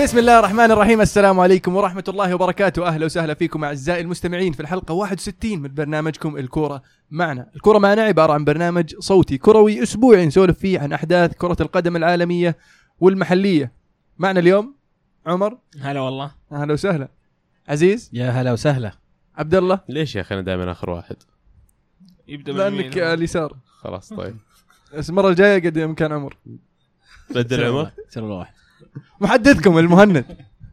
بسم الله الرحمن الرحيم. السلام عليكم ورحمة الله وبركاته. أهلا وسهلا فيكم أعزائي المستمعين في الحلقة 61 من برنامجكم الكورة معنا. الكورة معنا عبارة عن برنامج صوتي كروي أسبوعي نسولف فيه عن أحداث كرة القدم العالمية والمحلية. معنا اليوم عمر. هلا والله. أهلا وسهلا. عزيز. يا هلا وسهلا. عبد الله. ليش يا أخي أنا دائما آخر واحد؟ يبدأ لأنك اليسار. خلاص طيب. المرة الجاية قد مكان عمر. بدل عمر. سر واحد. محدثكم المهند.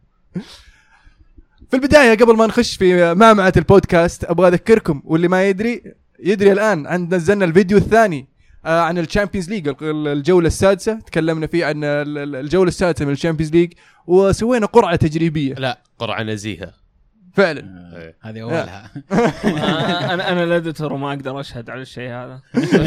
في البداية قبل ما نخش في معمعة البودكاست أبغى أذكركم واللي ما يدري الآن عندنا نزلنا الفيديو الثاني عن الشامبيونز ليج الجولة السادسة. تكلمنا فيه عن الجولة السادسة من الشامبيونز ليج وسوينا قرعة تجريبية. لا قرعة نزيهة فعلا. هذه أولها. أنا الأديتور وما أقدر أشهد على الشيء هذا.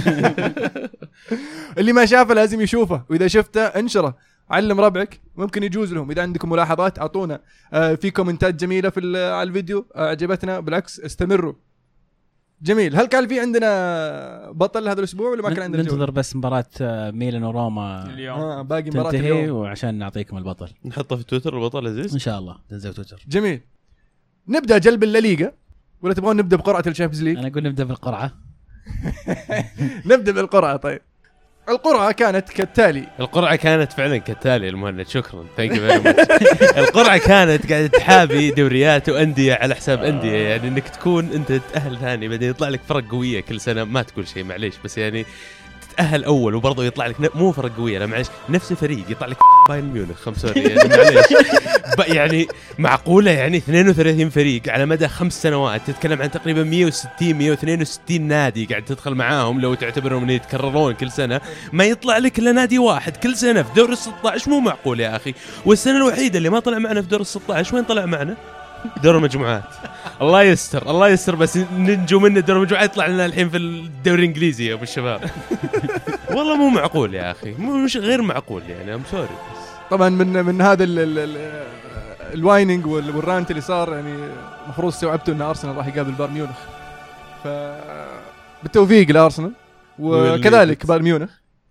اللي ما شافه لازم يشوفه، وإذا شفته انشره، علم ربعك، ممكن يجوز لهم. إذا عندكم ملاحظات أعطونا في كومنتات جميلة على الفيديو عجبتنا، بالعكس استمروا. جميل. هل كان في عندنا بطل هذا الأسبوع ولا ما كان عندنا؟ ننتظر بس مباراة ميلان وروما اليوم. باقي مباراة تنتهي اليوم وعشان نعطيكم البطل. نحطه في تويتر البطل عزيز إن شاء الله تنزل تويتر. جميل. نبدأ جلب الليغا ولا تبغون نبدأ بقرعة الشامبيونز ليج؟ أنا أقول نبدأ بالقرعة. نبدأ بالقرعة. طيب القرعة كانت كالتالي. القرعة كانت فعلا كالتالي المهند. شكرا ثانك يو فيري ماتش. القرعة كانت قاعدة تحابي دوريات وأندية على حساب أندية، يعني إنك تكون أنت تتأهل ثاني بعدين يطلع لك فرق قوية كل سنة. ما تقول شيء معليش، بس يعني تتأهل أول وبرضه يطلع لك مو فرق قوية، لا معليش نفس الفريق يطلع لك بايرن ميونخ 5 يعني معليش يعني معقولة يعني 32 فريق على مدى 5 سنوات. تتكلم عن تقريبا 162 نادي قاعد تدخل معاهم، لو تعتبرهم يتكررون كل سنة ما يطلع لك إلا نادي واحد كل سنة في دور ال16. مو معقول يا أخي. والسنة الوحيدة اللي ما طلع معنا في دور ال16 وين طلع معنا؟ دور المجموعات. الله يستر الله يستر، بس ننجو منه دور المجموعات يطلع لنا الحين في الدوري الإنجليزي يا أبو الشباب. والله مو معقول يا أخي، مش غير معقول يعني. I'm sorry. طبعا من هذا الوايننج والرانت اللي صار، يعني مفروض استوعبتوا ان ارسنال راح يقابل بايرن ميونخ، بالتوفيق لارسنال وكذلك بايرن ميونخ،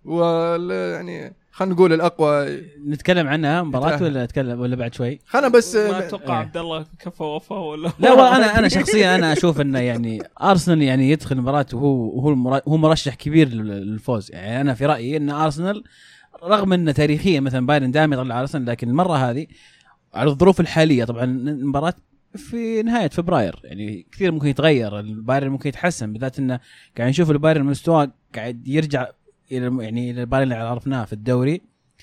يعني خلينا نقول الاقوى. نتكلم عنها مباراة ولا نتكلم ولا بعد شوي؟ خلنا بس ما اتوقع عبد الله كفى وفى ولا لا. انا شخصيا انا اشوف انه يعني ارسنال يعني يدخل المباراة وهو مرشح كبير للفوز. يعني انا في رايي ان ارسنال رغم ان تاريخيا مثلا بايرن دائما يطلع ارسنال، لكن المره هذه على الظروف الحاليه طبعا المباراه في نهايه فبراير يعني كثير ممكن يتغير. البايرن ممكن يتحسن، بالذات انه قاعد نشوف البايرن مستواه قاعد يرجع الى يعني البايرن اللي عرفناه في الدوري.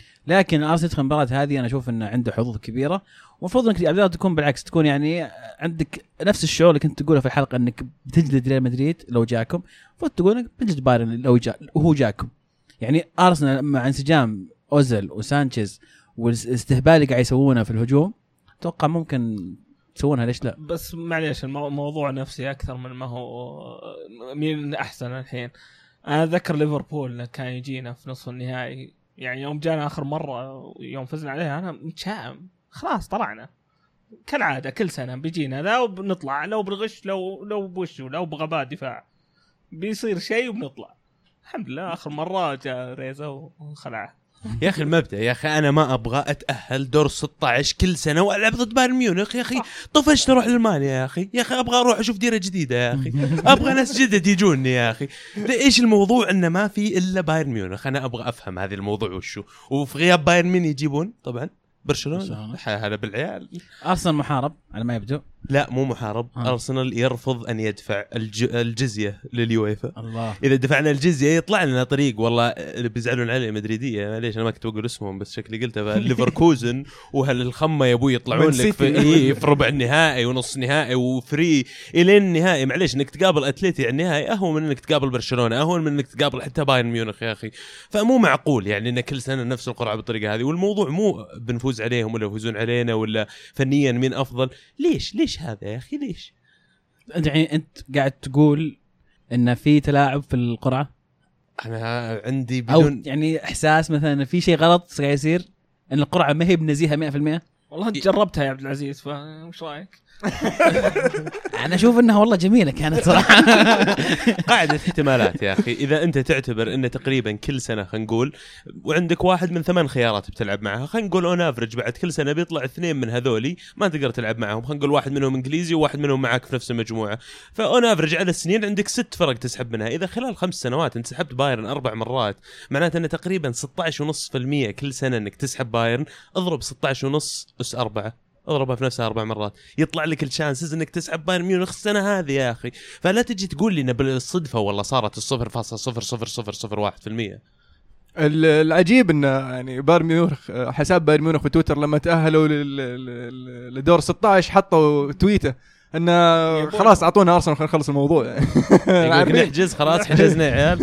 لكن ارسنال في المباراه هذه انا اشوف انه عنده حظوظ كبيره، ومفروض انك عبد الله تكون بالعكس، تكون يعني عندك نفس الشعور اللي كنت تقوله في الحلقه انك بتجلد ريال مدريد لو جاكم، المفروض تقول انك بتجلد بايرن لو وهو جاكم. يعني ارسنال مع انسجام اوزيل وسانشيز والاستهبال اللي قاعد يسوونه في الهجوم اتوقع ممكن تسوونها. ليش لا؟ بس معليش الموضوع نفسي اكثر من ما هو مين احسن. الحين انا ذكر ليفربول كان يجينا في نصف النهائي، يعني يوم جانا اخر مره يوم فزنا عليها انا متشائم. خلاص طلعنا كالعاده كل سنه بيجينا ذا وبنطلع، لو بالغش لو بوش لو بغباء دفاع بيصير شيء وبنطلع. الحمد لله آخر مرة جاء ريزا وخلعه. يا أخي المبدأ يا أخي، أنا ما أبغى أتأهل دور 16 كل سنة وألعب ضد بايرن ميونخ يا أخي. طفشت أروح للمانيا يا أخي. يا أخي أبغى أروح أشوف ديرة جديدة يا أخي. أبغى ناس جدد يجوني يا أخي. إيش الموضوع إنه ما في إلا بايرن ميونخ؟ أنا أبغى أفهم هذا الموضوع وشو. وفي غياب بايرن مين يجيبون؟ طبعا برشلونة. هذا بالعيال. أرسنال محارب على ما يبدو. لا مو محارب. أرسنال يرفض أن يدفع الجزية لليويفا. الله. إذا دفعنا الجزية يطلع لنا طريق. والله اللي بيزعلون عليه مدريدية ليش أنا ما كنت أقول اسمهم بس شكلي قلتها. ليفركوزن وهالخمة يا أبوي يطلعون لك في ربع النهائي ونص نهائي وفري إلى النهائي. معليش إنك تقابل أتليتي على النهائي أهون من إنك تقابل برشلونة، أهون من إنك تقابل حتى بايرن ميونخ يا أخي. فمو معقول يعني إن كل سنة نفس القرعة بالطريقة هذه. والموضوع مو بنفوز عليهم ولا يفوزون علينا ولا فنيا مين أفضل. ليش هذا يا أخي ليش؟ يعني أنت قاعد تقول إن في تلاعب في القرعة؟ أنا عندي بدون أو يعني إحساس مثلا في شيء غلط قاعد يصير، إن القرعة ما هي بنزيهة 100%. والله انت جربتها يا عبد العزيز فمش رايك؟ انا اشوف انها والله جميله كانت صراحه. قاعدة احتمالات يا أخي. إذا أنت تعتبر أن تقريبا كل سنة خلينا نقول وعندك واحد من 8 خيارات بتلعب معها، خلينا نقول اون افريج بعد كل سنة بيطلع 2 من هذولي ما تقدر تلعب معهم، خلينا نقول واحد منهم إنجليزي وواحد منهم معك في نفس المجموعة، فاون افريج على السنين عندك 6 فرق تسحب منها. إذا خلال 5 سنوات أنت سحبت بايرن 4 مرات، معناته أن تقريبا 16.5% كل سنة أنك تسحب بايرن. اضرب 16.5 أس 4، اضربها في نفسها 4 مرات، يطلع لك الشانسز انك تسحب بايرن ميونخ السنه هذه يا اخي. فلا تجي تقول لي ان بالصدفه والله صارت 0.0001%. العجيب انه يعني بايرن ميونخ، حساب بايرن ميونخ في تويتر لما تاهلوا لدور 16 حطوا تويته انه خلاص اعطونا ارسنال خلينا نخلص الموضوع. يقول نحجز خلاص حجزنا يا عيال.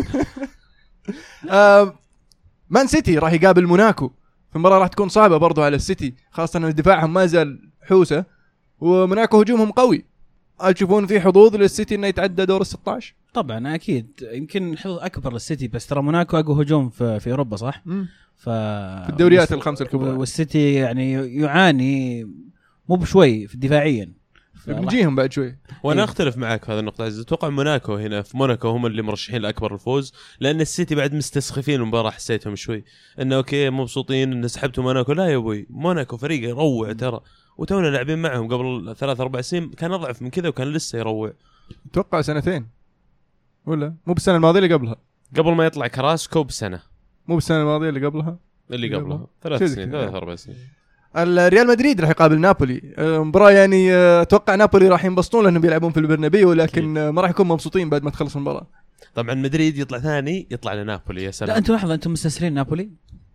مان سيتي راح يقابل موناكو في مباراة راح تكون صعبة برضو على السيتي، خاصة ان دفاعهم ما زال حوسة وموناكو هجومهم قوي. هل تشوفون في حظوظ للسيتي انه يتعدى دور 16؟ طبعا اكيد يمكن حظوظ اكبر للسيتي، بس ترى موناكو اقوى هجوم في اوروبا صح؟ في الدوريات الخمسة الكبرى، والسيتي يعني يعاني مو بشوي في دفاعيا. بنجيهم بعد شوي. وانا اختلف معك في هذه النقطه عزيز. اتوقع موناكو هنا في موناكو هم اللي مرشحين لاكبر الفوز، لان السيتي بعد مستسخفين المباراه. حسيتهم شوي انه اوكي مبسوطين ان سحبتوا موناكو. لا يا ابوي، موناكو فريق يروع ترى، وتونا لاعبين معهم قبل 3-4 سنين كان اضعف من كذا وكان لسه يروع. اتوقع 2 ولا مو بالسنه الماضيه اللي قبلها، قبل ما يطلع كراسكو بسنه، مو بالسنه الماضيه اللي قبلها 3 سنين 3-4 سنين. الريال مدريد راح يقابل نابولي، مباراة يعني اتوقع نابولي راح ينبسطون لانهم بيلعبون في البرنابيو، ولكن ما راح يكون مبسوطين بعد ما تخلص المباراة. طبعا مدريد يطلع ثاني، يطلع لنابولي. يا سلام. لا انتم لحظه، انتم مستسهلين نابولي.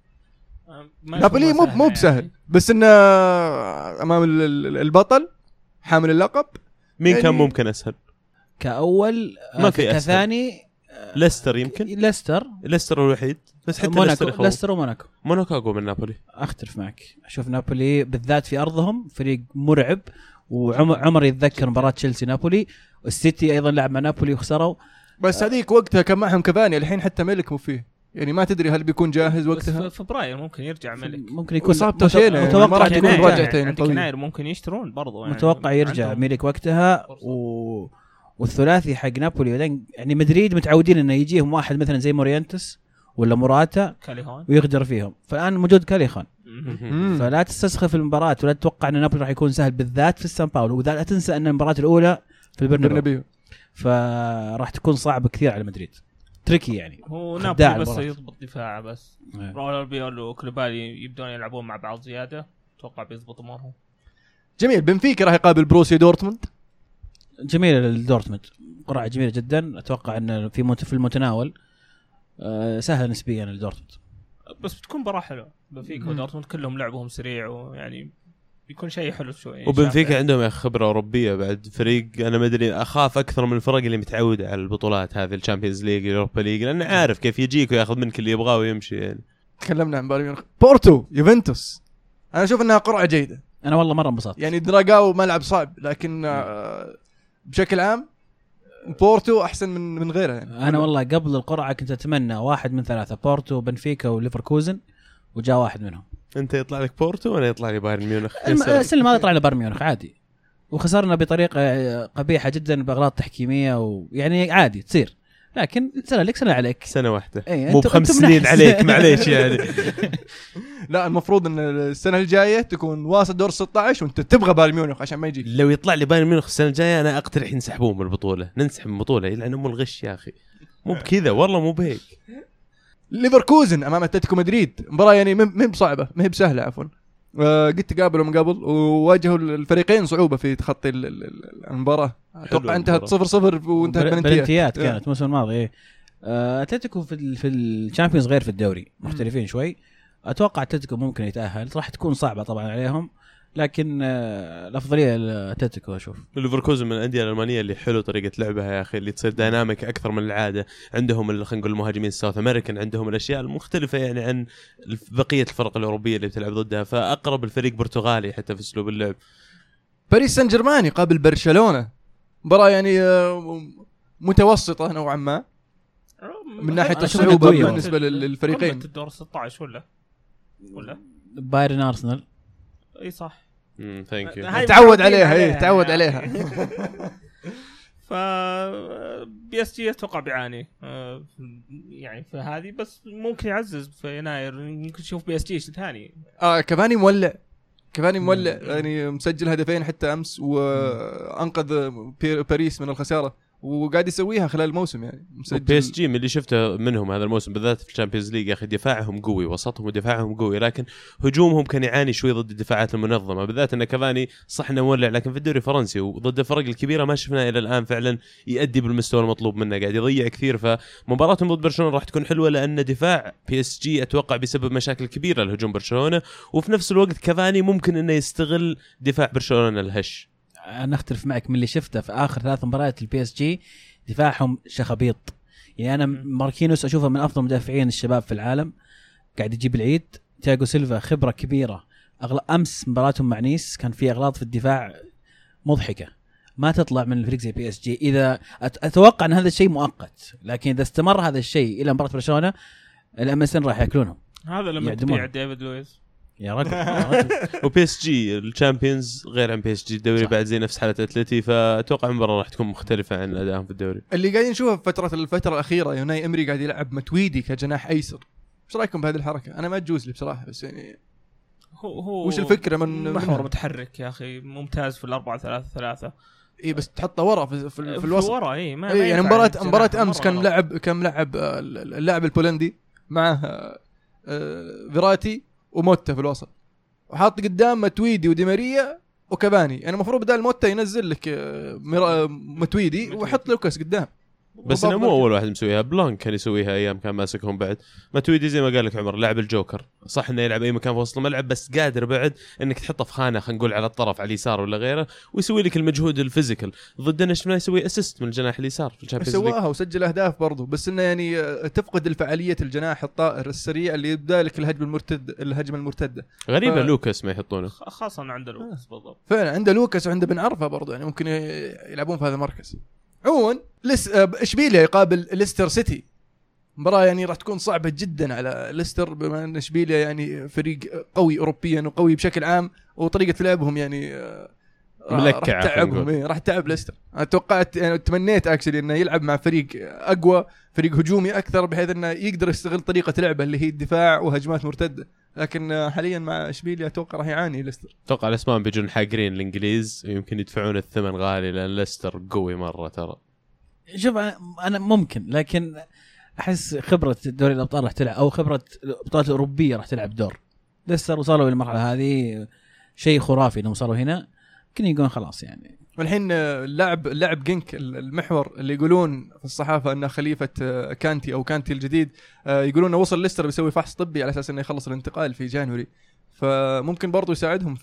نابولي مو بسهل، بس انه امام البطل حامل اللقب. مين يعني كان ممكن اسهل كاول؟ ما في كثاني ليستر. يمكن ليستر الوحيد، بس حتى ليستر وموناكو. موناكو اقوى من نابولي. اختلف معك، اشوف نابولي بالذات في ارضهم فريق مرعب. وعمر يتذكر مباراة تشيلسي نابولي، والسيتي ايضا لعب مع نابولي وخسروا، بس هذيك وقتها كان معهم كافاني. الحين حتى ملك مو فيه، يعني ما تدري هل بيكون جاهز وقتها. في فبراير ممكن يرجع ملك، ممكن يكون صعب شيء، ما راح تكون راجعتين. عندك يناير ممكن يشترون برضو، يعني متوقع يرجع ملك وقتها. والثلاثي حق نابولي يعني مدريد متعودين انه يجيهم واحد مثلا زي مورينتس ولا موراتا ويغدر فيهم، فالان موجود كاليخان. فلا تستسخف المباراة ولا تتوقع ان نابولي راح يكون سهل، بالذات في سان باولو. ولا لا تنسى ان المباراة الاولى في البرنابيو، فراح تكون صعبة كثير على مدريد. تريكي يعني هو نابولي بس يضبط دفاعه بس. راول بيولو وكلوبالي يبدون يلعبون مع بعض زيادة، اتوقع بيضبط امورهم. جميل. بنفيكا راح يقابل بروسيا دورتموند. جميلة للدورتموند، قرعة جميلة جدا. اتوقع ان في المتناول، سهل نسبيا للدورتموند، بس بتكون مباراة حلوة. بنفيكا ودورتموند كلهم لعبهم سريع، ويعني بيكون شيء حلو شوي. وبنفيكا عندهم خبرة أوروبية بعد، فريق أنا ما أدري أخاف أكثر من الفرق اللي متعودة على البطولات هذه، الشامبيونز ليج الأوروبا ليج، لأنه عارف كيف يجيك ويأخذ منك اللي يبغاه ويمشي. يعني تكلمنا عن بايرن ميونخ. بورتو يوفنتوس، أنا أشوف أنها قرعة جيدة. أنا والله مرة انبسطت. يعني دراغاو ملعب صعب، لكن بشكل عام بورتو أحسن من غيره. يعني أنا والله قبل القرعة كنت أتمنى واحد من 3، بورتو بنفيكا وليفركوزن، وجاء واحد منهم. انت يطلع لك بورتو وانا يطلع لي بايرن ميونخ. السنه ما يطلع لنا بايرن ميونخ عادي، وخسرنا بطريقه قبيحه جدا باغلاط تحكيميه، ويعني عادي تصير. لكن سنه لك سنه عليك، سنه واحده مو ب5 سنين عليك. معليش يعني. لا المفروض ان السنه الجايه تكون واصل دور 16 وانت تبغى بايرن ميونخ عشان ما يجي. لو يطلع لي بايرن ميونخ السنه الجايه انا اقترح ينسحبون من البطوله، ننسحب من البطوله لانه مو الغش يا اخي، مو بكذا والله، مو بهيك. ليفركوزن امام اتلتيكو مدريد، مباراه يعني ما هي بصعبه، ما هي بسهله عفوا. قد تقابلوا من قبل وواجهوا الفريقين صعوبه في تخطي المباراه. اتوقع انتهت 0-0 وانتهت بلنتيات كانت الموسم الماضي. اتلتيكو في الشامبيونز غير في الدوري، مختلفين شوي. اتوقع اتلتيكو ممكن يتاهل، راح تكون صعبه طبعا عليهم، لكن الافضليه لاتلتيكو. اشوف ليفركوزن من الانديه الالمانيه اللي حلو طريقه لعبها يا اخي، اللي تصير ديناميك اكثر من العاده. عندهم خلينا نقول المهاجمين الساوث امريكان، عندهم الاشياء المختلفه يعني عن بقيه الفرق الاوروبيه اللي بتلعب ضدها، فاقرب الفريق برتغالي حتى في اسلوب اللعب. باريس سان جيرمان يقابل برشلونه، مباراه يعني متوسطه نوعا ما من ناحيه الصعوبه بالنسبه للفريقين. الدور 16 ولا بايرن ارسنال اي صح ثانك يو. هاي تعود متعودين عليها ايه تعود عليها. ف بي اس جي اتوقع بيعاني يعني في هذه، بس ممكن يعزز في يناير، يمكن نشوف بي اس جي ثاني. كافاني مولع يعني مسجل هدفين حتى امس، وانقذ باريس من الخساره، وقاعد يسويها خلال الموسم يعني مسجل. بي اس جي من اللي شفته منهم هذا الموسم بالذات في الشامبيونز ليج يا اخي دفاعهم قوي، وسطهم ودفاعهم قوي، لكن هجومهم كان يعاني شوي ضد الدفاعات المنظمه، بالذات ان كافاني صح انه مولع، لكن في الدوري الفرنسي وضد الفرق الكبيره ما شفناه الى الان فعلا يؤدي بالمستوى المطلوب منه، قاعد يضيع كثير. فمباراتهم ضد برشلونه راح تكون حلوه، لان دفاع بي اس جي اتوقع بسبب مشاكل كبيره لهجوم برشلونه، وفي نفس الوقت كافاني ممكن انه يستغل دفاع برشلونه الهش. انا اختلف معك من اللي شفته في اخر 3 مباريات البي اس جي، دفاعهم شخبيط. يعني انا ماركينوس اشوفه من افضل مدافعين الشباب في العالم، قاعد يجيب العيد. تياغو سيلفا خبره كبيره. امس مباراتهم مع نيس كان في اغلاط في الدفاع مضحكه، ما تطلع من الفريق زي بي اس جي. اذا اتوقع ان هذا الشيء مؤقت، لكن اذا استمر هذا الشيء الى مباراه برشلونه الام اس ان راح ياكلونهم. هذا لما تبيع ديفيد لويس يا رجل. وبي اس جي الشامبيونز غير عن بي اس جي الدوري بعد زي نفس حاله اتلتي، فاتوقع المباراه راح تكون مختلفه عن ادائهم في الدوري. اللي قاعدين نشوفه في الفتره الاخيره يوناي امري قاعد يلعب متويدي كجناح ايسر. ايش رايكم بهذه الحركه؟ انا ما تجوز لي بصراحه، بس يعني هو وش الفكره من محور متحرك يا اخي ممتاز في 4-3-3. اي بس تحطه ورا في الوسط ورا. اي ما يعني مباراه امس كان ملعب اللاعب البولندي معه فيراتي وموتا في الوسط، وحاط قدام متويدي ودي ماريا وكافاني. يعني المفروض بدال موتا ينزل لك متويدي ويحط لوكاس قدام. بس انا مو اول واحد مسويها، بلانك كان يسويها ايام كان ماسكهم بعد. ماتويدي زي ما قال لك عمر لاعب الجوكر، صح انه يلعب اي مكان في وسط الملعب، بس قادر بعد انك تحطه في خانه خلينا نقول على الطرف على اليسار ولا غيره، ويسوي لك المجهود الفيزيكال. ضدنا شفناه يسوي اسيست من الجناح اليسار في الشامبيونز ليج، سواها وسجل اهداف برضو، بس انه يعني تفقد الفعاليه الجناح الطائر السريع اللي يبدا لك الهجمه المرتده. غريبه لوكاس ما يحطونه، خاصه عنده لوكاس بالضبط. فعلا عنده لوكاس وعنده بن عرفه برضو، يعني ممكن يلعبون في هذا المركز. عموما اشبيليا يقابل ليستر سيتي، مباراة يعني راح تكون صعبة جدا على ليستر، بما ان اشبيليا يعني فريق قوي اوروبيا وقوي بشكل عام، وطريقة لعبهم يعني راح تعب ليستر. اتوقعت يعني تمنيت اكشلي انه يلعب مع فريق اقوى، فريق هجومي اكثر، بحيث انه يقدر يستغل طريقة لعبه اللي هي الدفاع وهجمات مرتدة، لكن حاليا مع اشبيليا اتوقع راح يعاني ليستر. اتوقع الاسبان بيجون حاقرين الانجليز ويمكن يدفعون الثمن غالي، لان ليستر قوي مرة ترى. شوف انا ممكن، لكن احس خبره دوري الابطال راح تلعب، او خبره البطولات الاوروبيه راح تلعب دور. ليستر وصلوا للمرحله هذه شيء خرافي انهم وصلوا هنا، يمكن يقولون خلاص يعني. والحين اللاعب جينك المحور اللي يقولون في الصحافه انه خليفه كانتي او كانتي الجديد، يقولون انه وصل ليستر بيسوي فحص طبي على اساس انه يخلص الانتقال في جانوري، فممكن برضو يساعدهم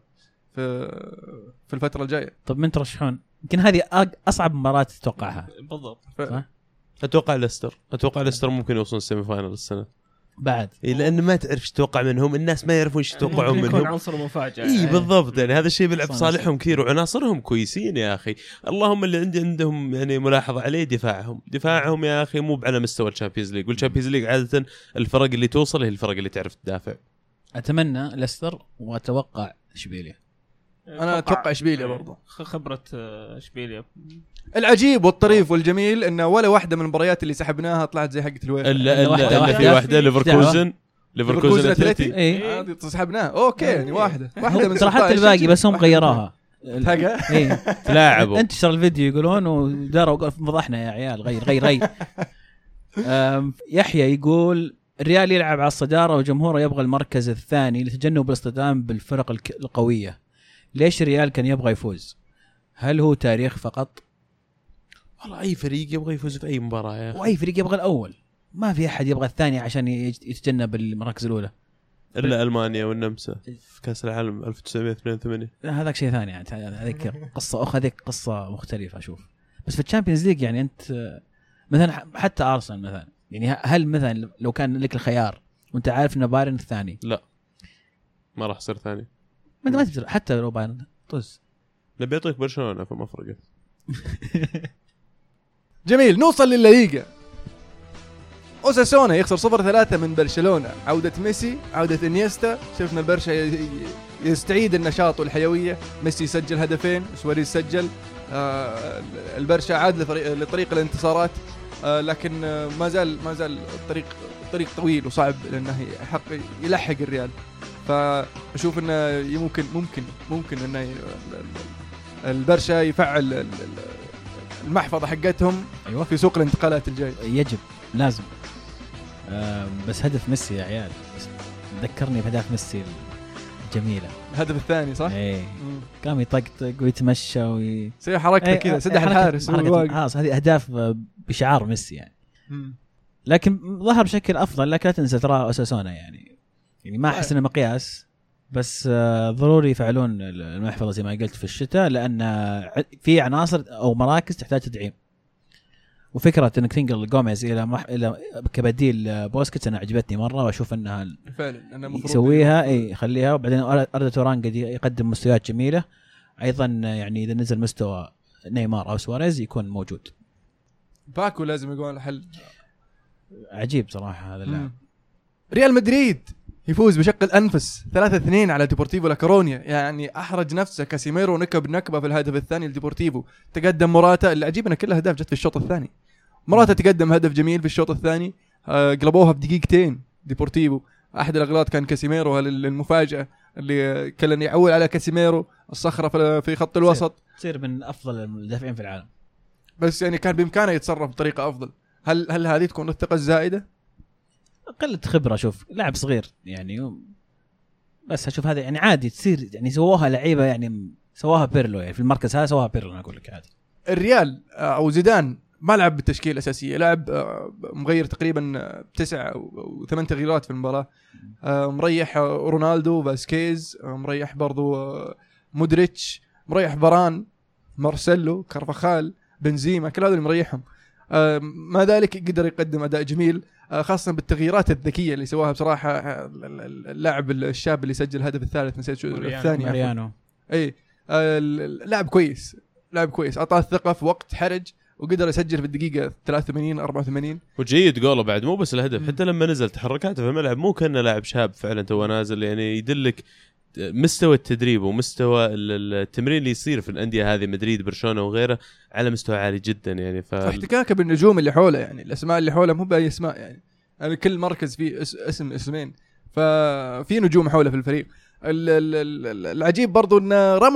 في الفتره الجايه. طب من ترشحون؟ يمكن هذه اصعب مباراه تتوقعها بالضبط. اتوقع ليستر ممكن يوصلون السيمي فاينل السنه بعد، لان ما تعرف ايش تتوقع منهم، الناس ما يعرفون ايش يتوقعون منهم، يكون عنصر مفاجاه. اي بالضبط، يعني هذا الشيء بيلعب صالحهم كثير، وعناصرهم كويسين يا اخي. اللهم اللي عندهم يعني ملاحظه عليه دفاعهم يا اخي مو على مستوى الشامبيونز ليج، والشامبيونز ليج عاده الفرق اللي توصل هي الفرق اللي تعرف تدافع. اتمنى ليستر واتوقع اشبيليا. انا اتوقع اشبيليا برضو. خبره اشبيليا. العجيب والطريف والجميل انه ولا واحده من المباريات اللي سحبناها طلعت زي حقه الويل، الا في واحده ليفركوزن اثلتي هذه سحبناها اوكي، يعني واحده من ترى حتى الباقي بس هم غيروها. ايه تلاعبوا انتشر الفيديو يقولون وداروا فضحنا يا عيال، غير يحيى يقول الريال يلعب على الصداره وجمهوره يبغى المركز الثاني لتجنب الاصطدام بالفرق القويه. ليش الريال كان يبغى يفوز؟ هل هو تاريخ فقط؟ والله اي فريق يبغى يفوز في اي مباراه يا اخي، واي فريق يبغى الاول، ما في احد يبغى الثاني عشان يتجنب المراكز الاولى الا المانيا والنمسا في كاس العالم 1982. هذاك شيء ثاني يعني، هذيك قصه هذيك قصه مختلفه اشوف. بس في الشامبيونز ليج يعني انت مثلا حتى ارسنال مثلا، يعني هل مثلا لو كان لك الخيار وانت عارف ان بايرن الثاني، لا ما راح يصير ثاني، ما تقدر حتى لو بايرن طز نبي يعطيك برشلونه فما فرقت. جميل، نوصل للليغا. اوساسونا يخسر 0-3 من برشلونة. عودة ميسي، عودة انيستا، شفنا البرشا يستعيد النشاط والحيوية. ميسي يسجل هدفين، سواريز سجل. البرشا عاد لطريق الانتصارات، لكن ما زال الطريق طويل وصعب لانه يلحق الريال. فاشوف انه ممكن انه البرشا يفعل المحفظة حقتهم أيوة. في سوق الانتقالات الجاي. يجب لازم. بس هدف ميسي يا عيال ذكرني بهدف ميسي الجميلة. الهدف الثاني صح؟ ايه قام يطقطق ويتمشى سوي حركته كذا، سدح الحارس خلاص. هذه اهداف بشعار ميسي يعني. لكن ظهر بشكل افضل. لكن لا تنسى ترى اساسونا يعني ما احس انه مقياس، بس ضروري يفعلون المحفظة زي ما قلت في الشتاء، لان في عناصر او مراكز تحتاج تدعيم. وفكرة انك تنقل جوميز الى كبديل بوسكيتس انا عجبتني مرة، واشوف انها فعلا انا المفروض يسويها يخليها. وبعدين أردا توران قد يقدم مستويات جميلة ايضا يعني. اذا نزل مستوى نيمار او سواريز يكون موجود. باكو لازم يكون الحل. عجيب صراحة هذا اللاعب. ريال مدريد يفوز بشق الأنفس 3-2 على ديبورتيفو لاكورونيا. يعني أحرج نفسه كاسيميرو، نكبة في الهدف الثاني لديبورتيفو. تقدم موراتا، اللي عجيب أن كل أهداف جت في الشوط الثاني. موراتا تقدم هدف جميل في الشوط الثاني، قلبوها في دقيقتين ديبورتيفو. أحد الأغلاط كان كاسيميرو، المفاجأة اللي كان يعول على كاسيميرو الصخرة في خط الوسط. تصير من أفضل المدافعين في العالم، بس يعني كان بإمكانه يتصرف بطريقة أفضل. هل هذه تكون الثقة الزائدة؟ قلة خبرة. شوف لاعب صغير يعني، بس أشوف هذا يعني عادي تصير. يعني سووها لعيبة يعني، سواها بيرلو يعني في المركز هذا سواها بيرلو. أنا أقول لك عادي. الريال أو زيدان ما لعب بالتشكيل الأساسية، لعب مغير تقريبا 9 أو 8 تغييرات في المباراة. مريح رونالدو، فاسكيز، مريح برضو مودريتش، مريح فاران، مارسيلو، كارفاخال، بنزيما، كل هذول مريحهم. ما ذلك قدر يقدم أداء جميل، خاصة بالتغييرات الذكية اللي سواها بصراحة. اللاعب الشاب اللي سجل الهدف الثالث نسيت شو الثاني، ماريانو. أي لاعب كويس، أعطاه الثقة في وقت حرج وقدر يسجل في الدقيقة 83 84. وجيد جوله بعد، مو بس الهدف، حتى لما نزل تحركاته في الملعب مو كأنه لاعب شاب فعلا تو نازل. يعني يدلك مستوى التدريب ومستوى التمرين اللي يصير في الأندية هذه، مدريد، برشلونة وغيره، على مستوى عالي جدا يعني. احتكاكه بالنجوم اللي حوله، يعني الأسماء اللي حوله مو بأي اسماء يعني كل مركز فيه اسمين، ففي نجوم حوله في الفريق. العجيب برضو ان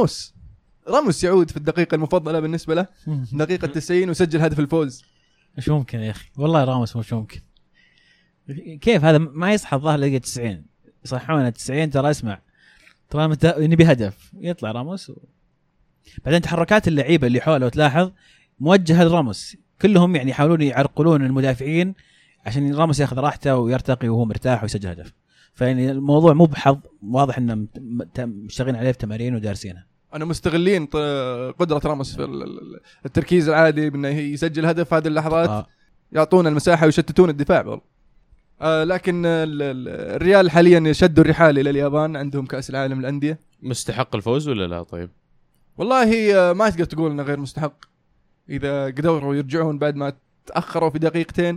راموس يعود في الدقيقة المفضلة بالنسبة له، دقيقة 90، وسجل هدف الفوز. مش ممكن يا أخي والله، راموس مش ممكن. كيف هذا ما يصحى الظاهر لقى 90 يصحونه 90؟ ترى اسمع، ترى نبي هدف يطلع راموس بعدين تحركات اللعيبة اللي حوله وتلاحظ موجهة لراموس كلهم، يعني يحاولون يعرقلون المدافعين عشان راموس ياخذ راحته ويرتقي وهو مرتاح ويسجل هدف. فيعني الموضوع مو بحظ، واضح انهم مشتغلين عليه في تمارين ودارسينه. أنا مستغلين قدرة راموس في التركيز العادي بأنه يسجل هدف هذه اللحظات، يعطون المساحة ويشتتون الدفاع والله. لكن الريال حاليا شدوا الرحال إلى اليابان، عندهم كأس العالم للأندية. مستحق الفوز ولا لا؟ طيب والله ما تقدر تقول إنه غير مستحق إذا قدروا يرجعون بعد ما تأخروا في دقيقتين.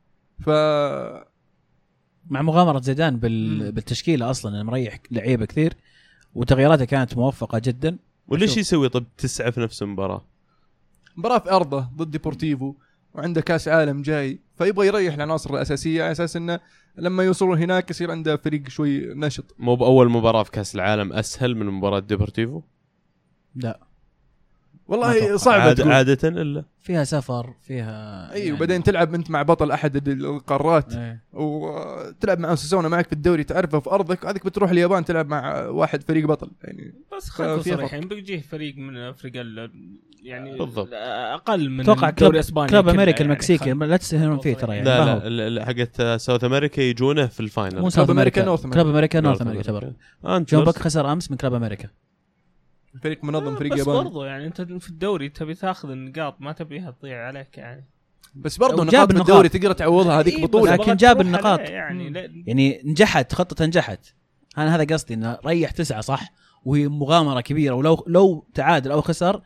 مع مغامرة زيدان بالتشكيلة أصلا، مريح لعيبة كثير وتغييراته كانت موفقة جدا. وليش يسوي طب 9 في نفس المباراة في أرضه ضد ديبورتيفو وعنده كاس عالم جاي، فيبغى يريح العناصر الأساسية على أساس إنه لما يوصلوا هناك يصير عنده فريق شوي نشط. مو بأول مباراة في كاس العالم أسهل من مباراة ديبورتيفو؟ لا والله صعبة عادة إلا فيها سفر فيها يعني. وبعدين تلعب أنت مع بطل أحد القارات وتلعب مع أساسونا معك في الدوري تعرفه في أرضك، هذيك بتروح اليابان تلعب مع واحد فريق بطل يعني. بس خلينا صريحين بيجيه فريق من أفريقيا يعني بالضبط. أقل من دوري إسبانيا، كلوب أمريكا المكسيكي لا تستهينون فيه ترى يعني. لا حقت ساوث أمريكا يجونه في الفاينل. مو ساوث أمريكا، كلوب أمريكا نورث أمريكا تبر. جون بوك خسر أمس من كلوب أمريكا. فريق منظم، فريق بس ياباني. بس برضو يعني انت في الدوري تبي تاخذ النقاط، ما تبيها تضيع عليك يعني. بس برضو نقاط الدوري تقدر تعوضها هذيك بطولة. لكن جاب النقاط يعني نجحت خطة، نجحت. أنا هذا قصدي، إنه ريح 9 صح، وهي مغامرة كبيرة، ولو تعادل أو خسر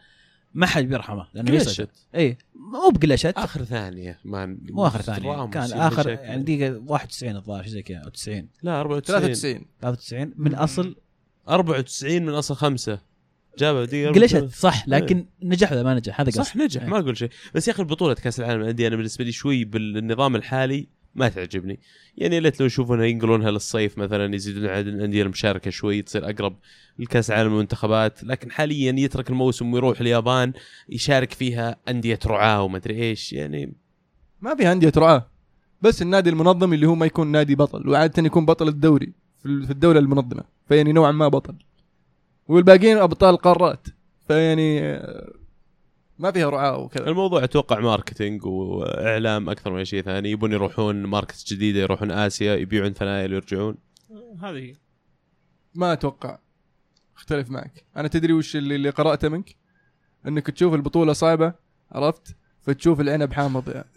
ما حد بيرحمه لانه قلشت. يصعد. اي مو بقلشت، اخر ثانيه مو اخر ثانيه، كان اخر يعني دقيقه 91 الظاهر شيء زي كذا او 90 لا 94 93 من اصل 94 من اصل 5 جابها دقيقه قلشت صح، لكن نجح ولا ما نجح هذا قصد. صح نجح ما اقول شيء، بس يا اخي البطوله كاس العالم للانديه انا بالنسبه لي شوي بالنظام الحالي ما تعجبني، يعني ليت لو يشوفونها ينقلونها للصيف مثلا، يزيدون عدد الانديه المشاركه شوي تصير اقرب لكاس العالم المنتخبات، لكن حاليا يترك الموسم ويروح اليابان يشارك فيها انديه رعاه وما ادري ايش، يعني ما في أندية رعاة، بس النادي المنظم اللي هو ما يكون نادي بطل، وعادة يكون بطل الدوري في الدولة المنظمة، فيعني نوعا ما بطل، والباقيين أبطال القارات، فيعني ما فيها رعاة وكذا. الموضوع اتوقع ماركتينج واعلام اكثر من شيء ثاني، يبون يروحون ماركت جديده، يروحون اسيا يبيعون فنايل ويرجعون. هذه ما أتوقع، اختلف معك. أنا تدري وش اللي قرأته منك؟ أنك تشوف البطولة صعبة، عرفت، فتشوف العنب حامض يعني.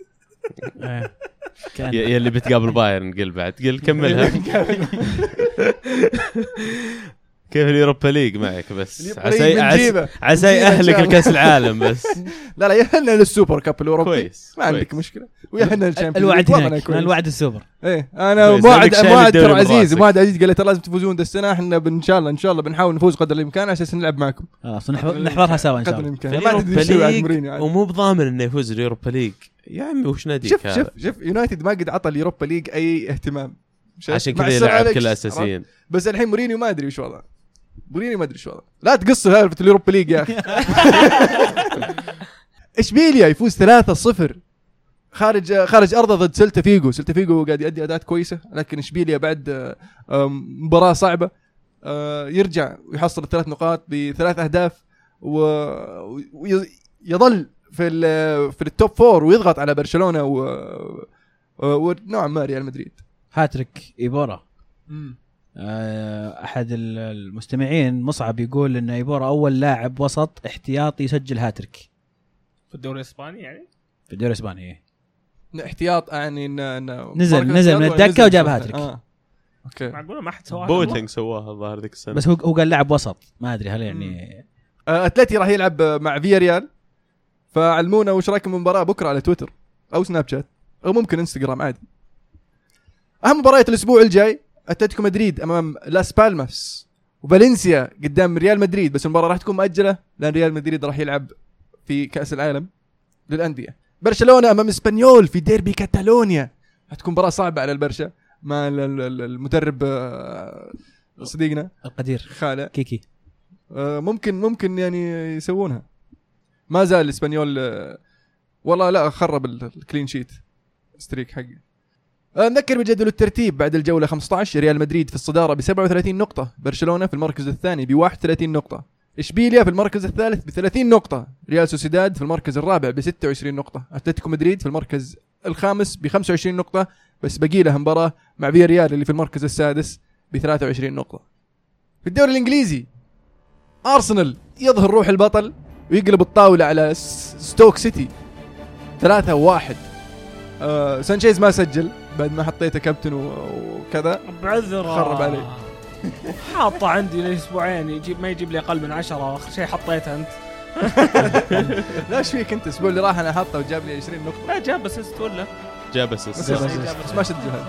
يا اللي بتقابل بايرن قل بعد قل كملها. كيف اليوروبا ليج معك بس عسى اهلك الكاس العالم بس. لا يهلنا للسوبر كاب الاوروبي كويس ما عندك مشكله، ويهلنا للشامبيونز الوعد هناك، الوعد السوبر. ايه انا موعد ترى عزيز، موعد عزيز قال لي ترى لازم تفوزون ذا السنه، احنا ان شاء الله بنحاول نفوز قدر الامكان على اساس نلعب معكم. خلاص نحضرها سوا ان شاء الله. ما ادري شو عاد مورينيو ومو بضامن انه يفوز اليوروبا ليج يا عمي، وش ناديك هذا؟ شوف يونايتد ما قد عطى اليوروبا ليج اي اهتمام، عشان كذا يلعب كل الاساسيين. بس الحين مورينيو ما ادري وش وضعه، لا تقصر هذا في اليوروبا ليج يا اخي. اشبيليا يفوز 3-0 خارج ارضه ضد سلتا فيغو قاعد يؤدي اداءات كويسه، لكن اشبيليا بعد مباراه صعبه يرجع ويحصل 3 نقاط ب3 أهداف ويظل في التوب 4 ويضغط على برشلونه ونوعا ما ريال مدريد. هاتريك إيبورا. أحد المستمعين مصعب يقول إن إيبورا أول لاعب وسط احتياطي يسجل هاتريك في الدوري الإسباني، يعني في الدوري الإسباني احتياط يعني نزل من الدكة وجاب هاتريك. اوكي معقوله ما حد سواها؟ بوتينج سواها الظاهر ذيك السنه، بس هو قال لاعب وسط، ما ادري هل يعني اتلتي راح يلعب مع فيا ريال، فعلمونا وش رايكم المباراه بكره على تويتر او سناب شات او ممكن انستغرام عادي. اهم مباريات الاسبوع الجاي اتلتيكو مدريد امام لاس بالماس، وفالنسيا قدام ريال مدريد، بس المباراه راح تكون مؤجله لان ريال مدريد راح يلعب في كاس العالم للانديه. برشلونه امام اسبانيول في ديربي كاتالونيا، هتكون مباراه صعبه على البرشا مع المدرب صديقنا القدير خالة كيكي. ممكن يعني يسوونها. ما زال الاسبانيول والله لا خرب الكلين شيت ستريك حقه. نذكر بجدول الترتيب بعد الجولة 15، ريال مدريد في الصدارة ب37 نقطة، برشلونة في المركز الثاني ب31 نقطة، إشبيليا في المركز الثالث ب30 نقطة، ريال سوسيداد في المركز الرابع ب26 نقطة، أتلتيكو مدريد في المركز الخامس ب25 نقطة، بس بقي له مباراة مع فيا ريال اللي في المركز السادس ب23 نقطة. في الدوري الإنجليزي أرسنال يظهر روح البطل ويقلب الطاولة على ستوك سيتي 3-1. سانشيز ما سجل بعد ما حطيته كابتن وكذا، بعذر خرب علي. حاطه عندي لأسبوعين ما يجيب لي أقل من 10، آخر شيء حطيته أنت. لا ايش فيك انت؟ الاسبوع اللي راح انا حاطه وجاب لي 20 نقطة. لا جاب اسيست ولا جاب اسيست بس ما شد جهد.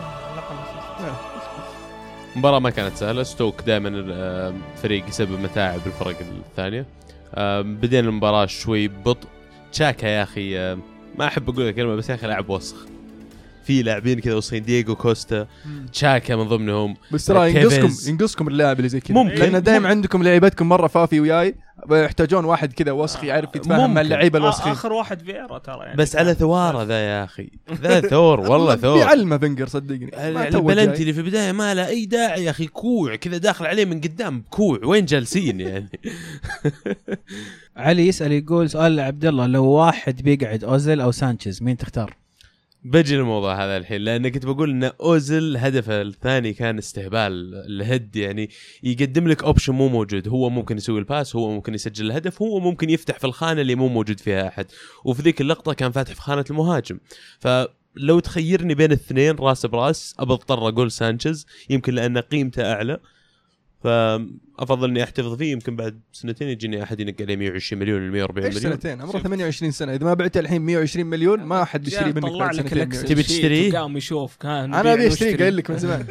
المباراة ما كانت سهلة، ستوك دائما فريق يسبب متاعب بالفرق الثانية. بدينا المباراة شوي بطء. تشاكا يا أخي ما أحب أقول الكلمة بس يا أخي لاعب وسخ. في لاعبين كذا وصين دييغو كوستا، تشاكا من ضمنهم. بس ترى ينقصكم اللاعب اللي زي كذا، ممكن لأن دائما عندكم لعيبتكم مرة فافي وياي، يحتاجون واحد كذا وسخ يعرف يتفاهم مع اللعيبة الوسخين. آخر واحد فيرا ترى يعني، بس على ثوار ذا يا أخي، ذا ثور والله ثور. بيعلمه فينجر صدقني. البلنتي اللي في البداية ما له أي داعي يا أخي، كوع كذا داخل عليه من قدام كوع، وين جالسين يعني. علي يسأل يقول سؤال عبد الله، لو واحد بيقعد أوزيل أو سانشيز مين تختار؟ بجي الموضوع هذا الحين، لأن كنت بقول إن أوزيل هدفه الثاني كان استهبال الهد، يعني يقدم لك أوبشن مو موجود، هو ممكن يسوي الباس، هو ممكن يسجل الهدف، هو ممكن يفتح في الخانة اللي مو موجود فيها أحد، وفي ذيك اللقطة كان فاتح في خانة المهاجم. فلو تخيرني بين الاثنين راس براس أبى اضطر أقول سانشيز، يمكن لأن قيمته أعلى، فافضل اني احتفظ فيه، يمكن بعد سنتين يجيني احد ينقل لي 120 مليون ل 140 ايش مليون. سنتين؟ عمره 28 سنه، اذا ما بعته الحين 120 مليون ما حد بيشتري منك طلع بعد لك سنتين. تبي تشتريه؟ قام يشوف كان انا ابي اشتري، قايل لك من زمان.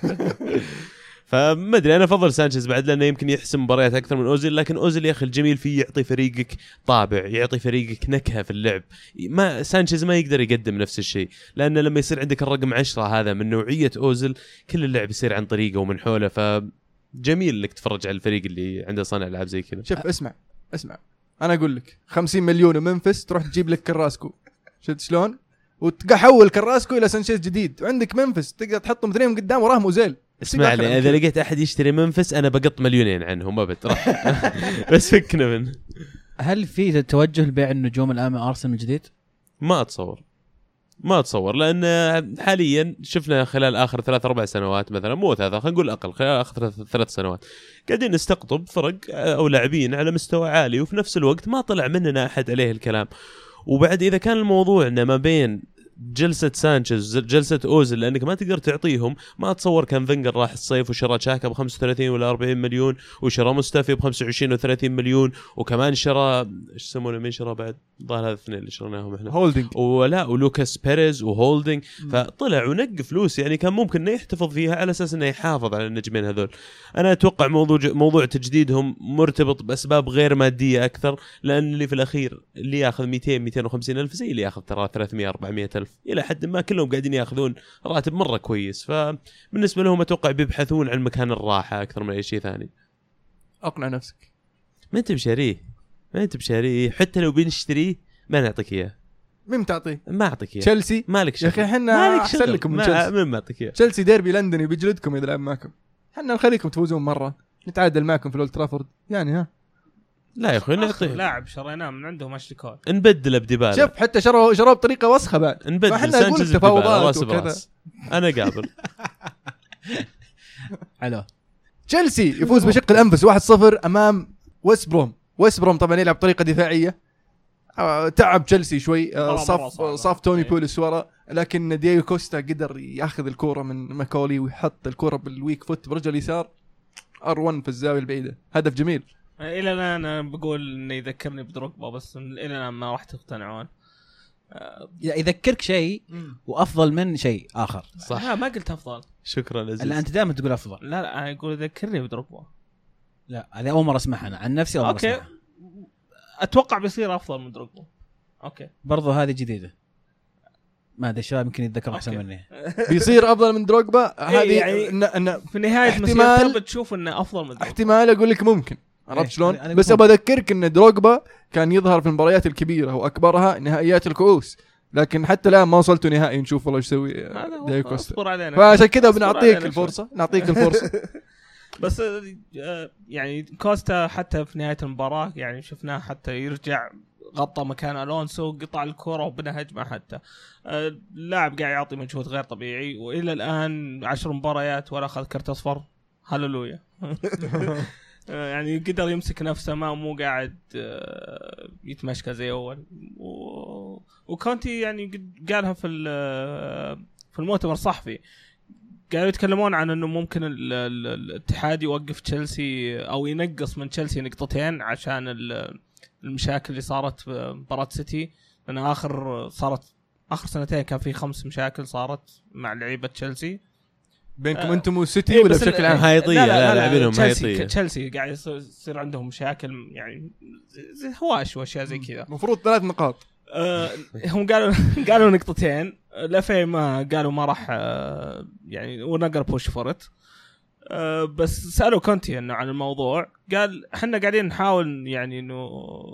فما ادري، انا افضل سانشيز بعد لانه يمكن يحسم مباريات اكثر من اوزيل، لكن اوزيل يا اخي الجميل فيه يعطي فريقك طابع، يعطي فريقك نكهه في اللعب. ما سانشيز ما يقدر يقدم نفس الشيء، لانه لما يصير عندك الرقم 10 هذا من نوعيه اوزيل كل اللعب يصير عن طريقه ومن حوله، فجميل انك تتفرج على الفريق اللي عنده صانع العاب زي كذا. شوف اسمع انا اقول لك 50 مليون ومنفس تروح تجيب لك كراسكو، شفت شلون؟ وتحول كراسكو الى سانشيز جديد، وعندك منفس تقدر تحطهم اثنين من قدام وراهم اوزيل. اسمع لي، اذا لقيت احد يشتري منفس انا بقط مليونين عنهم ابد بس فكنا منه. هل في توجه لبيع النجوم الان من ارسنال الجديد؟ ما اتصور لان حاليا شفنا خلال اخر 3-4 سنوات مثلا، مو 3 خلينا نقول اقل، خلال اخر 3 سنوات قاعدين نستقطب فرق او لاعبين على مستوى عالي، وفي نفس الوقت ما طلع مننا احد عليه الكلام. وبعد اذا كان الموضوع انه ما بين جلسة سانشيز جلسة اوزيل لانك ما تقدر تعطيهم، ما اتصور كان فينجر راح الصيف وشرى شاكا ب 35 ولا 40 مليون، وشرى مستافي ب 25 و 30 مليون، وكمان شرى ايش يسمونه، مين شرى بعد؟ ظهر هذا الاثنين اللي شريناهم احنا، هولدنج ولوكاس بيريز وهولدنج. فطلع ونق فلوس، يعني كان ممكن انه يحتفظ فيها على اساس انه يحافظ على النجمين هذول. انا اتوقع موضوع تجديدهم مرتبط باسباب غير ماديه اكثر، لان اللي في الاخير اللي ياخذ 200-250 الف زي اللي ياخذ ترى 300-400 الف، الى حد ما كلهم قاعدين ياخذون راتب مره كويس. فبالنسبه لهم اتوقع بيبحثون عن مكان الراحه اكثر من اي شيء ثاني. اقنع نفسك، ما انت بشاريه حتى لو بنشتريه ما نعطيك اياه. مين تعطيه؟ ما اعطيك اياه. تشيلسي مالك شغل يا اخي، احنا احسن لكم من تشيلسي. ما اعطيك اياه. تشيلسي ديربي لندني بيجلدكم اذا لعب معكم، احنا نخليكم تفوزون مره، نتعادل معكم في الاولد ترافورد يعني. ها لا يا اخوي نعطيه لاعب شريناه من عندهم اشلي كول، نبدل بديبالا. شوف حتى شروا بطريقه وسخه بعد، نبدل سانشيز تفاوضات وكذا. انا قابل. حلو. تشيلسي يفوز بشق الانفس 1-0 امام ويست بروم طبعا يلعب طريقه دفاعيه، تعب تشيلسي شوي، صاف توني بوليس ورا، لكن دييغو كوستا قدر ياخذ الكوره من ماكولي ويحط الكوره بالويك فوت برجل اليسار R1 في الزاويه البعيده، هدف جميل. الى الان انا بقول انه يذكرني بدروجبا، بس الى الان ما راح تقتنعون. يذكرك شيء وافضل من شيء اخر. صح، ما قلت افضل. شكرا لزيز. لا انت دائما تقول افضل. لا انا اقول يذكرني بدروجبا. لا هذه اول مره اسمعها انا عن نفسي، اول مره اوكي اسمعها. اتوقع بيصير افضل من دروجبا. اوكي برضو هذه جديده، ما ادري الشباب يمكن يتذكروا احسن مني. بيصير افضل من دروجبا هذه يعني إن في نهايه مسيرته بتشوف انه افضل من دروجبا. احتمال اقول لك ممكن، عرفت شلون؟ أنا بس ابى اذكرك ان دروجبا كان يظهر في المباريات الكبيره واكبرها نهائيات الكؤوس، لكن حتى الان ما وصلتوا نهائي. نشوف والله ايش يسوي دييغو كوستا، اصبر علينا. فعشان كذا بنعطيك الفرصه، نعطيك الفرصه. بس يعني كوستا حتى في نهايه المباراه يعني شفناه حتى يرجع غطى مكان الونسو، قطع الكرة وبنى هجمه. حتى اللاعب قاعد يعطي مجهود غير طبيعي، والى الان 10 مباريات ولا اخذ كرت اصفر. هاللويا. يعني قدر يمسك نفسه، ما مو قاعد يتمشى زي اول. وكونتي يعني قالها في المؤتمر الصحفي، قالوا يتكلمون عن انه ممكن الاتحاد يوقف تشيلسي او ينقص من تشيلسي نقطتين عشان المشاكل اللي صارت في مباراة سيتي، لان اخر سنتين كان في 5 مشاكل صارت مع لعيبه تشيلسي بينكم انتم وسيتي ولا بشكل عام؟ هايطيه. لا لاعبينهم هايطيه. تشيلسي قاعد يصير عندهم مشاكل يعني زي هواش واشياء زي كذا. المفروض 3 نقاط. هم قالوا نقطتين. لافي ما قالوا ما راح يعني ونقر بوش فورت. بس سالوا كونتي انه عن الموضوع، قال احنا قاعدين نحاول يعني انه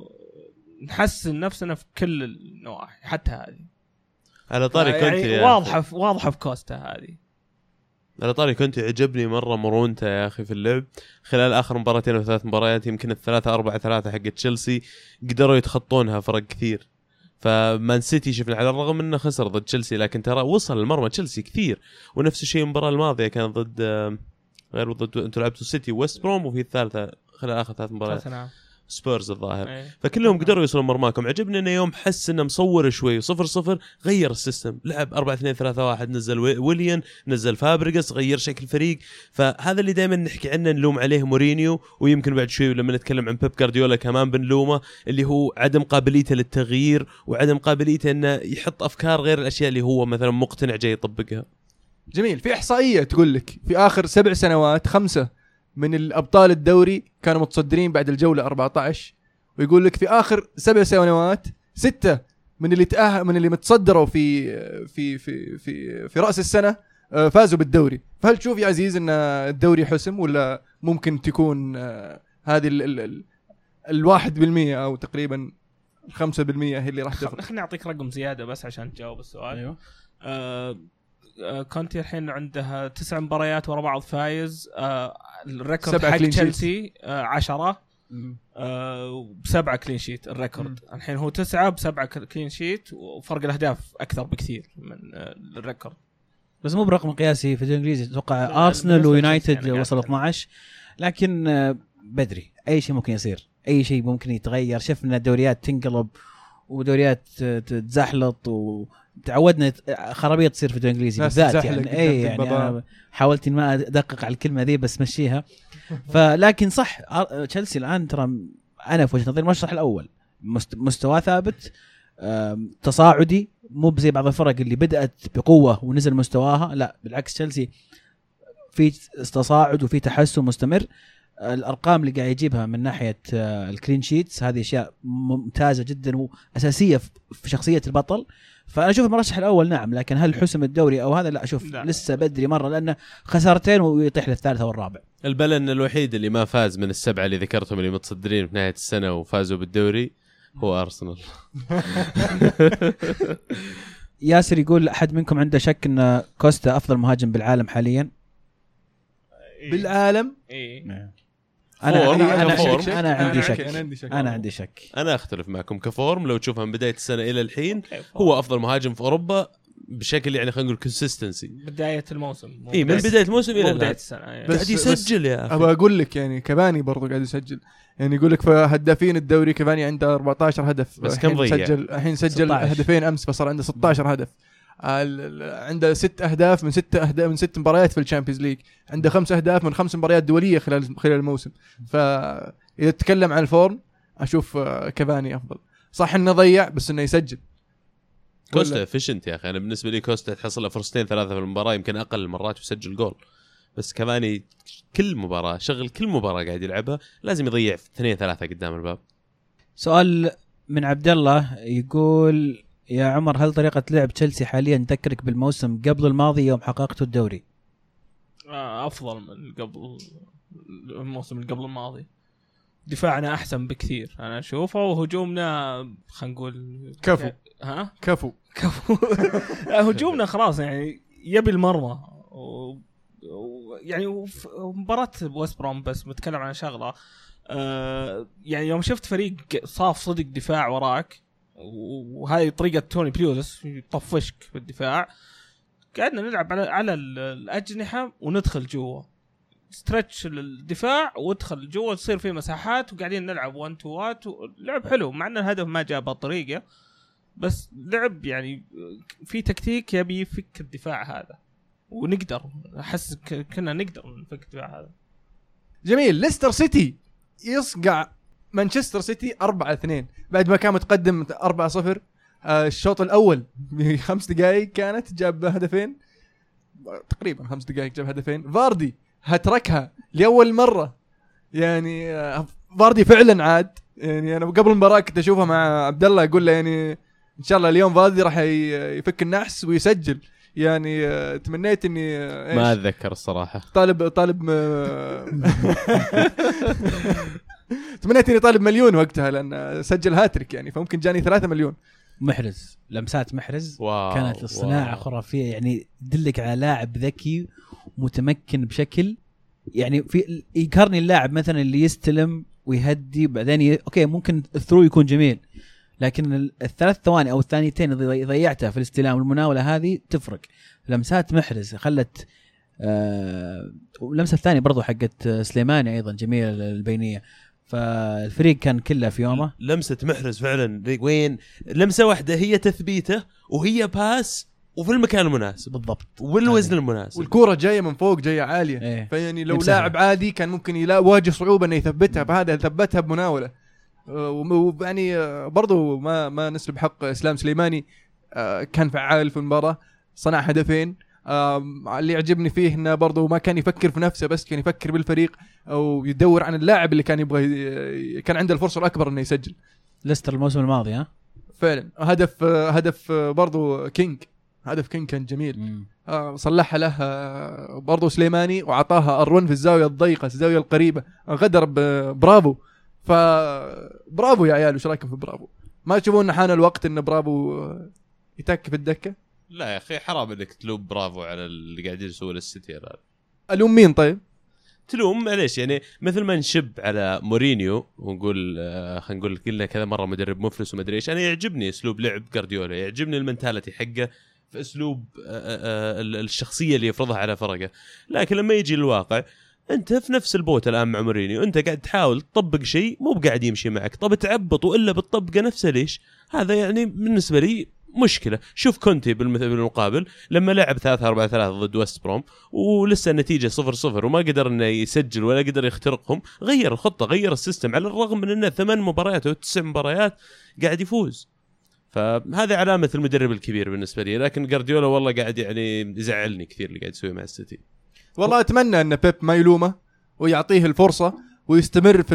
نحسن نفسنا في كل النواحي حتى هذه. على طاري كونتي يعني واضحه في كوستا هذه. على طاري كنت عجبني مرة مرونته يا أخي في اللعب خلال آخر 2 أو 3 مباريات، يمكن 3-4-3 حق تشيلسي قدروا يتخطونها فرق كثير. فمان سيتي شفنا على الرغم انه خسر ضد تشيلسي لكن ترى وصل المرمى تشيلسي كثير. ونفس الشيء المباراة الماضية كان ضد غير ضد انتوا لعبتوا سيتي ويست بروم، وفي الثالثة خلال آخر 3 مباريات سبيرز الظاهر. إيه. فكلهم قدروا يوصلوا مرماكم. عجبني انه يوم حس انه مصور شوي 0-0 غير السيستم، لعب 4-2-3-1، نزل ويليان، نزل فابريغاس، غير شكل فريق. فهذا اللي دائما نحكي عنه نلوم عليه مورينيو، ويمكن بعد شوي لما نتكلم عن بيب جوارديولا كمان بنلومه، اللي هو عدم قابليته للتغيير وعدم قابليته انه يحط افكار غير الاشياء اللي هو مثلا مقتنع جاي يطبقها. جميل. في إحصائية تقول لك في آخر 7 سنوات 5 من الأبطال الدوري كانوا متصدرين بعد الجولة 14، ويقول لك في آخر 7 سنوات 6 من اللي تأهل من اللي متصدروا في رأس السنة فازوا بالدوري. فهل تشوف يا عزيز أن الدوري حسم، ولا ممكن تكون هذه 1% أو تقريبا 5% هي اللي راح تفرق؟ خليني أعطيك رقم زيادة بس عشان تجاوب السؤال. ايوه كونتي الحين عندها 9 مباريات ورا بعض فايز. الريكورد 7 حق كلين تشيلسي 10 ب7 كلين شيت. الريكورد الحين هو 9 ب7 كلين شيت، وفرق الاهداف اكثر بكثير من الريكورد. بس مو برقم قياسي في الانجليزي. اتوقع لا، ارسنال بالنسبة ويونايتد يعني وصل 12، لكن بدري اي شيء ممكن يصير، اي شيء ممكن يتغير. شفنا دوريات تنقلب ودوريات تتزحلط، وتعودنا خرابيط تصير في الدوري الانجليزي بالذات. يعني اي يعني أنا حاولت إن ما ادقق على الكلمه ذي بس مشيها. فلكن صح تشيلسي الان ترى انا في وجهه نظري المرشح الاول، مستوى ثابت تصاعدي، مو بزي بعض الفرق اللي بدأت بقوة ونزل مستواها. لا بالعكس، تشيلسي في تصاعد وفي تحسن مستمر. الأرقام اللي قاعد يجيبها من ناحية الكلين شيتس هذه أشياء ممتازة جدا وأساسية في شخصية البطل. فأنا أشوف المرشح الأول نعم، لكن هل حسم الدوري أو هذا؟ لا أشوف لا. لسه بدري مرة، لأنه خسارتين ويطيح للثالثة والرابع. البلن الوحيد اللي ما فاز من السبعة اللي ذكرتهم اللي متصدرين في نهاية السنة وفازوا بالدوري هو أرسنال. ياسر يقول أحد منكم عنده شك أن كوستا أفضل مهاجم بالعالم حاليا؟ بالعالم؟ إيه. أنا عندي شك. أنا أختلف معكم. كفورم لو تشوفها من بداية السنة إلى الحين هو أفضل مهاجم في أوروبا بشكل يعني خلينا نقول كونسيستنسي. بداية الموسم إيه من بداية الموسم إلى بداية السنة بس قاعد يسجل يا أخي. أبغى أقول لك يعني كافاني برضو قاعد يسجل. يعني يقول لك في هدافين الدوري كافاني عنده 14 هدف بس كم ضيع؟ الحين سجل هدفين أمس، فصار عنده 16 هدف. عنده 6 أهداف من 6 مباريات في الشامبيونز ليج. عنده 5 أهداف من 5 مباريات دولية خلال الموسم. فإذا تتكلم عن الفورم أشوف كافاني أفضل. صح إنه ضيع بس إنه يسجل. كوستا efficient يا أخي. أنا بالنسبة لي كوستا تحصل له فرصتين 3 في المباراة يمكن أقل المرات ويسجل جول. بس كافاني كل مباراة شغل، كل مباراة قاعد يلعبها لازم يضيع 2-3 قدام الباب. سؤال من عبد الله يقول يا عمر، هل طريقة لعب تشيلسي حاليا تذكرك بالموسم قبل الماضي يوم حققته الدوري؟ أفضل من قبل الموسم اللي قبل الماضي. دفاعنا أحسن بكثير أنا أشوفه، وهجومنا خلينا نقول كفو. هجومنا خلاص يعني يبي المرمى يعني مباراة ويست بروم بس متكلم عن شغلة. يعني يوم شفت فريق صاف صدق دفاع وراك، وهذه طريقة توني بليوزس يطفشك بالدفاع، قعدنا نلعب على الأجنحة وندخل جوا ستريتش الدفاع وادخل جوا تصير فيه مساحات، وقاعدين نلعب 1-2 لعب حلو. مع أن الهدف ما جاء بالطريقة، بس لعب يعني في تكتيك يبي يفك الدفاع هذا، ونقدر أحس كنا نقدر نفك الدفاع هذا. جميل. ليستر سيتي يصقع مانشستر سيتي 4-2 بعد ما كان متقدم 4-0. الشوط الأول ب5 دقائق كانت جاب هدفين تقريبا، 5 دقائق جاب هدفين. فاردي هتركها لأول مرة. يعني فاردي فعلا عاد. يعني أنا قبل المباراة كنت أشوفها مع عبد الله يقول له يعني إن شاء الله اليوم فاردي راح يفك النحس ويسجل. يعني تمنيت اني ما اتذكر الصراحه. طالب تمنيت اني طالب مليون وقتها لان سجل هاتريك يعني، فممكن جاني 3 مليون. محرز، لمسات محرز كانت الصناعه خرافيه. يعني يدلك على لاعب ذكي متمكن بشكل يعني في يقهرني اللاعب مثلا اللي يستلم ويهدي بعدين اوكي ممكن الثرو يكون جميل، لكن الثلاث ثواني او الثانيتين اللي ضيعتها في الاستلام والمناوله هذه تفرق. لمسات محرز خلت ولمسه الثانيه برضو حقت سليماني ايضا جميله البينيه. فالفريق كان كله في يومه. لمسه محرز فعلا، وين لمسه واحده هي تثبيته وهي باس وفي المكان المناسب بالضبط والوزن المناسب، والكرة جاية من فوق جاية عالية. إيه. فيعني لو يمسحها. لاعب عادي كان ممكن يواجه صعوبة انه يثبتها، فهذا ثبتها بمناولة. ويعني برضو ما نسلب حق اسلام سليماني، كان فعال في المباراة، صنع هدفين. اللي يعجبني فيه انه برضو ما كان يفكر في نفسه بس كان يفكر بالفريق او يدور عن اللاعب اللي كان يبغى كان عنده الفرصة الأكبر انه يسجل. ليستر الموسم الماضي ها فعلا هدف برضو كينج، هدف كينج كان جميل. صلحها له برضو سليماني وعطاها أروين في الزاوية الضيقة الزاوية القريبة، غدر برافو. فبرافو يا عيال، وش رايكم في برافو؟ ما تشوفون حان الوقت ان برافو يتك في الدكة؟ لا يا اخي حرام انك تلوم برافو على اللي قاعدين يسوون السيتي الان. الوم مين طيب؟ تلوم معليش يعني مثل ما نشب على مورينيو ونقول خلينا نقول قلنا كذا مره مدرب مفلس وما ادري ايش. انا يعجبني اسلوب لعب جارديولا، يعجبني المنتاليتي حقه في اسلوب الشخصيه اللي يفرضها على فرقه، لكن لما يجي الواقع انت في نفس البوت الان مع مورينيو، انت قاعد تحاول تطبق شيء مو قاعد يمشي معك. طب تعبط والا بتطبقه نفسه ليش؟ هذا يعني بالنسبه لي مشكله. شوف كونتي بالمقابل لما لعب 3-4-3 ضد ويست بروم ولسه النتيجه 0-0 وما قدر انه يسجل ولا قدر يخترقهم، غير الخطه غير السيستم على الرغم من انه 8 مباريات او 9 مباريات قاعد يفوز. فهذه علامه المدرب الكبير بالنسبه لي. لكن جارديولا والله قاعد يعني يزعلني كثير اللي قاعد يسويه مع السيتي. والله اتمنى ان بيب ما يلومه ويعطيه الفرصه ويستمر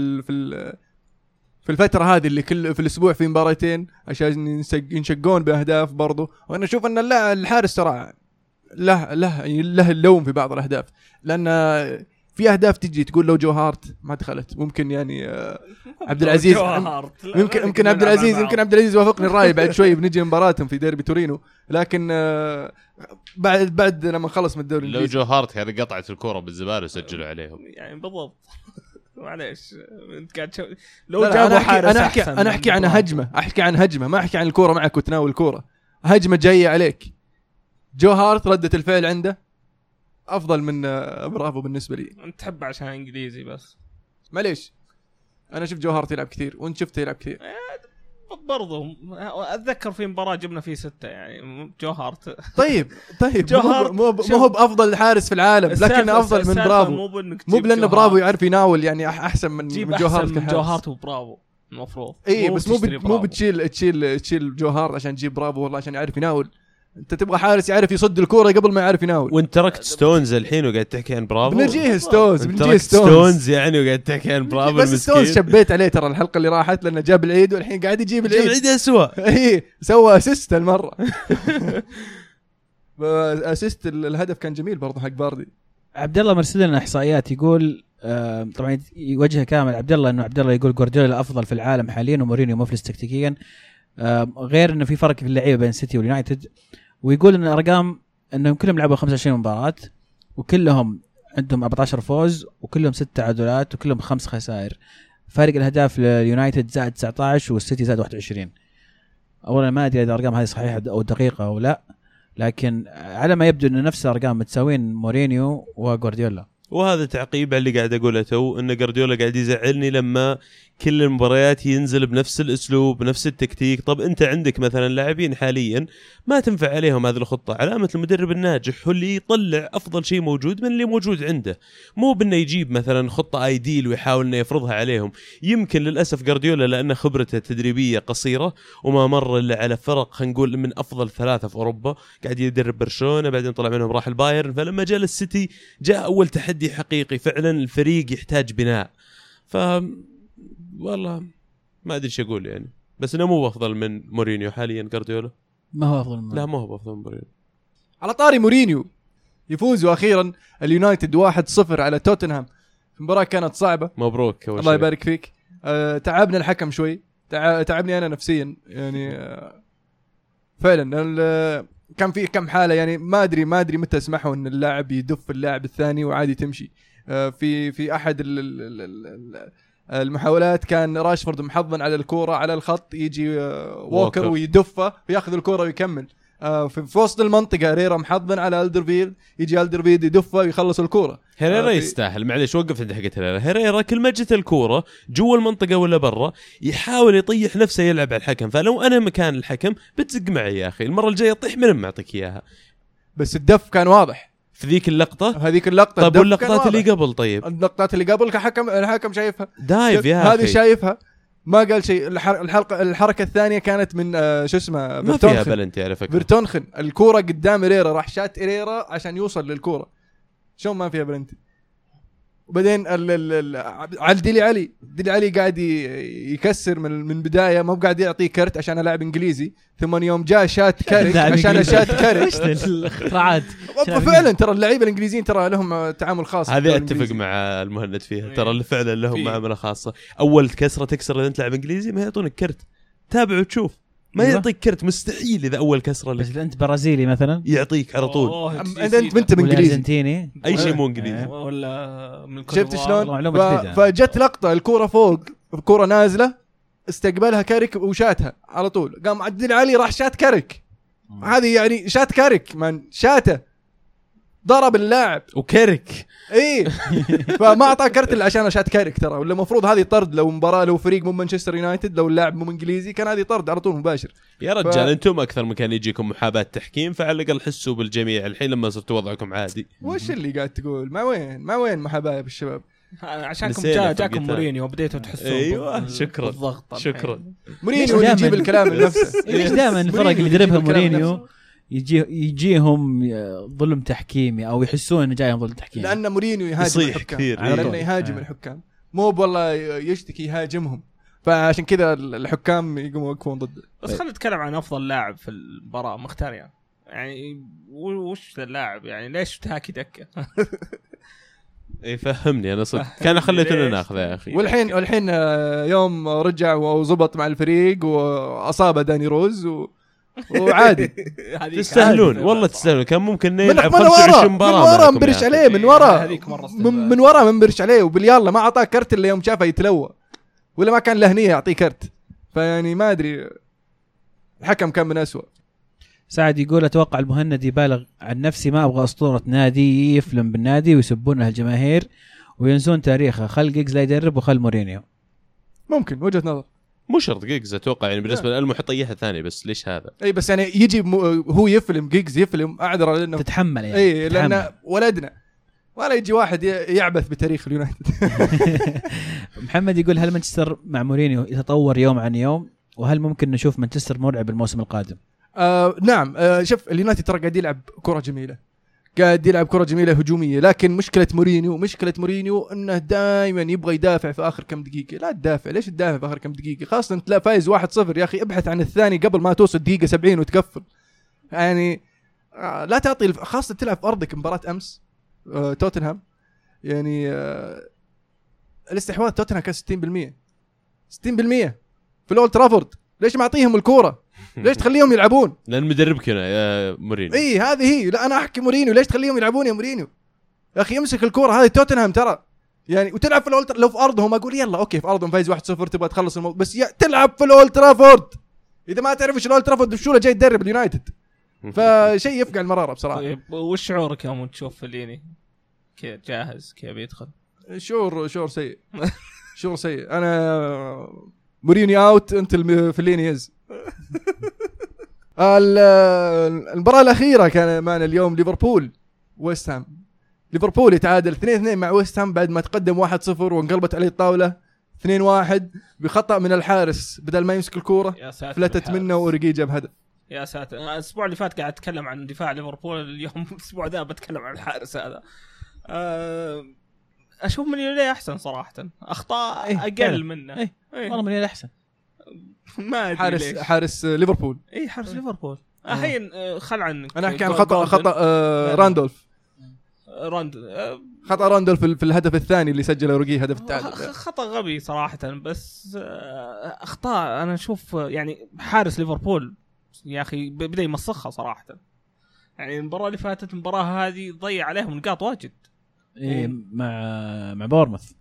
في الفترة هذه اللي كل في الأسبوع في مباراتين عشان ينشقون بأهداف برضو. وأنا أشوف أن الحارس ترى له اللوم في بعض الأهداف، لأن في أهداف تجي تقول لو جو هارت ما دخلت ممكن يعني عبد العزيز يمكن عبد العزيز وافقني الرأي بعد شوي بنجي مباراتهم في ديربي تورينو. لكن بعد لما نخلص من الدوري لو جو هارت هذه قطعت الكرة بالزبالة وسجلوا عليهم يعني بالضبط. معليش انت قاعد لو جابوا حارس انا احكي عن هجمه ما احكي عن الكوره معك وتناول الكوره. هجمه جايه عليك، جو هارت ردة الفعل عنده افضل من برافو بالنسبه لي. انت تحب عشان انجليزي بس معليش، انا شفت جو هارت يلعب كثير وانت شفته يلعب كثير برضه. اتذكر في مباراه جبنا فيه 6 يعني جو هارت. طيب جو هارت مو بافضل حارس في العالم لكنه افضل من برافو. مو لانه برافو يعرف يناول يعني احسن من جو هارت. من جو هارت وبرافو المفروض بس مو بتشيل جو هارت عشان تجيب برافو والله عشان يعرف يناول. انت تبغى حارس يعرف يصد الكوره قبل ما يعرف يناول. وانت تركت ستونز الحين وقاعد تحكي عن برافو. بنجيه ستونز يعني وقاعد تحكي عن برافو بس ستونز شبيت عليه ترى الحلقه اللي راحت لانه جاب العيد والحين قاعد يجيب العيد اسوا. سوى اسيست المره. اسيست الهدف كان جميل برضه حق باردي. عبد الله مرسل لنا احصائيات يقول طبعا يوجه كامل عبد الله انه عبد الله يقول جوارديولا افضل في العالم حاليا ومورينيو مفلس تكتيكيا، غير انه في فرق في اللعيبه بين سيتي واليونايتد. ويقول ان الارقام انهم كلهم لعبوا 25 مباراه وكلهم عندهم 14 فوز وكلهم 6 تعادلات وكلهم 5 خسائر. فارق الاهداف لليونايتد زائد 19 والسيتي زائد 21. اولا ما ادري اذا الارقام هذه صحيحه او دقيقه او لا، لكن على ما يبدو ان نفس الارقام متساوين مورينيو وغوارديولا. وهذا تعقيب على اللي قاعد اقوله تو ان جارديولا قاعد يزعلني لما كل المباريات ينزل بنفس الاسلوب بنفس التكتيك. طب انت عندك مثلا لاعبين حاليا ما تنفع عليهم هذه الخطه. علامه المدرب الناجح هو اللي يطلع افضل شيء موجود من اللي موجود عنده، مو بانه يجيب مثلا خطه ايديل ويحاول انه يفرضها عليهم. يمكن للاسف جارديولا لان خبرته التدريبيه قصيره وما مر الا على فرق خلينا نقول من افضل 3 في اوروبا، قاعد يدرب برشلونه بعدين طلع منهم راح البايرن، فلما جاء للسيتي جاء اول تحدي حقيقي فعلا. الفريق يحتاج بناء. والله ما ادري ايش اقول يعني، بس انه مو افضل من مورينيو حاليا جارديولا. ما هو افضل من لا ما هو افضل من مورينيو. على طاري مورينيو، يفوزوا اخيرا اليونايتد 1-0 على توتنهام في مباراه كانت صعبه. مبروك الله يبارك فيك. تعبنا الحكم شوي، تعبني انا نفسيا يعني. فعلا كان في كم حاله يعني ما ادري متى اسمحوا ان اللاعب يدف اللاعب الثاني وعادي تمشي. في احد المحاولات كان راشفورد محضن على الكوره على الخط، يجي ووكر ويدفه وياخذ الكوره ويكمل. في وسط المنطقه ريرا محضن على الدرفيلد، يجي الدرفيلد يدفه ويخلص الكوره. هيريرا يستاهل. معليش وقف عند حقة هيريرا كل ما جت الكوره جوا المنطقه ولا برا يحاول يطيح نفسه يلعب على الحكم. فلو انا مكان الحكم بتزق معي يا اخي، المره الجايه طيح من ما اعطيك اياها. بس الدف كان واضح في ذيك اللقطه. هذيك اللقطه. طيب واللقطات اللي قبل؟ طيب اللقطات اللي قبل الحكم شايفها دايف يا اخي، هذه شايفها ما قال شيء. الحركه الثانيه كانت من شو اسمه ما فيها بلنتي على فكره. فيرتونخن الكوره قدام إريرا، راح شات إريرا عشان يوصل للكوره، شلون ما فيها بلنتي؟ وبعدين ديلي علي قاعد يكسر من بدايه، ما قاعد يعطيه كرت عشان لاعب انجليزي، ثم يوم جاء شات كارك عشان شات كارك. الاختراعات فعلا ترى اللعيبه الانجليزيين ترى لهم تعامل خاص. هذه اتفق مع المهند فيها، ترى اللي فعلا لهم معامله خاصه. اول كسره تكسر اذا انت لاعب انجليزي ما يعطونك كرت، تابع وتشوف، ما يعطيك كرت مستحيل. اذا اول كسره بس انت برازيلي مثلا يعطيك على طول. انت انجليزي ارجنتيني اي شيء مو انجليزي ولا من شفت شلون؟ فجت لقطه الكوره فوق، الكوره نازله استقبلها كارك وشاتها على طول، قام عدل علي راح شات كارك. هذه يعني شات كارك من شاته ضرب اللاعب وكارك ايه. فما اعطى كرت الا عشان شات كارك ترى، ولا المفروض هذه طرد. لو مباراه لو فريق مو مانشستر يونايتد، لو اللاعب مو انجليزي كان هذه طرد على طول مباشر. يا رجال انتم اكثر من كان يجيكم محاباه تحكيم، فعلى الاقل حسوا بالجميع الحين لما صرتوا وضعكم عادي. وش اللي قاعد تقول؟ ما وين محاباه بالشباب؟ عشانكم جاكم مورينيو وبديتوا تحسون ايوه شكرا بالضغط. شكرا مورينيو يجيب الكلام لنفسه. ليش دائما الفرق اللي يدربها مورينيو يجيهم ظلم تحكيمي او يحسون انه جايهم ظلم تحكيمي؟ لان مورينيو يهاجم الحكام، لانه يهاجم الحكام، مو والله يشتكي يهاجمهم، فعشان كذا الحكام يقوموا يوقفون ضده. بس خلينا نتكلم عن افضل لاعب في المباراه مختار يعني وش اللاعب يعني ليش تهاكي دكه؟ اي فهمني انا صدق كان خليتنا ناخذه يا اخي. والحين يوم رجع وزبط مع الفريق واصاب داني روز وعادي. تستاهلون والله تستاهلون. كان ممكن يلعب 25 مباراه من ورا منبرش عليه من ورا منبرش عليه وباليلا ما اعطاه كرت الا يوم شافه يتلوى، ولا ما كان له نيه يعطيه كرت. فيعني ما ادري الحكم كان من أسوأ. سعد يقول اتوقع المهند يبالغ عن نفسي، ما ابغى اسطوره نادي يفلم بالنادي ويسبونها الجماهير وينسون تاريخه. خل جيجز لا يدرب وخل مورينيو. ممكن وجهه نظر. مو شرط جيجز اتوقع يعني بالنسبه للمحيطيه ثانيه، بس ليش هذا؟ اي بس يعني يجي هو يفلم جيجز يفلم اعذر لانه تتحمل يعني. اي لان ولدنا، ولا يجي واحد يعبث بتاريخ اليونايتد. محمد يقول هل مانشستر مع مورينيو يتطور يوم عن يوم، وهل ممكن نشوف مانشستر مرعب الموسم القادم؟ نعم. شوف اليونايتد ترى قاعد يلعب كرة جميلة، قاعد يلعب كرة جميلة هجومية، لكن مشكلة مورينيو انه دائما يبغى يدافع في اخر كم دقيقة. لا تدافع، ليش تدافع في اخر كم دقيقة؟ خاصة انت لا فايز 1-0 يا اخي ابحث عن الثاني قبل ما توصل دقيقة 70 وتقفل. يعني لا تعطي خاصة تلعب في ارضك. مباراة امس توتنهام يعني الاستحواذ توتنهام كان 60% في الأولد ترافورد. ليش ما اعطيهم الكورة؟ ليش تخليهم يلعبون؟ لان مدربك هنا يا مورينيو. اي هذه هي. لا انا احكي مورينيو، ليش تخليهم يلعبون يا مورينيو؟ يا اخي يمسك الكوره. هذه توتنهام ترى يعني، وتلعب في الأولد. لو في ارضهم اقول يلا اوكي في ارضهم فايز 1-0 تبغى تخلص الموضوع، بس تلعب في الأولد ترافورد. اذا ما تعرف ايش الأولد ترافورد بشوله جاي تدرب اليونايتد، فشيء يفقع المراره بصراحه. طيب وش شعورك يوم تشوف فليني كيف جاهز كيف يدخل؟ شعور سيء. شعور سيء. انا مورينيو اوت انت فليني يز. المباراة الأخيرة كان معنا اليوم ليفربول ويست هام. ليفربول يتعادل 2-2 مع ويست هام بعد ما تقدم 1-0 وانقلبت عليه الطاولة 2-1 بخطأ من الحارس. بدل ما يمسك الكورة فلتت منه ورقي جاب هدف. يا ساتر. الأسبوع اللي فات قاعد أتكلم عن دفاع ليفربول، اليوم الأسبوع ذا بتكلم عن الحارس هذا. أشوف مني أحسن صراحة، أخطاء أقل منه. والله مني أحسن. ما حارس ليفربول. اي حارس ليفربول. الحين خل عنك. انا احكي عن خطا راندولف. خطا راندولف في الهدف الثاني اللي سجله رقي هدف التعادل. خطا غبي صراحه، بس اخطاء انا اشوف يعني حارس ليفربول يا اخي بدا يمسخها صراحه. يعني المباراه اللي فاتت المباراه هذه ضيع عليهم نقاط واجد. إيه مع بورموث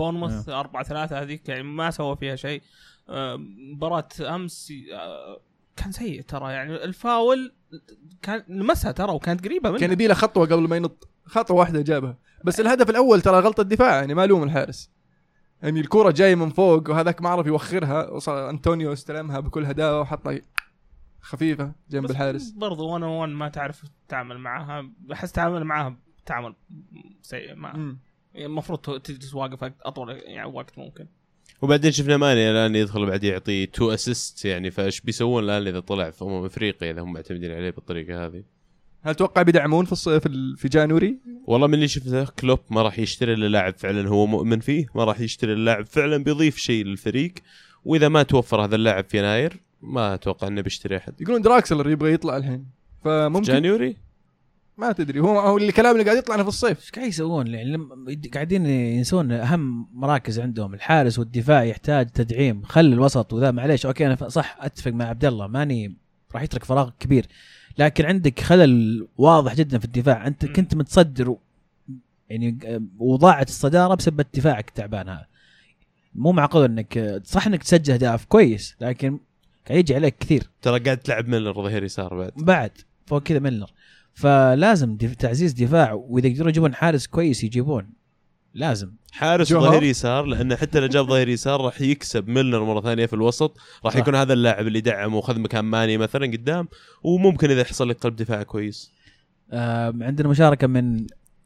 4-3 هذيك يعني ما سوى فيها شيء. مباراة أمس كان سيء ترى، يعني الفاول كان لمسها ترى وكانت قريبه منه. كان يبي له خطوه قبل ما ينط، خطوه واحده جابها. بس الهدف الاول ترى غلطه دفاع، يعني ما لوم الحارس، يعني الكرة جايه من فوق وهذاك ما عرف يوخرها، وصل انطونيو استلمها بكل هداوه وحطها خفيفه جنب الحارس. برضو وانا ما تعرف تتعامل معها، بحس تعامل معها تعامل سيء. ما المفروض تجلس واقف اطول يعني وقت ممكن. وبعدين شفنا ماني الان يدخل بعد يعطي 2 اسيست، يعني فايش بيسوون الان اذا طلع في افريقيا اذا هم معتمدين عليه بالطريقه هذه؟ هل توقع بيدعمون في جانوري؟ والله من اللي شفته كلوب ما راح يشتري اللاعب فعلا هو مؤمن فيه، ما راح يشتري اللاعب فعلا بيضيف شيء للفريق، واذا ما توفر هذا اللاعب في يناير ما اتوقع انه بيشتري احد. يقولون دراكسلر يبغى يطلع الحين، فممكن جانيوري ما تدري. هو الكلام اللي قاعد يطلع في الصيف. ايش قاعد يسوون؟ يعني قاعدين ينسون اهم مراكز عندهم، الحارس والدفاع يحتاج تدعيم، خل الوسط وذا معليش اوكي انا صح اتفق مع عبد الله، ماني راح يترك فراغ كبير، لكن عندك خلل واضح جدا في الدفاع. انت كنت متصدر يعني وضاعت الصداره بسبب دفاعك تعبان. هذا مو معقول انك صح انك تسجل اهداف كويس، لكن قاعد يجي عليك كثير. ترى قاعد تلعب ميلر ظهير يسار بعد فوق كذا ميلر، فلازم تعزيز دفاع، واذا يقدرون يجيبون حارس كويس يجيبون لازم حارس ظهير يسار، لأنه حتى لو جاب ظهير يسار راح يكسب ميلنر مرة ثانية في الوسط، راح يكون هذا اللاعب اللي دعم وخذ مكان ماني مثلا قدام، وممكن إذا يحصل لك قلب دفاع كويس. عندنا مشاركة من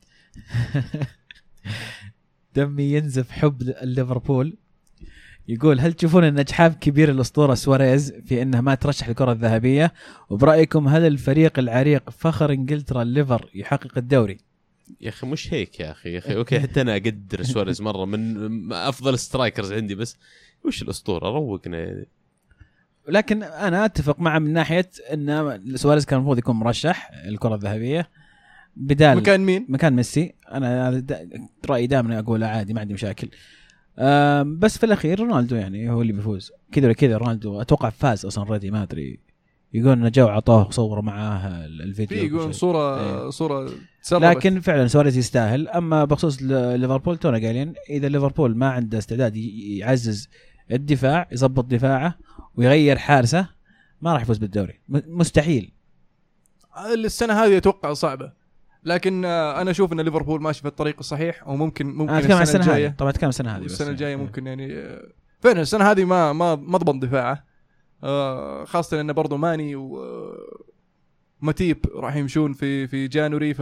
دمي ينزف حب ليفربول، يقول هل تشوفون ان اجحاف كبير الاسطوره سواريز في انه ما ترشح الكره الذهبيه؟ وبرايكم هل الفريق العريق فخر انجلترا الليفر يحقق الدوري؟ يا اخي مش هيك يا اخي اوكي حتى انا اقدر سواريز مره من افضل سترايكرز عندي، بس وش الاسطوره روقنا يعني. لكن انا اتفق معه من ناحيه ان سواريز كان المفروض يكون مرشح الكره الذهبيه بدال مكان مين؟ مكان ميسي. انا رايي دائما اقول عادي ما عندي مشاكل، بس في الاخير رونالدو يعني هو اللي بيفوز كذا ولا كذا. رونالدو اتوقع فاز اصلا ريدي، ما ادري، يقول انه جو عطوه وصوروا معاه الفيديو، يقول صوره تسربت. لكن فعلا سواريز يستاهل. اما بخصوص ليفربول تونا قايلين اذا ليفربول ما عنده استعداد يعزز الدفاع، يضبط دفاعه ويغير حارسه، ما راح يفوز بالدوري، مستحيل. السنه هذه اتوقع صعبه، لكن انا اشوف ان ليفربول ماشي في الطريق الصحيح، وممكن السنه الجايه طبعا كم السنه هذه، السنه الجايه ممكن يعني فعلا السنه هذه ما ضبط دفاعه، خاصه انه برضو ماني وماتيب راح يمشون في جانوري، ف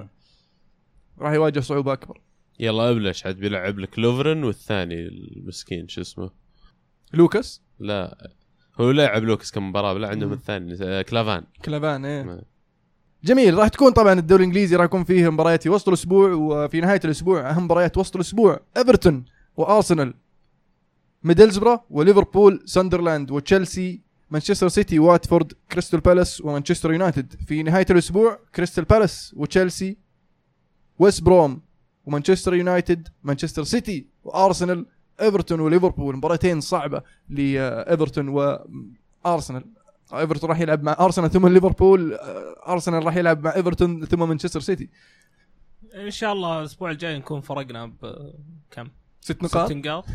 راح يواجه صعوبه اكبر. يلا ابلش عاد بيلعب لك لوفرن، والثاني المسكين شو اسمه لوكاس، لا هو لعب لوكاس كم مباراه، لا عندهم الثاني كلافان ايه جميل. راح تكون طبعا الدوري الانجليزي راح يكون فيه مباريات في وسط الاسبوع، وفي نهايه الاسبوع اهم مباريات وسط الاسبوع ايفرتون وارسنال، ميدلزبرا وليفربول، ساندرلاند وتشيلسي، مانشستر سيتي واتفورد، كريستال بالاس ومانشستر يونايتد. في نهايه الاسبوع كريستال بالاس وتشيلسي، ويست بروم ومانشستر يونايتد، مانشستر سيتي وارسنال، ايفرتون وليفربول. مباراتين صعبه لايفرتون وارسنال. ايفرتون راح يلعب مع ارسنال ثم ليفربول، ارسنال راح يلعب مع ايفرتون ثم مانشستر سيتي. ان شاء الله الاسبوع الجاي نكون فرقنا بكم 6 نقاط.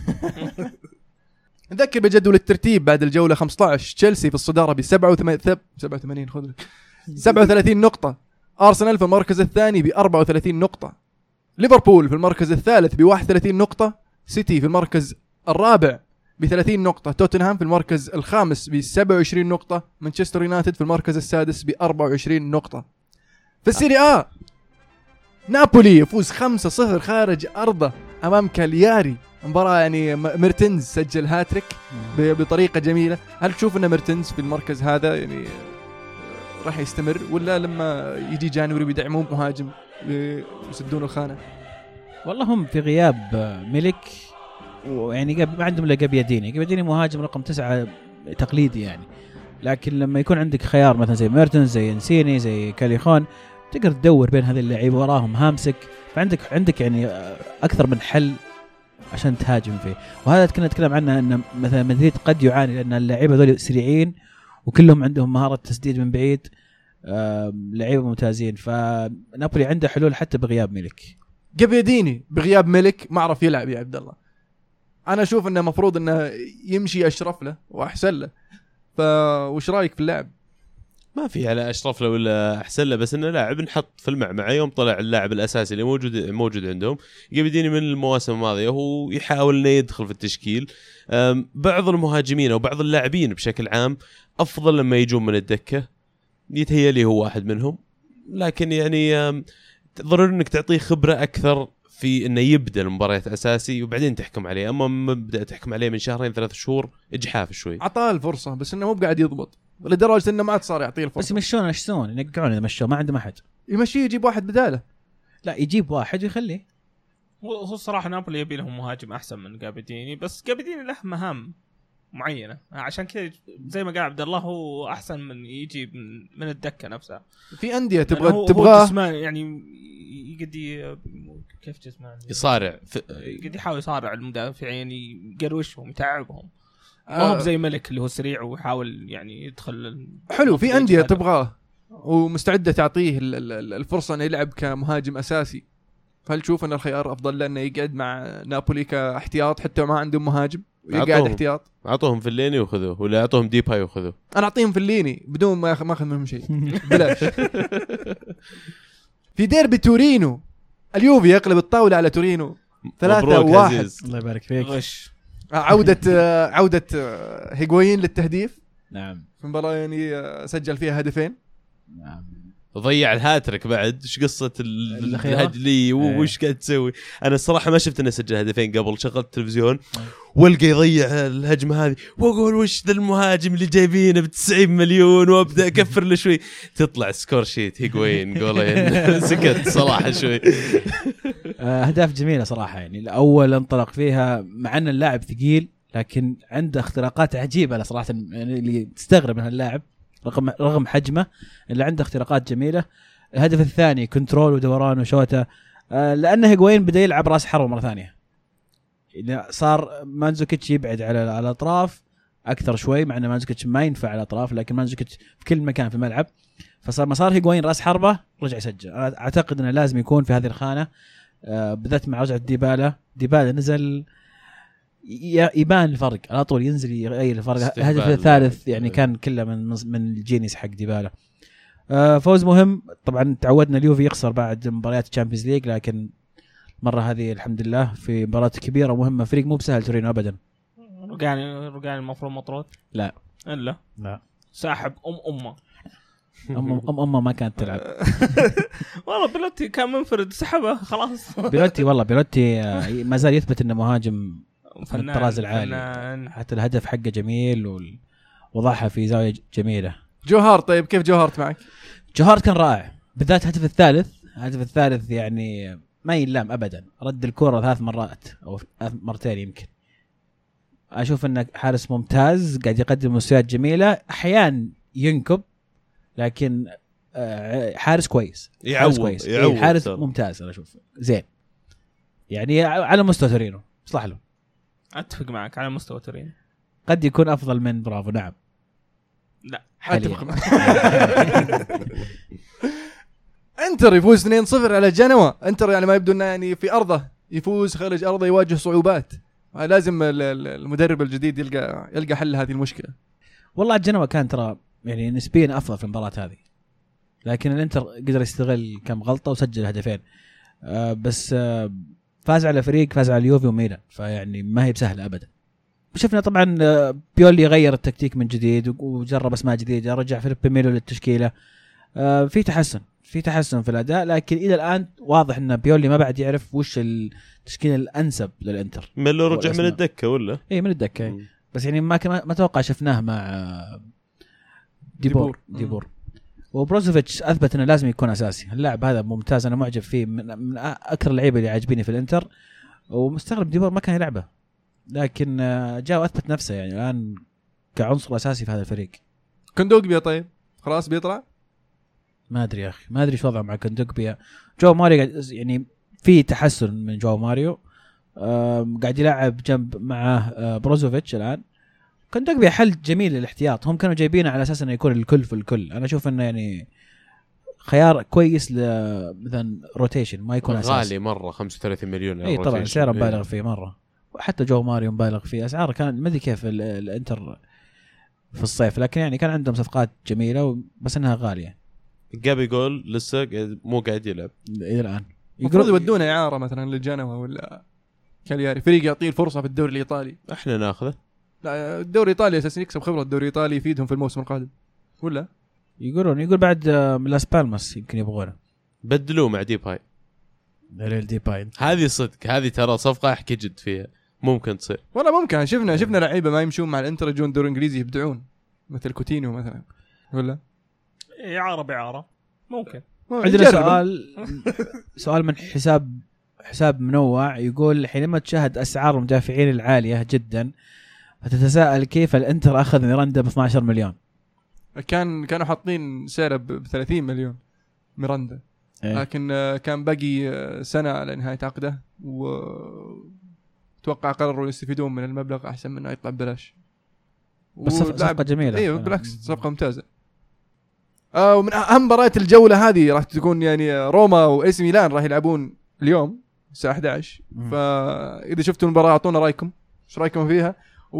نذكر بجدول الترتيب بعد الجوله 15. تشيلسي في الصداره ب 87 خذ 37 نقطه، ارسنال في المركز الثاني ب 34 نقطه، ليفربول في المركز الثالث ب 31 نقطه، سيتي في المركز الرابع ب 30 نقطة، توتنهام في المركز الخامس ب 27 نقطة، مانشستر يونايتد في المركز السادس ب 24 نقطة. في السيري آ نابولي يفوز 5-0 خارج أرضه أمام كالياري، مباراة يعني ميرتنز سجل هاتريك بطريقة جميلة. هل تشوف أن ميرتنز في المركز هذا يعني راح يستمر، ولا لما يجي جانوري بيدعمون مهاجم يسدون الخانة؟ والله هم في غياب ملك ويعني ما عندهم الا جابياديني مهاجم رقم 9 تقليدي يعني، لكن لما يكون عندك خيار مثلا زي ميرتنز زي انسيني زي كاليخون تقدر تدور بين هذه اللعيبه وراهم هامسك، فعندك يعني اكثر من حل عشان تهاجم فيه. وهذا كنا نتكلم عنه ان مثلا مدريد قد يعاني لان اللعيبه هذول سريعين وكلهم عندهم مهاره تسديد من بعيد، لعيبه ممتازين، فنابولي عنده حلول حتى بغياب ملك. جابياديني بغياب ملك ما عرف يلعب يا عبد الله، انا اشوف انه مفروض انه يمشي اشرف له واحسن له، فوش رايك في اللاعب؟ ما في على اشرف له ولا احسن له، بس انه لاعب نحط في المعمعة. يوم طلع اللاعب الاساسي اللي موجود عندهم يبديني من المواسم الماضيه هو يحاول انه يدخل في التشكيل. بعض المهاجمين او بعض اللاعبين بشكل عام افضل لما يجون من الدكه، يتهيألي هو واحد منهم. لكن يعني ضروري انك تعطيه خبره اكثر في انه يبدا المباريات اساسي وبعدين تحكم عليه. اما مبدا تحكم عليه من 2-3 شهور اجحاف شوي. عطاه الفرصه بس انه مو قاعد يضبط لدرجه انه ما عاد صار يعطيه الفرصه. بس يمشونه ايش يسوون؟ ينقعونه يمشوه، ما عنده احد يمشيه يجيب واحد بداله. لا يجيب واحد ويخليه. هو الصراحه نابولي يبي لهم مهاجم احسن من جابيديني، بس جابيديني له مهام معينه، عشان كذا زي ما قال عبد الله هو احسن من يجي من الدكه نفسها. في انديه هو تبغاه جسمان يعني يقدر كيف جسمان يصارع قد يحاول يصارع المدافعين، يقروشهم يتعبهم. ما هو زي ملك اللي هو سريع ويحاول يعني يدخل. حلو، في أندية تبغاه ومستعدة تعطيه الفرصة أنه يلعب كمهاجم أساسي. فهل تشوف أن الخيار أفضل لأنه يقعد مع نابولي كاحتياط حتى ما عندهم مهاجم ويقعد احتياط؟ أعطوهم فليني وخذوه، ولا أعطوهم ديباي وخذوه. أنا أعطيهم فليني بدون ما أخذ منهم شيء بلاش. في ديربي تورينو اليوفي يقلب الطاولة على تورينو 3-1. الله يبارك فيك. غش. عودة هيغوين للتهديف. نعم. في مباراة يعني سجل فيها هدفين. نعم. ضيع الهاتريك بعد. ايش قصة الهجلي وش قاعد تسوي؟ انا الصراحة ما شفت انه سجل هدفين قبل. شغلت التلفزيون والقى يضيع الهجمة هذه واقول وش ذا المهاجم اللي جايبينه ب90 مليون، وابدا اكفر له شوي تطلع سكور شيت هيغوين جولين. سكت صراحة شوي. اهداف جميلة صراحة، يعني الاول انطلق فيها مع ان اللاعب ثقيل لكن عنده اختراقات عجيبة صراحة، يعني اللي تستغرب من هاللاعب رغم حجمه اللي عنده اختراقات جميلة. الهدف الثاني كنترول ودوران وشوتة، لأنه هيغوين بدأ يلعب رأس حربة مرة ثانية. صار مانزوكيتش يبعد على الأطراف أكثر شوي، مع أن مانزوكيتش ما ينفع على الأطراف، لكن مانزوكيتش في كل مكان في الملعب. فصار ما صار هيغوين رأس حربة رجع يسجل. أنا أعتقد أنه لازم يكون في هذه الخانة، بالذات مع رجعة ديبالا نزل يبان الفرق على طول، ينزل يغير الفرق. الهدف الثالث يعني كان كله من الجينيس حق ديبالا. فوز مهم طبعا. تعودنا اليوفي يخسر بعد مباريات الشامبيونز ليج، لكن المرة هذه الحمد لله في مباراة كبيرة ومهمة. فريق مو بسهل تورينو أبدا. رجعني المفروض مطرود. لا ساحب أمه ما كانت تلعب. والله بيلوتي كان منفرد سحبه خلاص. بيلوتي ما زال يثبت إنه مهاجم من الطراز العالي. حتى الهدف حقه جميل وضعها في زاوية جميلة. جوهار، طيب كيف جوهرت معك؟ جوهر كان رائع، بالذات الهدف الثالث يعني ما يلام أبدا. رد الكرة 3 مرات أو مرتين يمكن. أشوف أنه حارس ممتاز قاعد يقدم مستويات جميلة، أحيان ينكب لكن حارس كويس. حارس ممتاز. أنا أشوف زين يعني على مستوى تورينو. صلح له. أتفق معك على مستوى تورينو. قد يكون أفضل من برافو. نعم. لا أتفق معك. انتر يفوز 2-0 على جنوة. انتر يعني ما يبدو انه يعني في ارضه يفوز، خارج ارضه يواجه صعوبات. لازم المدرب الجديد يلقى حل هذه المشكلة. والله جنوة كان ترى يعني نسبيا افضل في المباراة هذه، لكن الانتر قدر يستغل كم غلطة وسجل هدفين. بس فاز على فريق فاز على اليوفي وميلان، فيعني ما هي بسهلة ابدا. شفنا طبعا بيولي غير التكتيك من جديد وجرب اسماء جديدة، رجع فيليب ميلو للتشكيلة. في تحسن في الاداء، لكن الى الان واضح ان بيولي ما بعد يعرف وش التشكيله الانسب للانتر. ميلو رجع من الدكه ولا اي من الدكه. بس يعني ما توقع شفناه مع ديبور. وبروزوفيتش اثبت انه لازم يكون اساسي. اللاعب هذا ممتاز، انا معجب فيه، من اكثر اللعيبه اللي عاجبيني في الانتر. ومستغرب ديبور ما كان يلعبه، لكن جاء واثبت نفسه يعني الان كعنصر اساسي في هذا الفريق. كندوغبيا طيب خلاص بيطلع؟ ما ادري يا اخي، ما ادري شو وضعه مع كندوغبيا. جو ماريو يعني في تحسن من جو ماريو، قاعد يلعب جنب مع بروزوفيتش الان. كندوغبيا حل جميل للاحتياط. هم كانوا جايبينه على اساس انه يكون الكل في الكل. انا اشوف انه يعني خيار كويس مثلا روتيشن، ما يكون اساسي. غالي مره 35 مليون. اي طبعا سعره مبالغ فيه مره. وحتى جو ماريو مبالغ فيه. اسعاره كان ما ادري كيف الانتر في الصيف، لكن يعني كان عندهم صفقات جميله بس انها غاليه. جابي جول لسه مو قاعد يلعب الى الان. المفروض يودونه اعاره مثلا للجنوة ولا كالياري، فريق يعطيه الفرصه في الدوري الايطالي. احنا ناخذه. لا الدوري الايطالي اساسا يكسب خبره، الدوري الايطالي يفيدهم في الموسم القادم ولا؟ يقول بعد لاس بالماس يمكن يبغونه بدلوه مع ديباي. ديباي هذه صدق، هذه ترى صفقه احكي جد فيها، ممكن تصير والله ممكن. شفنا لعيبه ما يمشون مع الانتر يجون دوري انجليزي يبدعون، مثل كوتينيو مثلا ولا اعاره بعاره ممكن. عندنا سؤال من حساب منوع يقول حينما تشاهد اسعار المدافعين العاليه جدا فتتساءل كيف الانتر اخذ ميراندا ب 12 مليون. كانوا حاطين سعره ب 30 مليون ميراندا، لكن كان باقي سنه على نهايه عقده، وتوقع قرروا يستفيدون من المبلغ احسن منه يطلع ببلاش. بس صفقه جميله. ايوه بالعكس صفقه ممتازه. ومن اهم مباريات الجوله هذه راح تكون يعني روما واس ميلان راح يلعبون اليوم الساعه 11. فاذا شفتوا المباراه اعطونا رايكم، ايش رايكم فيها،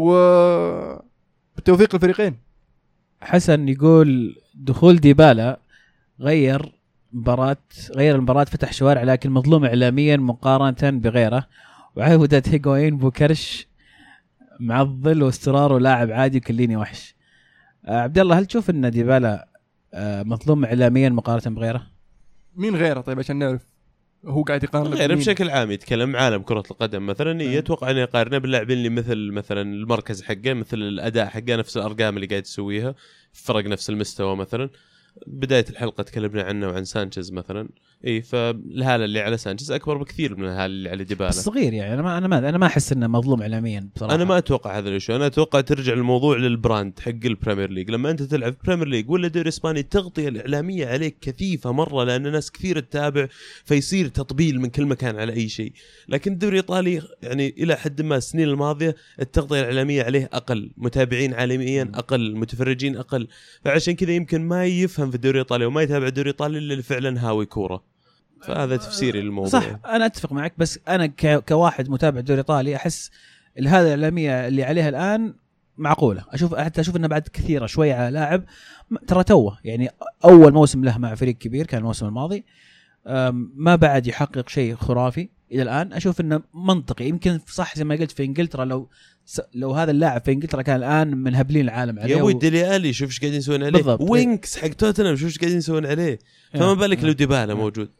وبالتوفيق للفريقين. حسن يقول دخول ديبالا غير المباراة، فتح شوارع لكن مظلوم اعلاميا مقارنه بغيره، وعودة هيغوين بوكرش معضل واسترار ولاعب عادي كليني وحش. عبد الله هل تشوف ان ديبالا مظلوم اعلاميا مقارنه بغيره؟ مين غيره طيب عشان نعرف هو قاعد يقارن غير بشكل عام يتكلم عالم كرة القدم مثلا يتوقع انه يقارنه باللاعبين اللي مثلا المركز حقه، مثل الاداء حقه، نفس الارقام اللي قاعد يسويها، فرق نفس المستوى. مثلا بداية الحلقة تكلمنا عنه وعن سانشيز مثلا، فالهالة اللي على سانشيز اكبر بكثير من الهالة اللي على ديبالا. صغير يعني انا ما احس انه مظلوم اعلاميا بصراحة. انا ما اتوقع هذا الشيء، انا اتوقع ترجع الموضوع للبراند حق البريمير ليج. لما انت تلعب بريمير ليج ولا دوري اسباني التغطية الاعلامية عليك كثيفة مرة، لان ناس كثير تتابع، فيصير تطبيل من كل مكان على اي شيء. لكن الدوري الايطالي يعني الى حد ما السنين الماضية التغطية الاعلامية عليه اقل، متابعين عالميا اقل، متفرجين اقل، فعشان كذا يمكن ما يفهم في الدوري الايطالي وما يتابع الدوري الايطالي اللي فعلا هاوي كورة. فهذا تفسيري للموضوع. صح انا اتفق معك، بس انا كواحد متابع دوري ايطالي احس الهذا الاعلاميه اللي عليها الان معقوله. اشوف انه بعد كثيره شويه على لاعب ترى توه، يعني اول موسم له مع فريق كبير كان الموسم الماضي، ما بعد يحقق شيء خرافي الى الان. اشوف انه منطقي، يمكن صح زي ما قلت في انجلترا لو هذا اللاعب في انجلترا كان الان من هبلين العالم عليه. يا ابوي ديلي الي شوف ايش قاعدين يسوون عليه، وينكس حق توتنهام شوف ايش قاعدين يسوون عليه، فما بالك لو ديبالا موجود.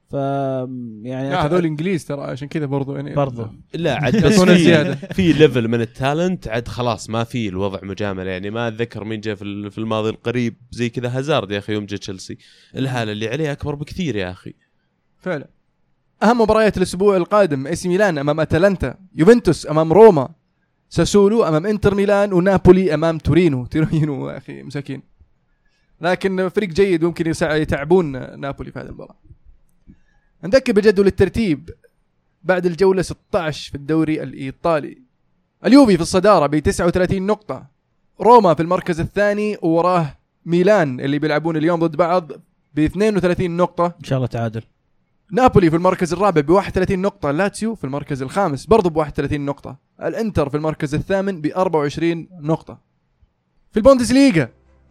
يعني هذول انجليز ترى عشان كذا برضو يعني لا عاد بس في ليفل من التالنت عاد خلاص ما في الوضع مجامله. يعني ما اتذكر مين جاء في الماضي القريب زي كذا، هازارد يا اخي يوم جاء تشيلسي الحاله اللي عليه اكبر بكثير يا اخي فعلا. اهم مباريات الاسبوع القادم: اي سي ميلان امام اتلانتا، يوفنتوس امام روما، ساسولو امام انتر ميلان، ونابولي امام تورينو يا اخي مساكين، لكن فريق جيد ممكن يتعبون نابولي في هذه المباراه. نذكر بجدول الترتيب بعد الجولة 16 في الدوري الإيطالي. اليوفي في الصدارة ب 39 نقطة، روما في المركز الثاني، ووراه ميلان اللي بيلعبون اليوم ضد بعض ب 32 نقطة إن شاء الله تعادل. نابولي في المركز الرابع ب 31 نقطة، لاتسيو في المركز الخامس برضو ب 31 نقطة، الانتر في المركز الثامن ب 24 نقطة. في البوندسليغا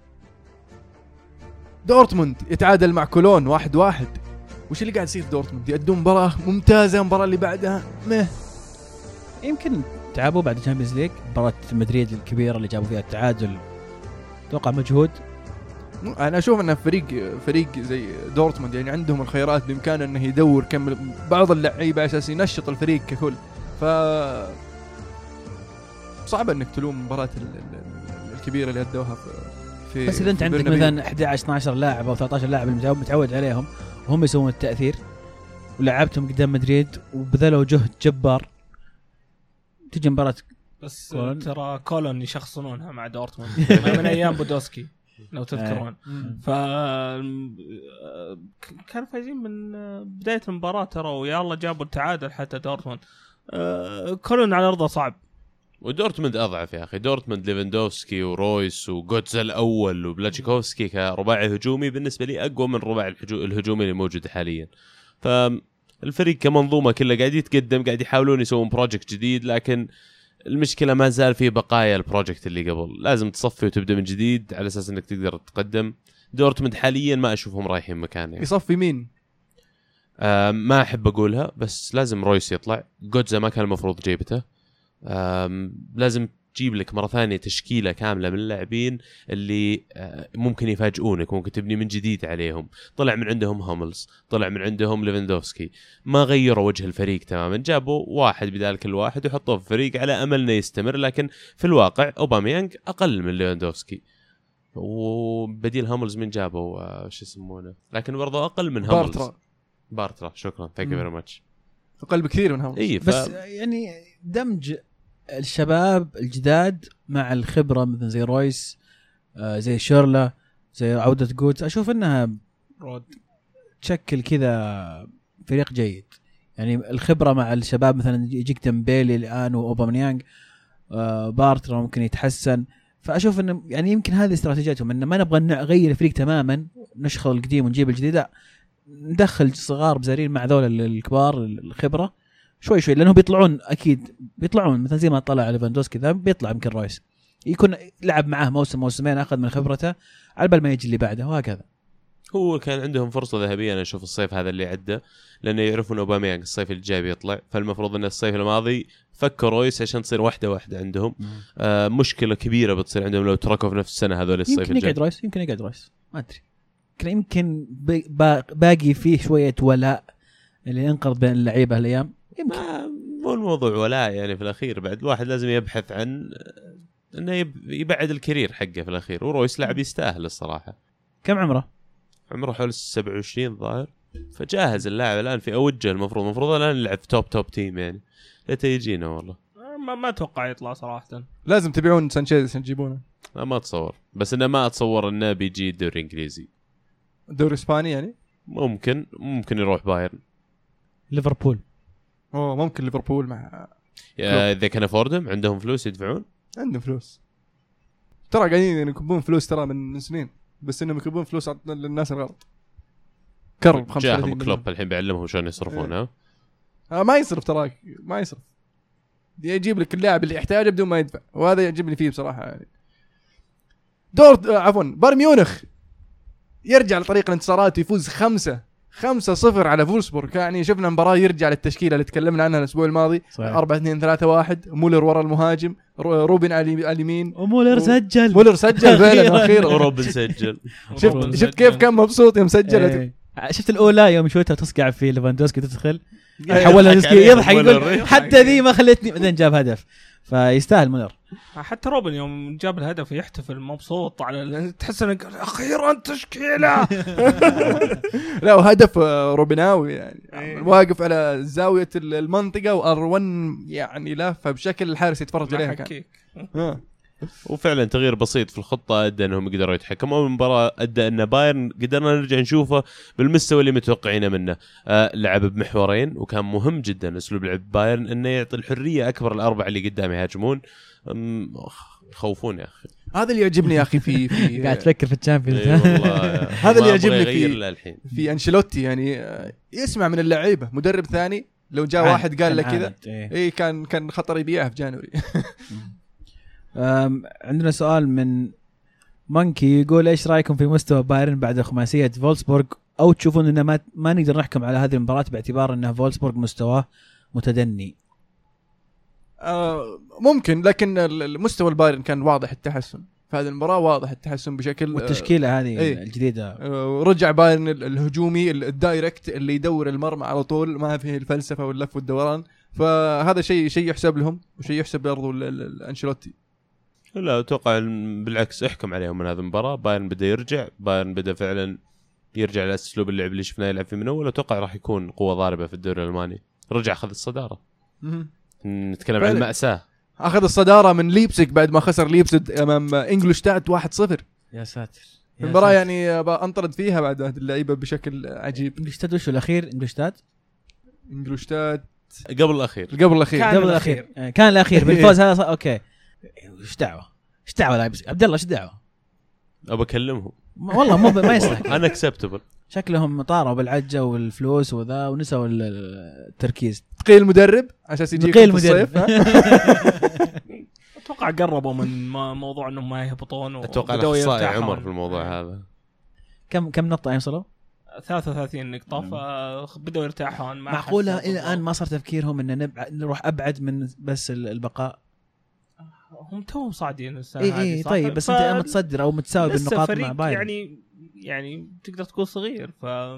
دورتموند يتعادل مع كولون 1-1. وش اللي قاعد يصير في دورتموند؟ يقدمون مباراة ممتازة، المباراة اللي بعدها يمكن تعبوا بعد الشامبيونز ليج، مباراة مدريد الكبيرة اللي جابوا فيها التعادل توقع مجهود. انا اشوف ان فريق زي دورتموند يعني عندهم الخيارات بامكانه انه يدور كم بعض اللعيبه اساس ينشط الفريق ككل، ف صعب انك تلوم مباراة الكبيرة اللي ادوها في بس اذا انت عندك مثلا 11-12 لاعب او 13 لاعب متعود عليهم وهم يسوون التأثير، ولعبتهم قدام مدريد وبذلوا جهد جبار، تجي مباراة بس ترى كولون يشخصنونها مع دورتموند من ايام بودوسكي لو تذكرون. ف كانوا فايزين من بداية المباراة ترى، ويا الله جابوا التعادل حتى دورتموند. كولون على أرضه صعب، ودورتموند أضعف يا أخي. دورتموند ليفاندوفسكي ورويس وغوتزا الأول وبلاتشيكوفسكي كرباعي هجومي بالنسبة لي أقوى من رباعي الهجومي اللي موجود حاليا. فالفريق كمنظومة كله قاعد يتقدم، قاعد يحاولون يسوون بروجكت جديد، لكن المشكله ما زال في بقايا البروجكت اللي قبل، لازم تصفي وتبدا من جديد على اساس انك تقدر تتقدم. دورتموند حاليا ما اشوفهم رايحين مكان يعني. يصفي مين؟ ما احب اقولها بس لازم رويس يطلع. جودزا ما كان المفروض جيبته. لازم تجيب لك مرة ثانية تشكيلة كاملة من اللاعبين اللي ممكن يفاجئونك، ممكن تبني من جديد عليهم. طلع من عندهم هوملز، طلع من عندهم ليفاندوفسكي، ما غيروا وجه الفريق تماما، جابوا واحد بدال كل واحد وحطوه في الفريق على أمل انه يستمر، لكن في الواقع أوباميانغ أقل من ليفاندوفسكي، وبديل هوملز من جابوا شو يسمونه، لكن برضه أقل من هوملز. بارترا شكرا ثانك يو فيري ماتش، أقل بكثير من هوملز. بس يعني دمج الشباب الجداد مع الخبرة مثل زي رويس، زي شيرلا، زي عودة جوتس، أشوف أنها رود تشكل كذا فريق جيد. يعني الخبرة مع الشباب مثلا يجيك ديمبيلي الآن وأوباميانغ، بارترا ممكن يتحسن. فأشوف أنه يعني يمكن هذه استراتيجيتهم، أنه ما نبغى نغير الفريق تماما نشخل القديم ونجيب الجديد، لا ندخل صغار بزارين مع ذول الكبار الخبرة شوي شوي، لأنه بيطلعون أكيد بيطلعون مثلا زي ما طلع ليفاندوفسكي ذا بيطلع يمكن رويس يكون لعب معاه موسمين أخذ من خبرته على بال ما يجي اللي بعده، وهكذا. هو كان عندهم فرصة ذهبية أنا أشوف الصيف هذا اللي عدى، لأنه يعرفون أوباميانغ الصيف اللي جاي بيطلع، فالمفروض أن الصيف الماضي فكوا رويس عشان تصير واحدة عندهم. مشكلة كبيرة بتصير عندهم لو تركوا في نفس السنة هذول الصيف يمكن يقعد رويس، يمكن يقعد رويس، ما أدري، يمكن باقي فيه شوية ولاء اللي ينقرض بين اللعيبة الأيام. يمكن مو الموضوع ولاء يعني، في الأخير بعد الواحد لازم يبحث عن إنه يبعد الكارير حقه في الأخير، ورويس لاعب يستاهل الصراحة. كم عمره حول 27 ظاهر، فجاهز اللاعب الآن في أوجه. المفروض الآن يلعب في توب تيم يعني، لا تيجينا والله ما أتوقع يطلع صراحة. لازم تبيعون سانشيز عشان تجيبونه. ما أتصور، بس إنه ما أتصور إنه بيجي الدوري الإنجليزي، الدوري الإسباني يعني. ممكن يروح بايرن، ليفربول. ممكن ليفربول مع إذا كان فوردم عندهم فلوس يدفعون. عندهم فلوس ترى، قاعدين يكبون فلوس ترى من سنين، بس انهم يكبون فلوس للناس الغلط. كرب 35 كلوب الحين بيعلمهم شلون يصرفونها. ما يصرف تراك، ما يصرف، يجيب لك اللاعب اللي يحتاجه بدون ما يدفع، وهذا يعجبني فيه بصراحة يعني. بايرن ميونخ يرجع لطريق الانتصارات ويفوز 5-0 على فولسبورغ. يعني شفنا مباراة يرجع للتشكيلة اللي تكلمنا عنها الأسبوع الماضي، 4-2-3-1، مولر ورا المهاجم، روبن على اليمين، ومولر سجل فعلا أخيرا وروبن سجل. شفت كيف كان مبسوط يوم سجلت. شفت الأولى يوم شوتها تصقع في ليفاندوفسكي تدخل حولها يضحك يقول حتى ذي ما خلتني، بعدين جاب هدف، فيستاهل مولر. حتى روبن يوم جاب الهدف يحتفل مبسوط، على تحس انه اخيرا تشكيله. لا وهدف روبناوي يعني واقف على زاويه المنطقه وار1 يعني لافه بشكل الحارس يتفرج عليها كان. وفعلا تغيير بسيط في الخطه ادى انهم يقدروا يتحكموا. المباراه ادى ان بايرن قدرنا نرجع نشوفه بالمستوى اللي متوقعينه منه. لعب بمحورين، وكان مهم جدا اسلوب لعب بايرن انه يعطي الحريه اكبر الاربعه اللي قدام يهاجمون. خوفون يا اخي، هذا اللي يعجبني يا اخي في قاعد تفكر في الشامبيونز. هذا اللي يعجبني في أنشيلوتي، يعني يسمع من اللعيبه. مدرب ثاني لو جاء واحد قال له كذا كان خطر يبيعه في جانوري. عندنا سؤال من مانكي يقول ايش رايكم في مستوى بايرن بعد خماسيه فولسبورغ، او تشوفون انه ما نقدر نحكم على هذه المباراه باعتبار انه فولسبورغ مستواه متدني؟ ممكن، لكن المستوى البايرن كان واضح التحسن في هذه المباراه، واضح التحسن بشكل. والتشكيله هذه الجديده رجع بايرن الهجومي الدايركت اللي يدور المرمى على طول، ما فيه الفلسفه واللف والدوران. فهذا شيء يحسب لهم وشيء يحسب برضو الأنشيلوتي. لا أتوقع بالعكس احكم عليهم من هذه المباراة. بايرن بدأ يرجع، بايرن بدأ فعلا يرجع لأسلوب اللعب اللي شفناه يلعب فيه من أول. أتوقع راح يكون قوة ضاربة في الدوري الألماني. رجع أخذ الصدارة. نتكلم عن المأساة، أخذ الصدارة من ليبسك بعد ما خسر ليبسك أمام إنجلشتات 1-0. يا ساتر، المباراة يعني انطرد فيها بعد اللعيبة بشكل عجيب. إنجلشتات وش الأخير؟ إنجلشتات قبل الأخير كان الأخير بالفوز هذا. أوكي، إيش دعوة لاعب عبد الله، إيش دعوة؟ أبى أكلمهم والله ما يستحق. أنا acceptable. شكلهم طاروا بالعجة والفلوس وذا ونسوا التركيز. تقيل المدرب عشان يجيك تقيل في الصيف. اتوقع قربوا من موضوع انهم ما يهبطون اتوقع وبدأوا الاخصائي يرتاحون. عمر في الموضوع هذا. كم نقطه يوصلوا 33 نقطة فبدأوا يرتاحون. معقوله الى الان ما صار تفكيرهم ان نروح ابعد من بس البقاء؟ هم توهم صاعدين السنة اي طيب بس انت متصدر او متساوي بالنقاط مع بايرن يعني تقدر تكون صغير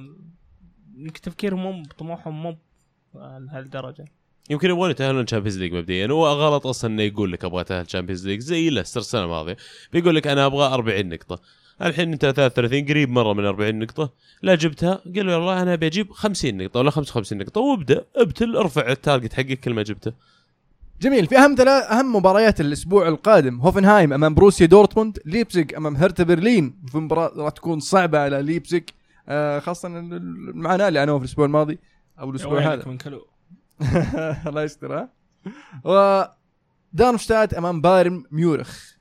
تفكيرهم مو طموحهم مو لهالدرجة. يمكن يبغون يتأهلون تشامبيونز ليج مبدئيا. هو غلط اصلا انه يقول لك ابغى اتأهل تشامبيونز ليج زي ليستر السنه الماضيه بيقول لك انا ابغى 40 نقطه. الحين انت 33 قريب مره من 40 نقطه لا جبتها قال له والله انا بجيب 50 نقطه ولا 55 نقطه وابدا ابتل ارفع التارجت حقك كل ما جبته. جميل. في اهم مباريات الاسبوع القادم: هوفنهايم امام بروسيا دورتموند، ليبزيج امام هرتا برلين. في مباراه راح تكون صعبه على ليبزيج خاصه المعاناه اللي عانوها في الاسبوع الماضي او الاسبوع هذا. من كلو الله يستر. ودارمشتات امام بايرن ميونخ.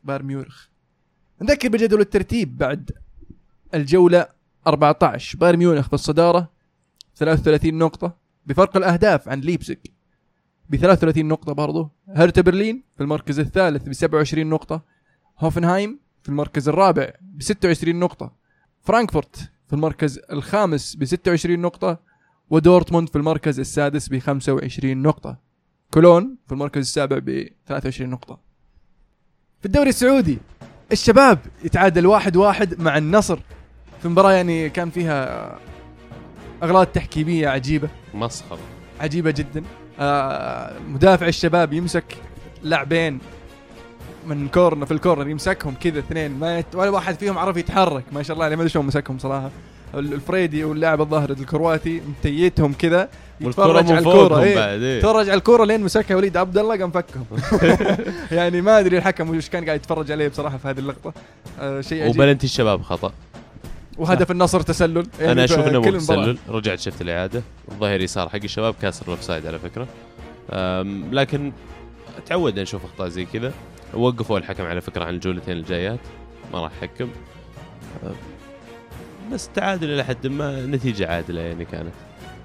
نذكر بجدول الترتيب بعد الجوله 14. بايرن ميونخ في الصداره 33 نقطه بفرق الاهداف عن ليبزيج ب 33 نقطه برضه. هرتا برلين في المركز الثالث ب 27 نقطه. هوفنهايم في المركز الرابع ب 26 نقطه. فرانكفورت في المركز الخامس ب 26 نقطه. ودورتموند في المركز السادس ب 25 نقطة. كولون في المركز السابع ب 23 نقطة. في الدوري السعودي الشباب يتعادل 1-1 مع النصر في مباراة يعني كان فيها أغلاط تحكيمية عجيبة مسخرة عجيبة جدا. مدافع الشباب يمسك لاعبين من كورنر في الكورنر يمسكهم كذا اثنين ولا واحد فيهم عرف يتحرك ما شاء الله. يعني ما ادري شلون مسكهم صراحة. الفريدي واللاعب الظاهر الكرواتي متيتهم كذا يتفرج على الكوره. تفرج على الكوره لين مسكها وليد عبد الله قام فكهم. يعني ما ادري الحكم وش كان قاعد يتفرج عليه بصراحه في هذه اللقطه. شيء عجيب. وبلنتي الشباب خطا وهدف النصر تسلل. يعني انا اشوف انه مو تسلل. رجعت شفت الاعاده الظاهر يسار حق الشباب كاسر الاوفسايد على فكره. لكن تعودنا نشوف اخطاء زي كذا. وقفوا الحكم على فكره عن الجولتين الجايات ما راح يحكم. بس تعادل إلى حد ما نتيجة عادلة يعني كانت.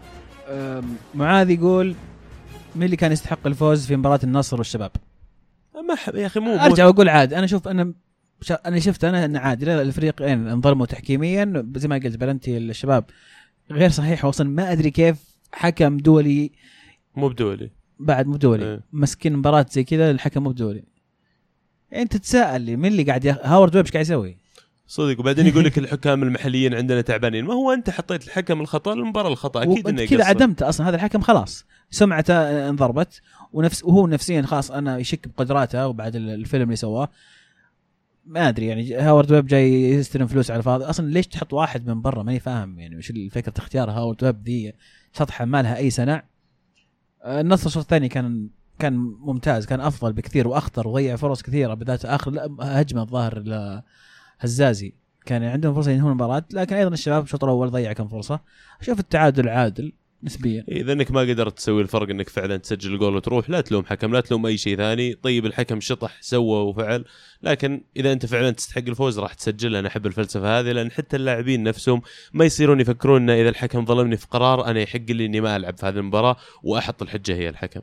معاذ يقول مين اللي كان يستحق الفوز في مباراة النصر والشباب؟ ما يا أخي مو أرجع وأقول عاد. أنا شوف أنا شفت أن عادلة الفريقين انظلموا تحكيميا زي ما قلت. بلنتي الشباب غير صحيح أصلا. ما أدري كيف حكم دولي مو بدولي بعد مو دولي مسكين مباراة زي كذا الحكم مو بدولي. أنت تتساءل لي مين اللي قاعد هاورد ويب إيش قاعد يسوي صدق. وبعدين يقول لك الحكام المحليين عندنا تعبانين. ما هو انت حطيت الحكم الخطا للمباراه الخطا اكيد انه كذا عدمت اصلا. هذا الحكم خلاص سمعته انضربت وهو نفسيا خلاص انا يشك بقدراته وبعد الفيلم اللي سواه. ما ادري يعني هاورد ويب جاي يستلم فلوس على الفاضي اصلا. ليش تحط واحد من برا ماني فاهم يعني وش الفكره اختيار هاورد ويب ذي شطحه ما لها اي سنع. النصر الشوط الثاني كان ممتاز كان افضل بكثير واخطر وضيع فرص كثيره بالذات اخر هجمه الظاهر هزازي كان عندهم فرصه ينهون المباراه. لكن ايضا الشباب الشوط الاول ضيع كم فرصه. اشوف التعادل عادل نسبيا. اذا انك ما قدرت تسوي الفرق انك فعلا تسجل الجول وتروح لا تلوم حكم لا تلوم اي شيء ثاني. طيب الحكم شطح سوى وفعل. لكن اذا انت فعلا تستحق الفوز راح تسجل. انا احب الفلسفه هذه لان حتى اللاعبين نفسهم ما يصيرون يفكرون ان اذا الحكم ظلمني في قرار انا يحق لي اني ما العب في هذه المباراه واحط الحجه هي الحكم.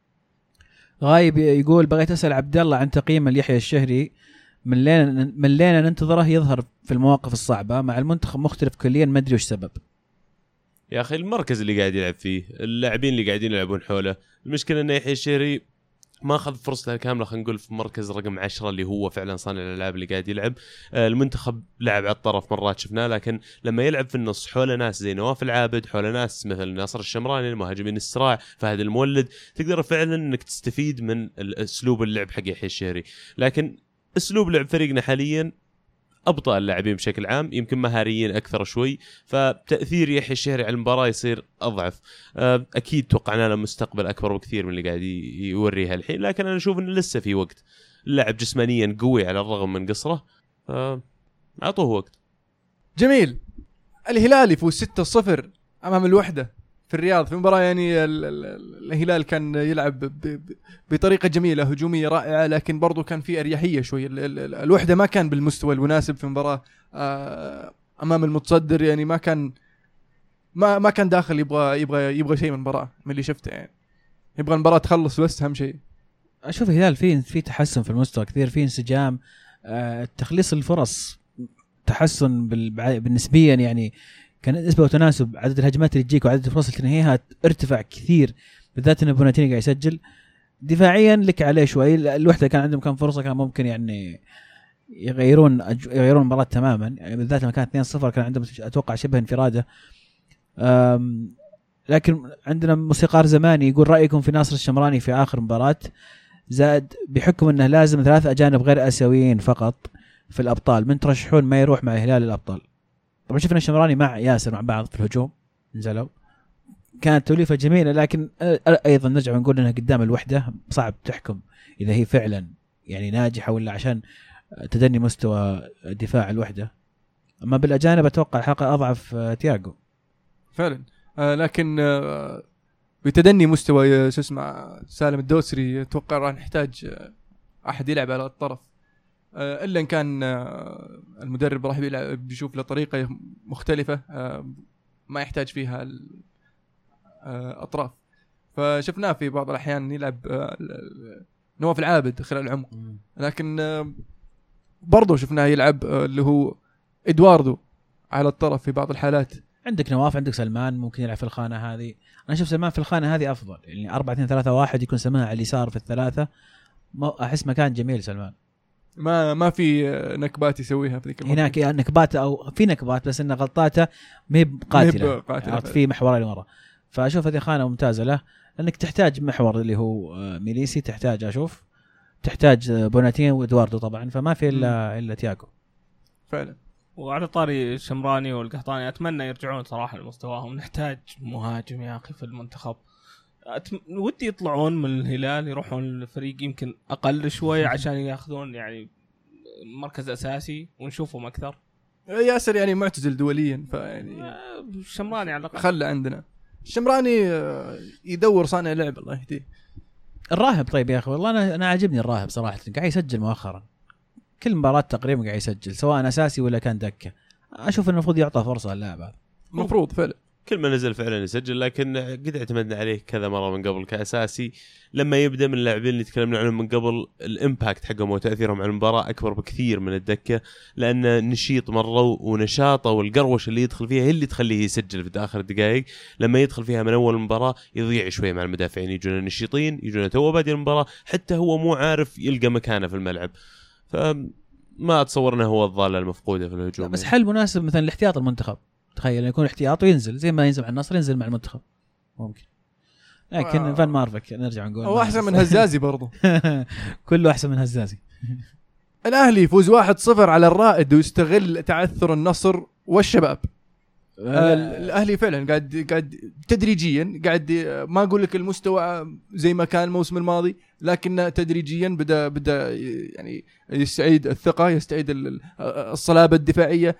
غايب يقول بغيت اسال عبد الله عن تقييم اليحيى الشهري من لين ننتظره يظهر في المواقف الصعبة مع المنتخب مختلف كليا ما ادري وش سبب. يا اخي المركز اللي قاعد يلعب فيه اللاعبين اللي قاعدين يلعبون حوله. المشكلة انه يحيى الشهري ما اخذ فرصته كامله خلينا نقول في مركز رقم 10 اللي هو فعلا صانع الالعاب اللي قاعد يلعب. المنتخب لعب على الطرف مرات شفناه لكن لما يلعب في النص حول ناس زي نواف العابد حول ناس مثل ناصر الشمراني المهاجمين الصراع فهد المولد تقدر فعلا انك تستفيد من اسلوب اللعب حق يحيى الشهري. لكن اسلوب لعب فريقنا حاليا ابطا اللاعبين بشكل عام يمكن مهاريين اكثر شوي فتاثير يحيى الشهري على المباراه يصير اضعف. اكيد توقعنا له مستقبل اكبر بكثير من اللي قاعد يوريها الحين لكن انا اشوف انه لسه في وقت. اللاعب جسمانيا قوي على الرغم من قصره اعطوه وقت. جميل. الهلال يفوز 6-0 امام الوحده في الرياض في مباراة يعني الهلال كان يلعب بطريقة جميلة هجومية رائعة لكن برضو كان في أريحية شوي. الوحدة ما كان بالمستوى المناسب في مباراة أمام المتصدر يعني ما كان داخل يبغى شيء من المباراة من اللي شفته يعني. يبغى المباراة تخلص بس أهم شيء. اشوف الهلال في تحسن في المستوى كثير، في انسجام، تخليص الفرص تحسن بالنسبيا، يعني كان نسبه وتناسب عدد الهجمات اللي تجيك وعدد الفرص اللي تنهيها ارتفع كثير، بالذات ان بوناتيني قاعد يسجل. دفاعيا لك عليه شوي، الوحده كان عندهم كم فرصه كان ممكن يعني يغيرون المباراه تماما، يعني بالذات لما كانت 2-0 كان عندهم اتوقع شبه انفراده. لكن عندنا موسيقار زماني يقول رايكم في ناصر الشمراني في اخر مباراه، زاد بحكم انه لازم 3 اجانب غير اسيويين فقط في الابطال، من ترشحون ما يروح مع الهلال الابطال. طبعا شفنا الشمراني مع ياسر مع بعض في الهجوم نزلوا، كانت توليفه جميله، لكن ايضا نرجع ونقول انها قدام الوحده صعب تحكم اذا هي فعلا يعني ناجحه ولا عشان تدني مستوى دفاع الوحده. اما بالاجانب اتوقع الحلقه اضعف تياغو فعلا. لكن بتدني مستوى شو اسمه سالم الدوسري اتوقع راح نحتاج احد يلعب على الطرف، الا ان كان المدرب راح بيشوف له طريقه مختلفه ما يحتاج فيها الاطراف. فشفناه في بعض الاحيان يلعب نواف العابد خلال العمق، لكن برضه شفناه يلعب اللي هو ادواردو على الطرف في بعض الحالات. عندك نواف، عندك سلمان ممكن يلعب في الخانه هذه. انا اشوف سلمان في الخانه هذه افضل، يعني 4-2-3-1 يكون سلمان على اليسار في الثلاثه، ما احس مكان جميل سلمان. ما في نكبات يسويها في ذيك هناك نكبات او في نكبات بس ان غلطاته ما بقاتله، عرفت في محورين ورا. فاشوف هذه خانه ممتازه له، لانك تحتاج محور اللي هو ميليسي، تحتاج بوناتين وادواردو طبعا، فما في الا تياغو فعلا. وعلى طاري الشمراني والقحطاني اتمنى يرجعون صراحه لمستواهم، نحتاج مهاجم يا اخي في المنتخب. ودي يطلعون من الهلال يروحون الفريق يمكن اقل شوي عشان ياخذون يعني مركز اساسي ونشوفهم اكثر. ياسر يعني معتزل دوليا، فيعني الشمراني على الاقل خلى عندنا الشمراني يدور صانع لعب الله يهديه. الراهب طيب يا اخي والله انا عاجبني الراهب صراحه، قاعد يسجل مؤخرا كل مباراه تقريبا قاعد يسجل سواء اساسي ولا كان دكه. اشوف انه المفروض يعطى فرصه اللاعب هذا، المفروض فعلا كل ما نزل فعلا يسجل، لكن قد اعتمدنا عليه كذا مره من قبل كاساسي. لما يبدا من اللاعبين اللي تكلمنا عنهم من قبل الامباكت حقهم وتاثيرهم على المباراه اكبر بكثير من الدكه، لان نشيط مره ونشاطه والقروش اللي يدخل فيها هي اللي تخليه يسجل في اخر الدقائق. لما يدخل فيها من اول المباراه يضيع شوي مع المدافعين، يجون نشيطين، يجون تو بادئ المباراه حتى هو مو عارف يلقى مكانه في الملعب، فما اتصور انه هو الضاله المفقوده في الهجوم. بس حل مناسب مثلا الاحتياط المنتخب، تخيل يكون احتياط وينزل زي ما ينزل مع النصر ينزل مع المنتخب ممكن. لكن فان مارفك نرجع نقول هو احسن من هزازي برضو كله احسن من هزازي. الاهلي يفوز 1-0 على الرائد ويستغل تعثر النصر والشباب. الاهلي فعلا قاعد تدريجيا قاعد، ما اقول لك المستوى زي ما كان الموسم الماضي، لكن تدريجيا بدا يعني يستعيد الثقه، يستعيد الصلابه الدفاعيه،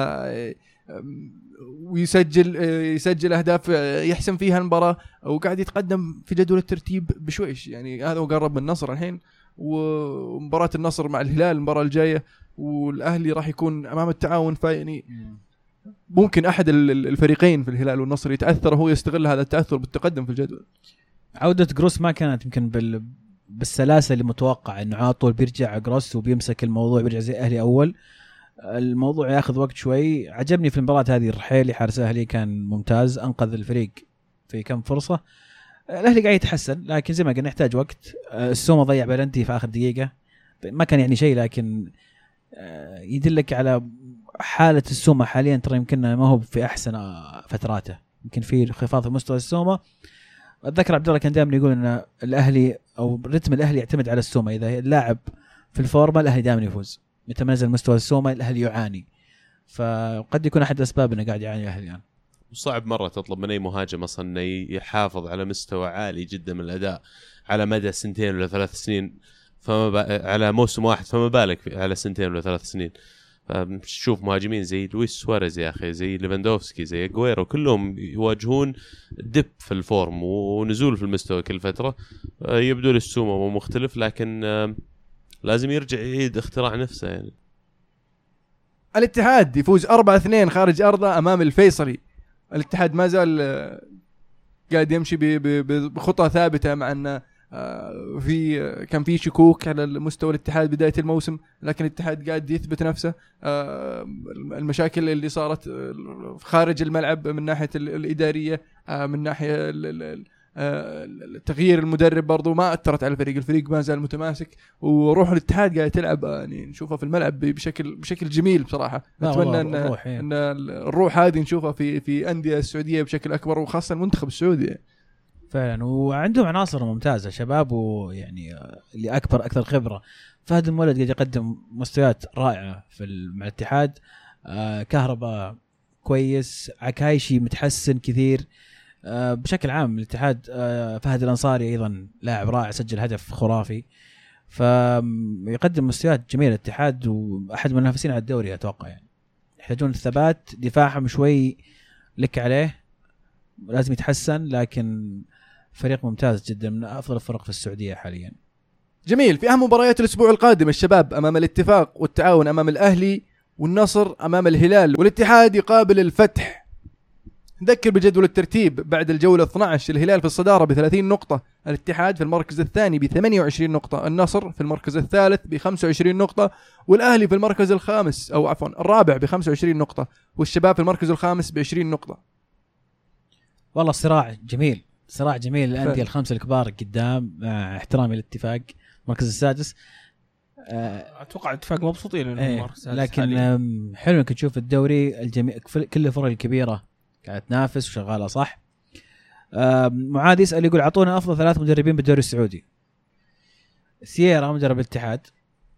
ويسجل اهداف يحسم فيها المباراه، وقاعد يتقدم في جدول الترتيب بشويش. يعني هذا وقرب من النصر الحين، ومباراه النصر مع الهلال المباراه الجايه، والاهلي راح يكون امام التعاون. فيعني ممكن احد الفريقين في الهلال والنصر يتاثر وهو يستغل هذا التاثر بالتقدم في الجدول. عوده جروس ما كانت يمكن بالسلاسه اللي متوقع، انه على طول بيرجع جروس وبيمسك الموضوع بيرجع زي اهلي اول. الموضوع ياخذ وقت شوي. عجبني في المباراه هذه الرحيلي حارس اهلي كان ممتاز، انقذ الفريق في كم فرصه. الاهلي قاعد يتحسن، لكن زي ما قلنا يحتاج وقت. السومه ضيع بلنتي في اخر دقيقه، ما كان يعني شيء، لكن يدلك على حاله السومه حاليا. ترى يمكن ما هو في احسن فتراته، يمكن في انخفاض في مستوى السومه. اتذكر عبد الله كان دائما يقول ان الاهلي او رتم الاهلي يعتمد على السومه، اذا اللاعب في الفورمه الاهلي دائما يفوز، متى ما نزل مستوى السومه الاهلي يعاني. فقد يكون احد الاسباب انه قاعد يعاني الاهلي الان. وصعب مره تطلب من اي مهاجم اصلا انه يحافظ على مستوى عالي جدا من الاداء على مدى 2 ولا 3 سنين، على موسم واحد، فما بالك على 2 ولا 3 سنين. شوف مهاجمين زي لويس سواريز يا اخي، زي ليفاندوفسكي، زي اغويرو، كلهم يواجهون دب في الفورم ونزول في المستوى كل فتره. يبدو للسومه مو مختلف، لكن لازم يرجع يعيد اختراع نفسه. يعني الاتحاد يفوز 4-2 خارج ارضه امام الفيصلي. الاتحاد ما زال قاعد يمشي بخطى ثابته، مع انه كان في شكوك على مستوى الاتحاد بدايه الموسم، لكن الاتحاد قاعد يثبت نفسه. المشاكل اللي صارت خارج الملعب من ناحيه الاداريه، من ناحيه تغيير المدرب برضو ما اثرت على الفريق ما زال متماسك، وروح الاتحاد قاعد تلعب يعني نشوفها في الملعب بشكل جميل بصراحه. نتمنى ان الروح هذه نشوفها في انديه السعوديه بشكل اكبر، وخاصه المنتخب السعودي فعلا. وعندهم عناصر ممتازه شباب، ويعني اللي اكثر خبره. فهد المولد قاعد يقدم مستويات رائعه مع الاتحاد. كهرباء كويس، عكايشي متحسن كثير. بشكل عام الاتحاد فهد الأنصاري أيضا لاعب رائع، سجل هدف خرافي، فيقدم مستويات جميلة الاتحاد، وأحد من المنافسين على الدوري أتوقع. يعني يحتاجون الثبات، دفاعهم شوي لك عليه لازم يتحسن، لكن فريق ممتاز جدا من أفضل الفرق في السعودية حاليا. جميل. في أهم مباريات الأسبوع القادم الشباب أمام الاتفاق، والتعاون أمام الأهلي، والنصر أمام الهلال، والاتحاد يقابل الفتح. نذكر بجدول الترتيب بعد الجولة 12: الهلال في الصدارة ب30 نقطة، الاتحاد في المركز الثاني ب28 نقطة، النصر في المركز الثالث ب25 نقطة، والأهلي في المركز الخامس أو عفوا الرابع ب25 نقطة، والشباب في المركز الخامس ب20 نقطة. والله صراع جميل الأندية الخمسة الكبار قدام، مع احترامي للاتفاق المركز السادس. أتوقع اتفاق مبسوطين لكن حلو انك تشوف الدوري الجميع كل الفرق الكبيرة قاعد تنافس وشغالة صح. معاذ يسأل يقول عطونا أفضل 3 مدربين بالدوري السعودي. سييرا مدرب الاتحاد،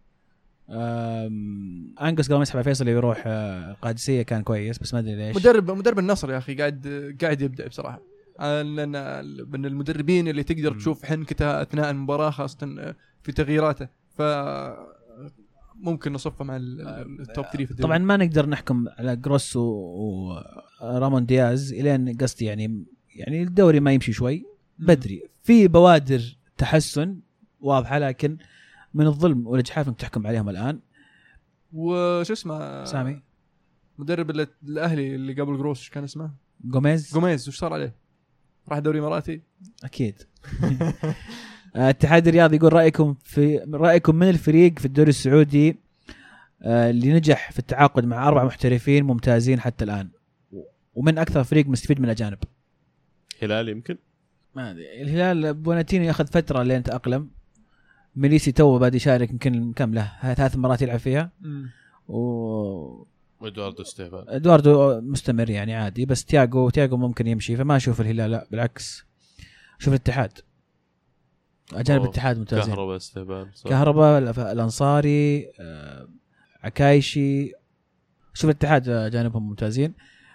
أنقص قام يسحب فيصل يروح القادسية كان كويس، بس ما أدري ليش. مدرب النصر يا أخي قاعد يبدأ بصراحة. لأن من المدربين اللي تقدر تشوف حنكته أثناء المباراة، خاصة في تغييراته، فممكن نصفه مع التوب 3 في الدوري. طبعا ما نقدر نحكم على جروس ورامون دياز إلين قصدي يعني الدوري ما يمشي شوي بدري، في بوادر تحسن واضحة، لكن من الظلم والإجحاف انك تحكم عليهم الآن. وش اسمه سامي مدرب الأهلي اللي قبل جروس كان اسمه غوميز وش صار عليه؟ راح دوري إماراتي أكيد. الاتحاد الرياضي يقول رأيكم من الفريق في الدوري السعودي اللي نجح في التعاقد مع 4 محترفين ممتازين حتى الآن، ومن أكثر فريق مستفيد من الأجانب؟ هلال يمكن، ما أدري. الهلال بوناتينو يأخذ فترة لين تأقلم، ميليسي تو بعد يشارك يمكن كم له 3 مرات يلعب فيها، ادواردو مستمر يعني عادي، بس تياغو ممكن يمشي، فما اشوف الهلال، لا بالعكس اشوف الاتحاد. اجانب الاتحاد ممتازين، كهرباء الانصاري عكايشي، شوف الاتحاد اجانبهم ممتازين.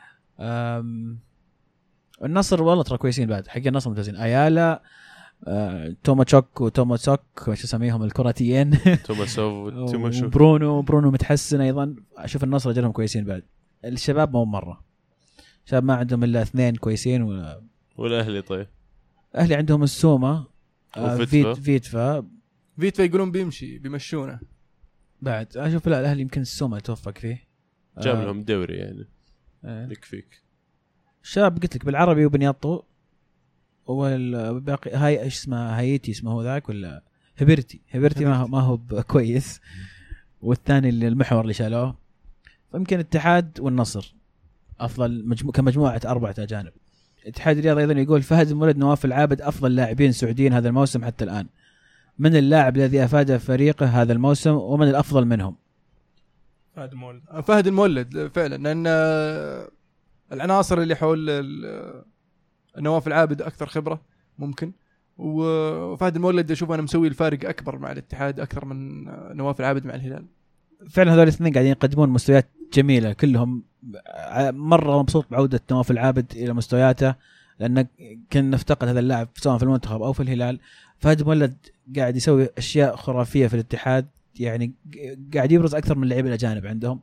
النصر والله ترى كويسين بعد، حق النصر ممتازين، ايالا توماتشوك وش اسميهم الكراتيين توماسوف برونو متحسن ايضا. اشوف النصر اجلهم كويسين بعد. الشباب مو مره، شباب ما عندهم الا 2 كويسين والاهلي طيب اهلي عندهم السومه فيتفا يقولون بيمشونه بعد. اشوف لا الاهلي يمكن السومه يتوفق فيه، جاب لهم دوري يعني يكفيك. الشباب قلت لك بالعربي وبنياطو، والباقي هاي ايش اسمه هايتي اسمه هو ذاك ولا هبرتي ما هو كويس، والثاني اللي المحور اللي شالوه. فيمكن الاتحاد والنصر افضل كمجموعه 4 اجانب. الاتحاد الرياضي ايضا يقول فهد المولد نواف العابد افضل لاعبين سعوديين هذا الموسم حتى الان، من اللاعب الذي افاد فريقه هذا الموسم ومن الافضل منهم؟ فهد المولد فعلا، لان العناصر اللي حول نواف العابد أكثر خبرة ممكن، وفهد المولد أشوف أنا مسوي الفارق أكبر مع الاتحاد أكثر من نواف العابد مع الهلال. فعلا هذول الاثنين قاعدين يقدمون مستويات جميلة كلهم، مرة مبسوط بعودة نواف العابد إلى مستوياته، لأن كنا نفتقد هذا اللاعب سواء في المنتخب أو في الهلال. فهد المولد قاعد يسوي أشياء خرافية في الاتحاد، يعني قاعد يبرز أكثر من اللعيبة الأجانب عندهم.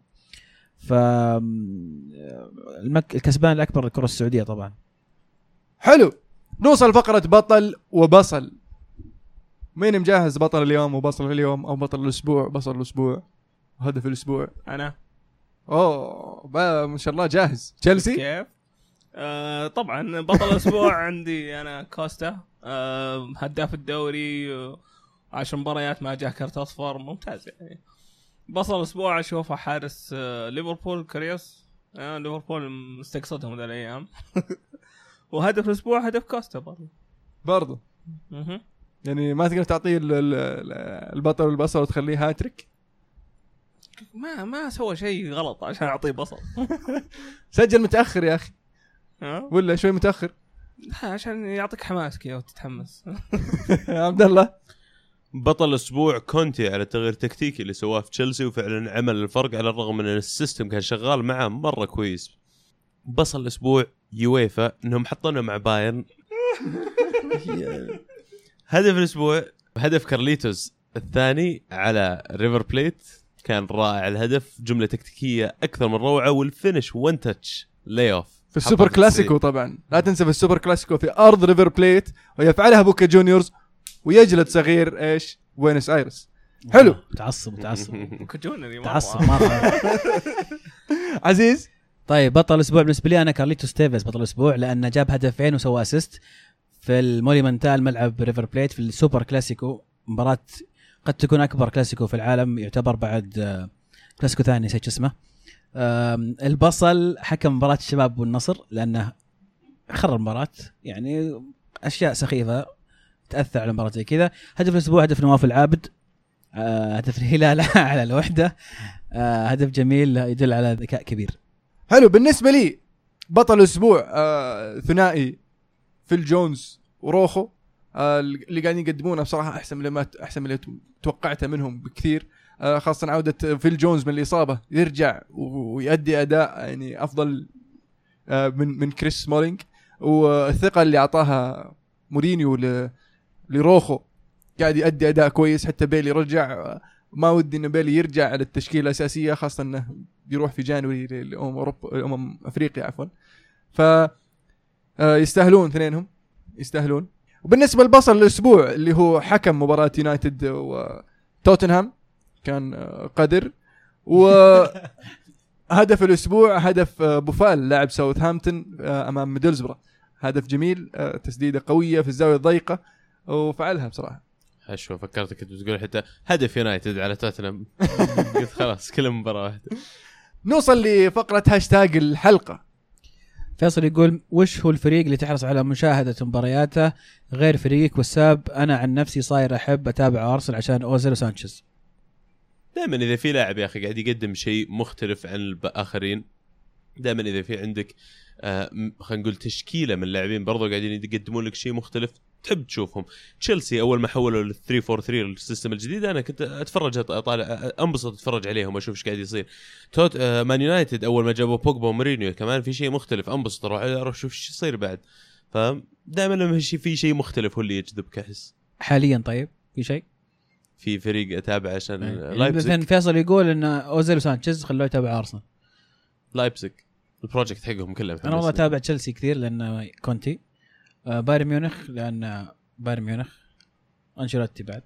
الكسبان الأكبر للكرة السعودية طبعا. حلو، نوصل فقرة بطل وبصل. مين مجهز بطل اليوم وبصل اليوم أو بطل الأسبوع؟ بصل الأسبوع وهدف الأسبوع أنا. ما شاء الله جاهز. تشيلسي كيف طبعا بطل الاسبوع عندي انا كوستا، هداف الدوري، 10 مباريات ما جاه كرت اصفر، ممتاز يعني. بطل الاسبوع اشوفه حارس ليفربول كاريوس، ليفربول مستقصدهم ذا الايام. وهدف الاسبوع هدف كوستا برضو يعني ما تقدر تعطيه البطل والبصل وتخليه هاتريك. ما سوى شيء غلط عشان اعطيه بصل. سجل متاخر يا اخي ولا شوي متاخر عشان يعطيك حماس كذا وتتحمس. عبد الله بطل الاسبوع كونتي على التغيير التكتيكي اللي سواه في تشيلسي، وفعلا عمل الفرق على الرغم من ان السيستم كان شغال معه مره كويس. بصل الاسبوع يويفا انهم حطونا مع بايرن. هدف الاسبوع هدف كارليتوس الثاني على ريفر بليت، كان رائع الهدف، جمله تكتيكيه اكثر من روعه، والفينش وان تاتش لاي اوف في السوبر كلاسيكو. طبعا لا تنسى في السوبر كلاسيكو في ارض ريفر بليت، ويفعلها بوكا جونيورز ويجلد صغير ايش بوينس ايرس. حلو تعصب بوكا جونيورز تعصب مره. عزيز طيب بطل الاسبوع بالنسبه لي انا كارليتوس تيفيز بطل الاسبوع، لانه جاب هدفين وسوى اسيست في المونيمنتال ملعب ريفر بليت في السوبر كلاسيكو، مباراه قد تكون اكبر كلاسيكو في العالم، يعتبر بعد كلاسيكو ثاني نسيت اسمه. البصل حكم مباراه الشباب والنصر لانه خرب المباراه، يعني اشياء سخيفه تاثر على مباراه زي كذا. هدف الاسبوع هدف نواف العابد، هدف الهلال على الوحده، هدف جميل يدل على ذكاء كبير. حلو. بالنسبه لي بطل الاسبوع ثنائي فيل جونز وروخو، اللي قاعدين يقدمونه بصراحه احسن من اللي توقعته منهم بكثير، خاصه عوده فيل جونز من الاصابه، يرجع ويؤدي اداء يعني افضل من كريس سمولينج، والثقه اللي اعطاها مورينيو لروخو قاعد يؤدي اداء كويس. حتى بيلي رجع، ما ودي ان بيلي يرجع على التشكيله الاساسيه، خاصه انه بيروح في جانوري لأمم افريقيا عفوا. ف يستاهلون ثنينهم يستاهلون. وبالنسبه للبصل الاسبوع اللي هو حكم مباراه يونايتد وتوتنهام كان قدر. وهدف الاسبوع هدف بوفال لاعب ساوثهامبتون امام ميدلزبرا، هدف جميل، تسديده قويه في الزاويه الضيقه وفعلها بصراحه. شو فكرتك كنت بتقول حتى هدف يونايتد على توتنهام. قلت خلاص كل مباراه واحده. نوصل لفقره هاشتاج الحلقه. فيصل يقول وش هو الفريق اللي تحرص على مشاهدة مبارياته غير فريقك والساب؟ أنا عن نفسي صاير أحب أتابع أرسنال عشان أوزيل وسانشيز. دائما إذا في لاعب يا أخي قاعد يقدم شيء مختلف عن الآخرين، دائما إذا في عندك خلينا نقول تشكيلة من اللاعبين برضو قاعدين يقدمون لك شيء مختلف تحب تشوفهم. تشيلسي أول ما حولوا لل 3-4-3 السيستم الجديد أنا كنت أتفرج أطالع أنبسط أتفرج عليهم وأشوف إيش قاعد يصير. مان يونايتد أول ما جابوا بوجبا ومورينيو كمان في شيء مختلف أنبسط أروح أشوف إيش يصير بعد. فدائما لما في شيء مختلف هو اللي يجذبك أحس. حاليا طيب في شيء في فريق أتابع عشان لايبزيج. مثلا فيصل يقول إن أوزيل وسانشيز خلوه يتابع أرسنال. لايبزيج البروجكت حقهم كلهم. أنا والله أتابع تشيلسي كثير لأن كونتي، بايرن ميونخ لأن بايرن ميونخ، أنشيلوتي بعد.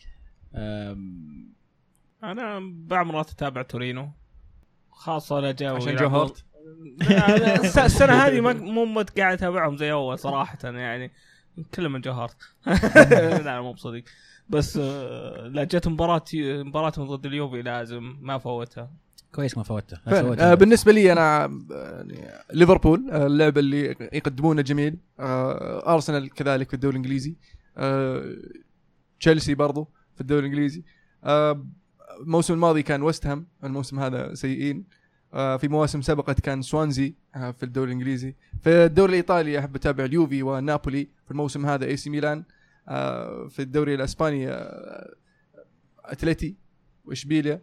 أنا بعمرات أتابع تورينو خاصة لجاو عشان جو هارت. السنة هذه مو قاعد أتابعهم زي أول صراحة، يعني كلهم من جو هارت. لا مو بصديق بس لا جت مباراتهم ضد اليوفي لازم ما فوتها. كويس ما فوتها. بالنسبة لي أنا يعني ليفربول اللعبة اللي يقدمونه جميل، أرسنال كذلك في الدوري الإنجليزي، تشيلسي برضو في الدوري الإنجليزي. الموسم الماضي كان ويست هام، الموسم هذا سيئين. في مواسم سبقت كان سوانزي في الدوري الإنجليزي. في الدوري الإيطالي أحب أتابع اليوفي ونابولي، في الموسم هذا اي سي ميلان. في الدوري الإسباني أتلتي وإشبيليا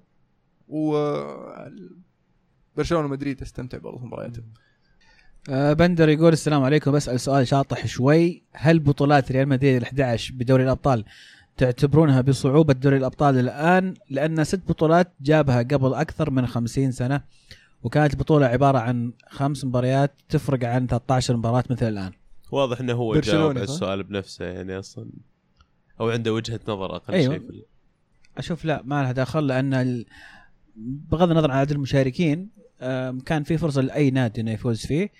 وبرشلونة ومدريد استمتع برضه مبارياتهم. بندر يقول السلام عليكم، بسأل سؤال شاطح شوي، هل بطولات ريال مدريد 11 بدوري الأبطال تعتبرونها بصعوبة دوري الأبطال الآن؟ لأن 6 بطولات جابها قبل أكثر من 50 سنة، وكانت البطولة عبارة عن 5 مباريات تفرق عن 13 مباراة مثل الآن. واضح أنه هو جاوب على السؤال بنفسه يعني أصلا، أو عنده وجهة نظر أقل أيوة. شيء أشوف لا ما لها داخل، لأن بغض النظر عن عدد المشاركين كان في فرصة لأي نادي إنه يفوز فيه،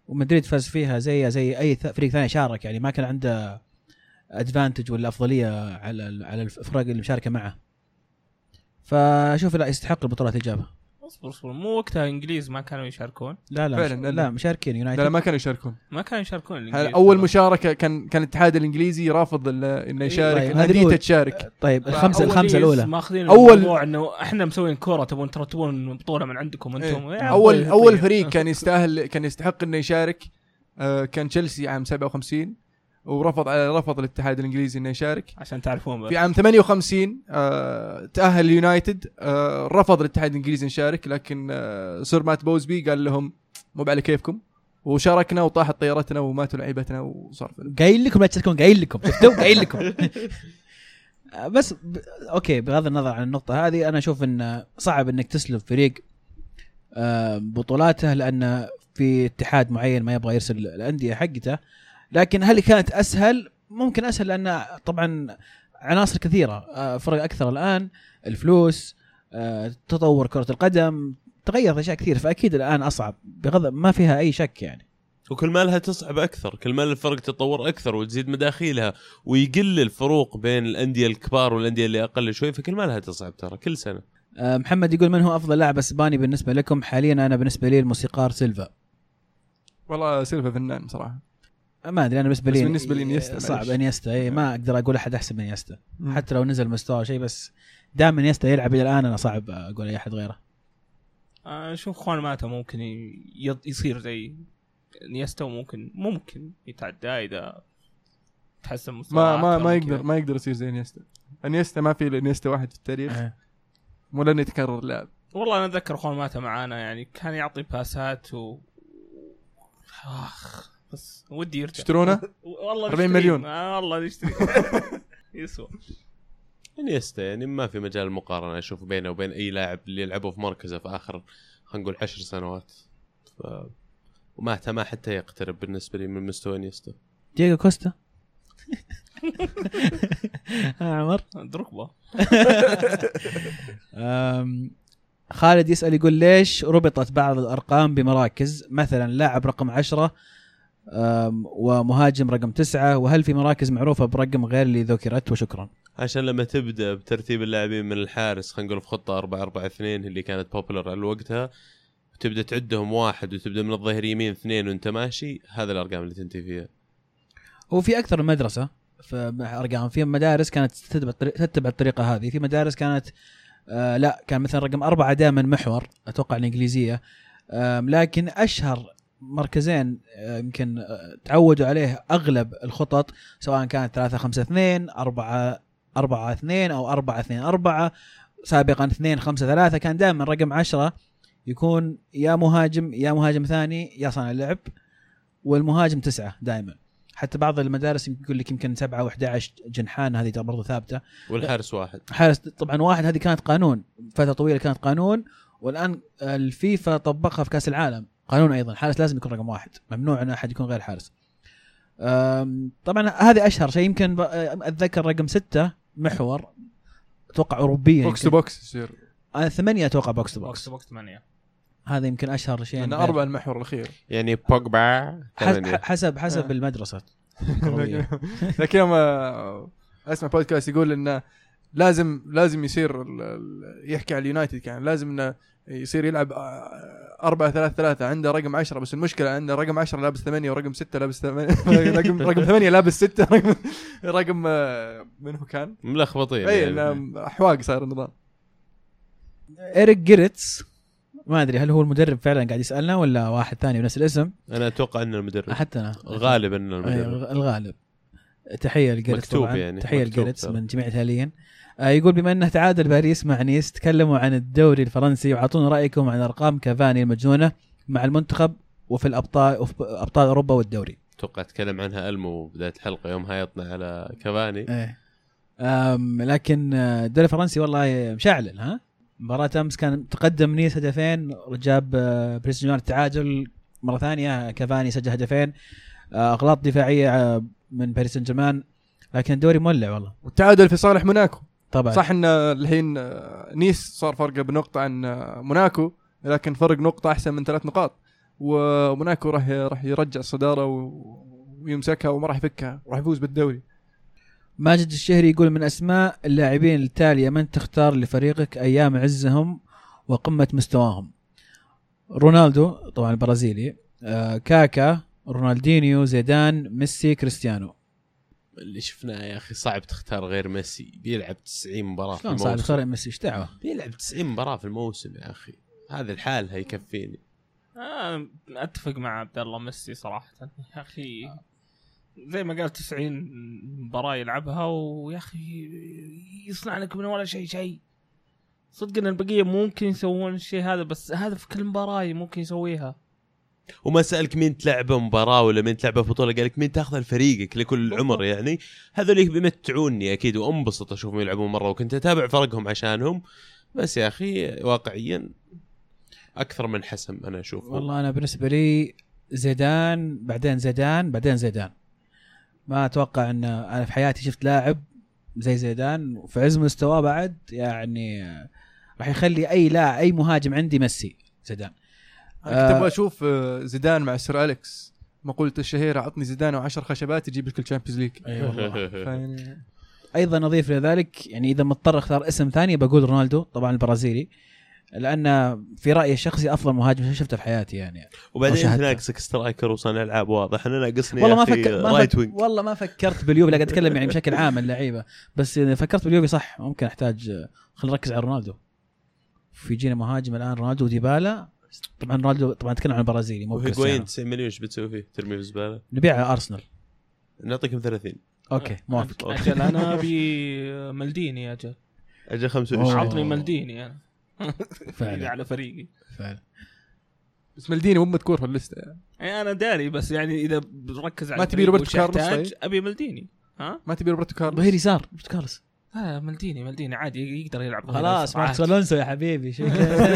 ومدريد فاز فيها زي اي فريق ثاني شارك، يعني ما كان عنده ادفانتج ولا افضليه على الفرق اللي مشاركه معه. فشوف لا يستحق البطولات اللي جابها. اصبر مو وقتها انجليز ما كانوا يشاركون. لا فعلا لا مشاركين يونايتد. لا ما كانوا يشاركون. ما كانوا يشاركون الانجليز. اول مشاركه كان الاتحاد الانجليزي رافض انه يشارك. طيب، الانديه تشارك. طيب الخمسه الاولى ماخذين أول الموضوع انه احنا مسوين كوره تبون ترتبون بطوله من عندكم انتم. اول فريق كان يستحق انه يشارك كان تشيلسي عام 57 رفض الاتحاد الانجليزي انه يشارك. عشان تعرفون بقى. في عام 58 تأهل اليونايتد، رفض الاتحاد الانجليزي يشارك، لكن سير مات بوزبي قال لهم مو على كيفكم، وشاركنا وطاحت طيارتنا وماتوا لعيبتنا وصار قايل لكم لا تشاركون، قايل لكم شفتوا قايل لكم. بس اوكي، بغض النظر عن النقطه هذه انا اشوف ان صعب انك تسلب فريق بطولاته لان في اتحاد معين ما يبغى يرسل الانديه حقته. لكن هل كانت اسهل؟ ممكن اسهل لان طبعا عناصر كثيره، فرق اكثر الان، الفلوس، تطور كره القدم، تغيرت اشياء كثير، فاكيد الان اصعب بغض ما فيها اي شك يعني. وكل ما لها تصعب اكثر، كل ما الفرق تطور اكثر وتزيد مداخيلها ويقل الفروق بين الانديه الكبار والانديه اللي اقل شوي، فكل ما لها تصعب ترى كل سنه. محمد يقول من هو افضل لاعب اسباني بالنسبه لكم حاليا؟ انا بالنسبه لي الموسيقار سيلفا. والله سيلفا فنان صراحه. ما ادري، انا بالنسبه لي انيستا صعب. انيستا ما اقدر اقول احد احسن من انيستا حتى لو نزل مستوى شيء، بس دائما انيستا يلعب الى الان، انا صعب اقول اي احد غيره. شوف خوان ماتا ممكن يصير زي انيستا، وممكن يتعدى اذا تحسن مستواه. ما يقدر يصير زي انيستا ما في انيستا واحد في التاريخ ولا يتكرر لاعب. والله انا اتذكر خوان ماتا معانا يعني كان يعطي باسات بس ودي يرجع. اشترونا والله 40 مليون والله نشتري. يسوى انيستا يعني ما في مجال المقارنه اشوف بينه وبين اي لاعب اللي يلعبه في مركزه في اخر خلينا نقول 10 سنوات. وما حتى يقترب بالنسبه لي من مستوى انيستا. دييغو كوستا. عمر دروكبا. خالد يسأل يقول ليش ربطت بعض الأرقام بمراكز، مثلا لاعب رقم 10 ومهاجم رقم 9، وهل في مراكز معروفة برقم غير اللي ذكرت؟ وشكرا. عشان لما تبدأ بترتيب اللاعبين من الحارس خلينا نقول في خطة 4-4-2 اللي كانت بوبولر على وقتها، وتبدأ تعدهم واحد وتبدأ من الظهير يمين 2 وانت ماشي، هذا الأرقام اللي تنتهي فيها. وفي أكثر من مدرسة فأرقام، في مدارس كانت تتبع الطريقة هذه، في مدارس كانت لا كان مثلا رقم 4 دائما محور، أتوقع الإنجليزية. لكن أشهر مركزين يمكن تعودوا عليه أغلب الخطط، سواء كانت 3-5-2 4-4-2 أو 4-2-4، سابقا 2-5-3، كان دائما رقم 10 يكون يا مهاجم ثاني يا صانع اللعب، والمهاجم 9 دائما. حتى بعض المدارس يقول لك يمكن 7 و11 جنحان، هذه برضو ثابتة. والحارس واحد. حارس طبعا واحد، هذه كانت قانون فترة طويلة، كانت قانون، والآن الفيفا طبقها في كأس العالم قانون أيضا، حارس لازم يكون رقم 1، ممنوع أن أحد يكون غير حارس. طبعا هذه أشهر شيء. يمكن أتذكر رقم 6 محور، أتوقع أوروبيا بوكس تو بوكس يصير. 8 أتوقع بوكس تو بوكس 8. هذا يمكن أشهر شيء. أنا 4 المحور الأخير يعني بوجبا حسب المدرسة. لكن ما أسمع بودكاست يقول إنه لازم يصير يحكي على اليونايتد، كان لازم إنه يصير يلعب 4-3-3 عنده رقم 10، بس المشكلة عنده رقم 10 لابس 8 ورقم 6 لابس 8 رقم 8 لابس 6 رقم منه كان ملخبطين. اي احواق صار النظام. إيريك جيرتس ما أدري هل هو المدرب فعلا قاعد يسألنا ولا واحد ثاني بنفس الاسم. أنا أتوقع أنه المدرب، حتى أنا غالبا أنه المدرب الغالب. تحية لجيرتس طبعا يعني. تحية لجيرتس من جميع التاليين. يقول بما أنه تعادل باريس مع نيس، تكلموا عن الدوري الفرنسي وعطونا رأيكم عن أرقام كافاني المجنونة مع المنتخب وفي أبطال أوروبا والدوري. أتوقع تكلم عنها ألمو بداية الحلقة يوم هايطنا على كافاني. لكن الدوري الفرنسي والله مشعل. ها مباراة أمس كان تقدم نيس هدفين، جاب باريس جيرمان التعادل مرة ثانية، كافاني سجل هدفين، أغلاط دفاعية من باريس سان جيرمان، لكن الدوري مولع والله. والتعادل في صالح موناكو طبعا. صح ان الحين نيس صار فرقه بنقطة عن موناكو، لكن فرق نقطة أحسن من 3 نقاط، وموناكو راح يرجع الصداره ويمسكها وما راح يفكها وراح يفوز بالدوري. ماجد الشهري يقول من اسماء اللاعبين التاليه من تختار لفريقك ايام عزهم وقمه مستواهم؟ رونالدو طبعا البرازيلي، كاكا، رونالدينيو، زيدان، ميسي، كريستيانو. اللي شفناه يا اخي صعب تختار غير ميسي، بيلعب 90 مباراه في الموسم. صعب تختار ميسي، ايش دعوه؟ بيلعب 90 مباراه في الموسم يا اخي، هذا الحال هيكفيني. اتفق مع عبد الله، ميسي صراحه يا اخي زي ما قال 90 مباراه يلعبها ويا اخي يصنع لك من ولا شيء. صدق ان البقيه ممكن يسوون الشيء هذا، بس هذا في كل مباراه ممكن يسويها. وما سألك مين تلعبه مباراة ولا مين تلعبه بطولة، قالك مين تاخذ فريقك لكل عمر. يعني هذول بيمتعوني أكيد وأنبسط أشوفهم يلعبون مرة، وكنت أتابع فرقهم عشانهم. بس يا أخي واقعيا أكثر من حسم أنا أشوف. والله أنا بالنسبة لي زيدان، بعدين زيدان، بعدين زيدان. ما أتوقع أن أنا في حياتي شفت لاعب زي زيدان وفي عز مستواه بعد، يعني راح يخلي أي لاعب أي مهاجم عندي ميسي زيدان. أنا كنت أبغى أشوف زيدان مع سير أليكس، مقولة الشهيرة عطني زيدان و10 خشبات يجيب لك الشامبيونز ليج. والله. أيضا نضيف لذلك يعني إذا مضطر اختار اسم ثاني بقول رونالدو طبعا البرازيلي، لأن في رأيي الشخصي أفضل مهاجم شفته في حياتي يعني. وبعدين أنت ناقصك سترايكر وصانع ألعاب واضح، أنا ناقصني والله والله ما فكرت باليوفي، لا أتكلم يعني بشكل عام اللعيبة، بس فكرت باليوفي صح ممكن أحتاج خلينا نركز على رونالدو. في جينا مهاجم الآن رونالدو وديبالا. طبعا رونالدو طبعا نتكلم عن البرازيلي مو كريستيانو. 90 مليون ايش بتسوي فيه؟ ترميه في الزبالة؟ نبيعه على أرسنال. نعطيكم 30. اوكي موافق. اجل انا ابي مالديني، اجل 25. عطني مالديني انا فعلا على فريقي فعلا. بس مالديني مو مذكور في الليسته يعني انا داري، بس يعني اذا بركز على ما تبي روبرتو كارلوس؟ ابي مالديني. ها ما تبي روبرتو كارلوس؟ ظهير يسار روبرتو كارلوس. مالديني عادي يقدر يلعب خلاص ماركوس الونسو يا حبيبي شيء.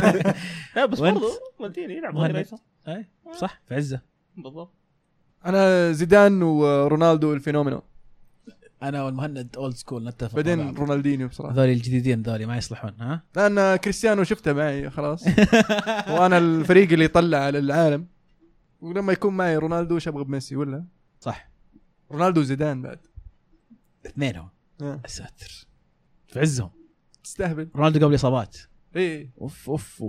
لا بس برضه مالديني يلعب ظهير يسار. اي صح في عزه بالضبط. انا زيدان ورونالدو الفينومينو. انا والمهند اولد سكول نتفق. بعدين رونالدينيو بصراحه هذول الجديدين ذولي ما يصلحون. ها لان كريستيانو شفته معي خلاص وانا الفريق اللي يطلع على العالم، ولما يكون معي رونالدو وش ابغى بميسي ولا صح. رونالدو وزيدان بعد اثنينهم ساتر في عزهم. تستهبل. رونالدو قبل اصابات. ايه اوف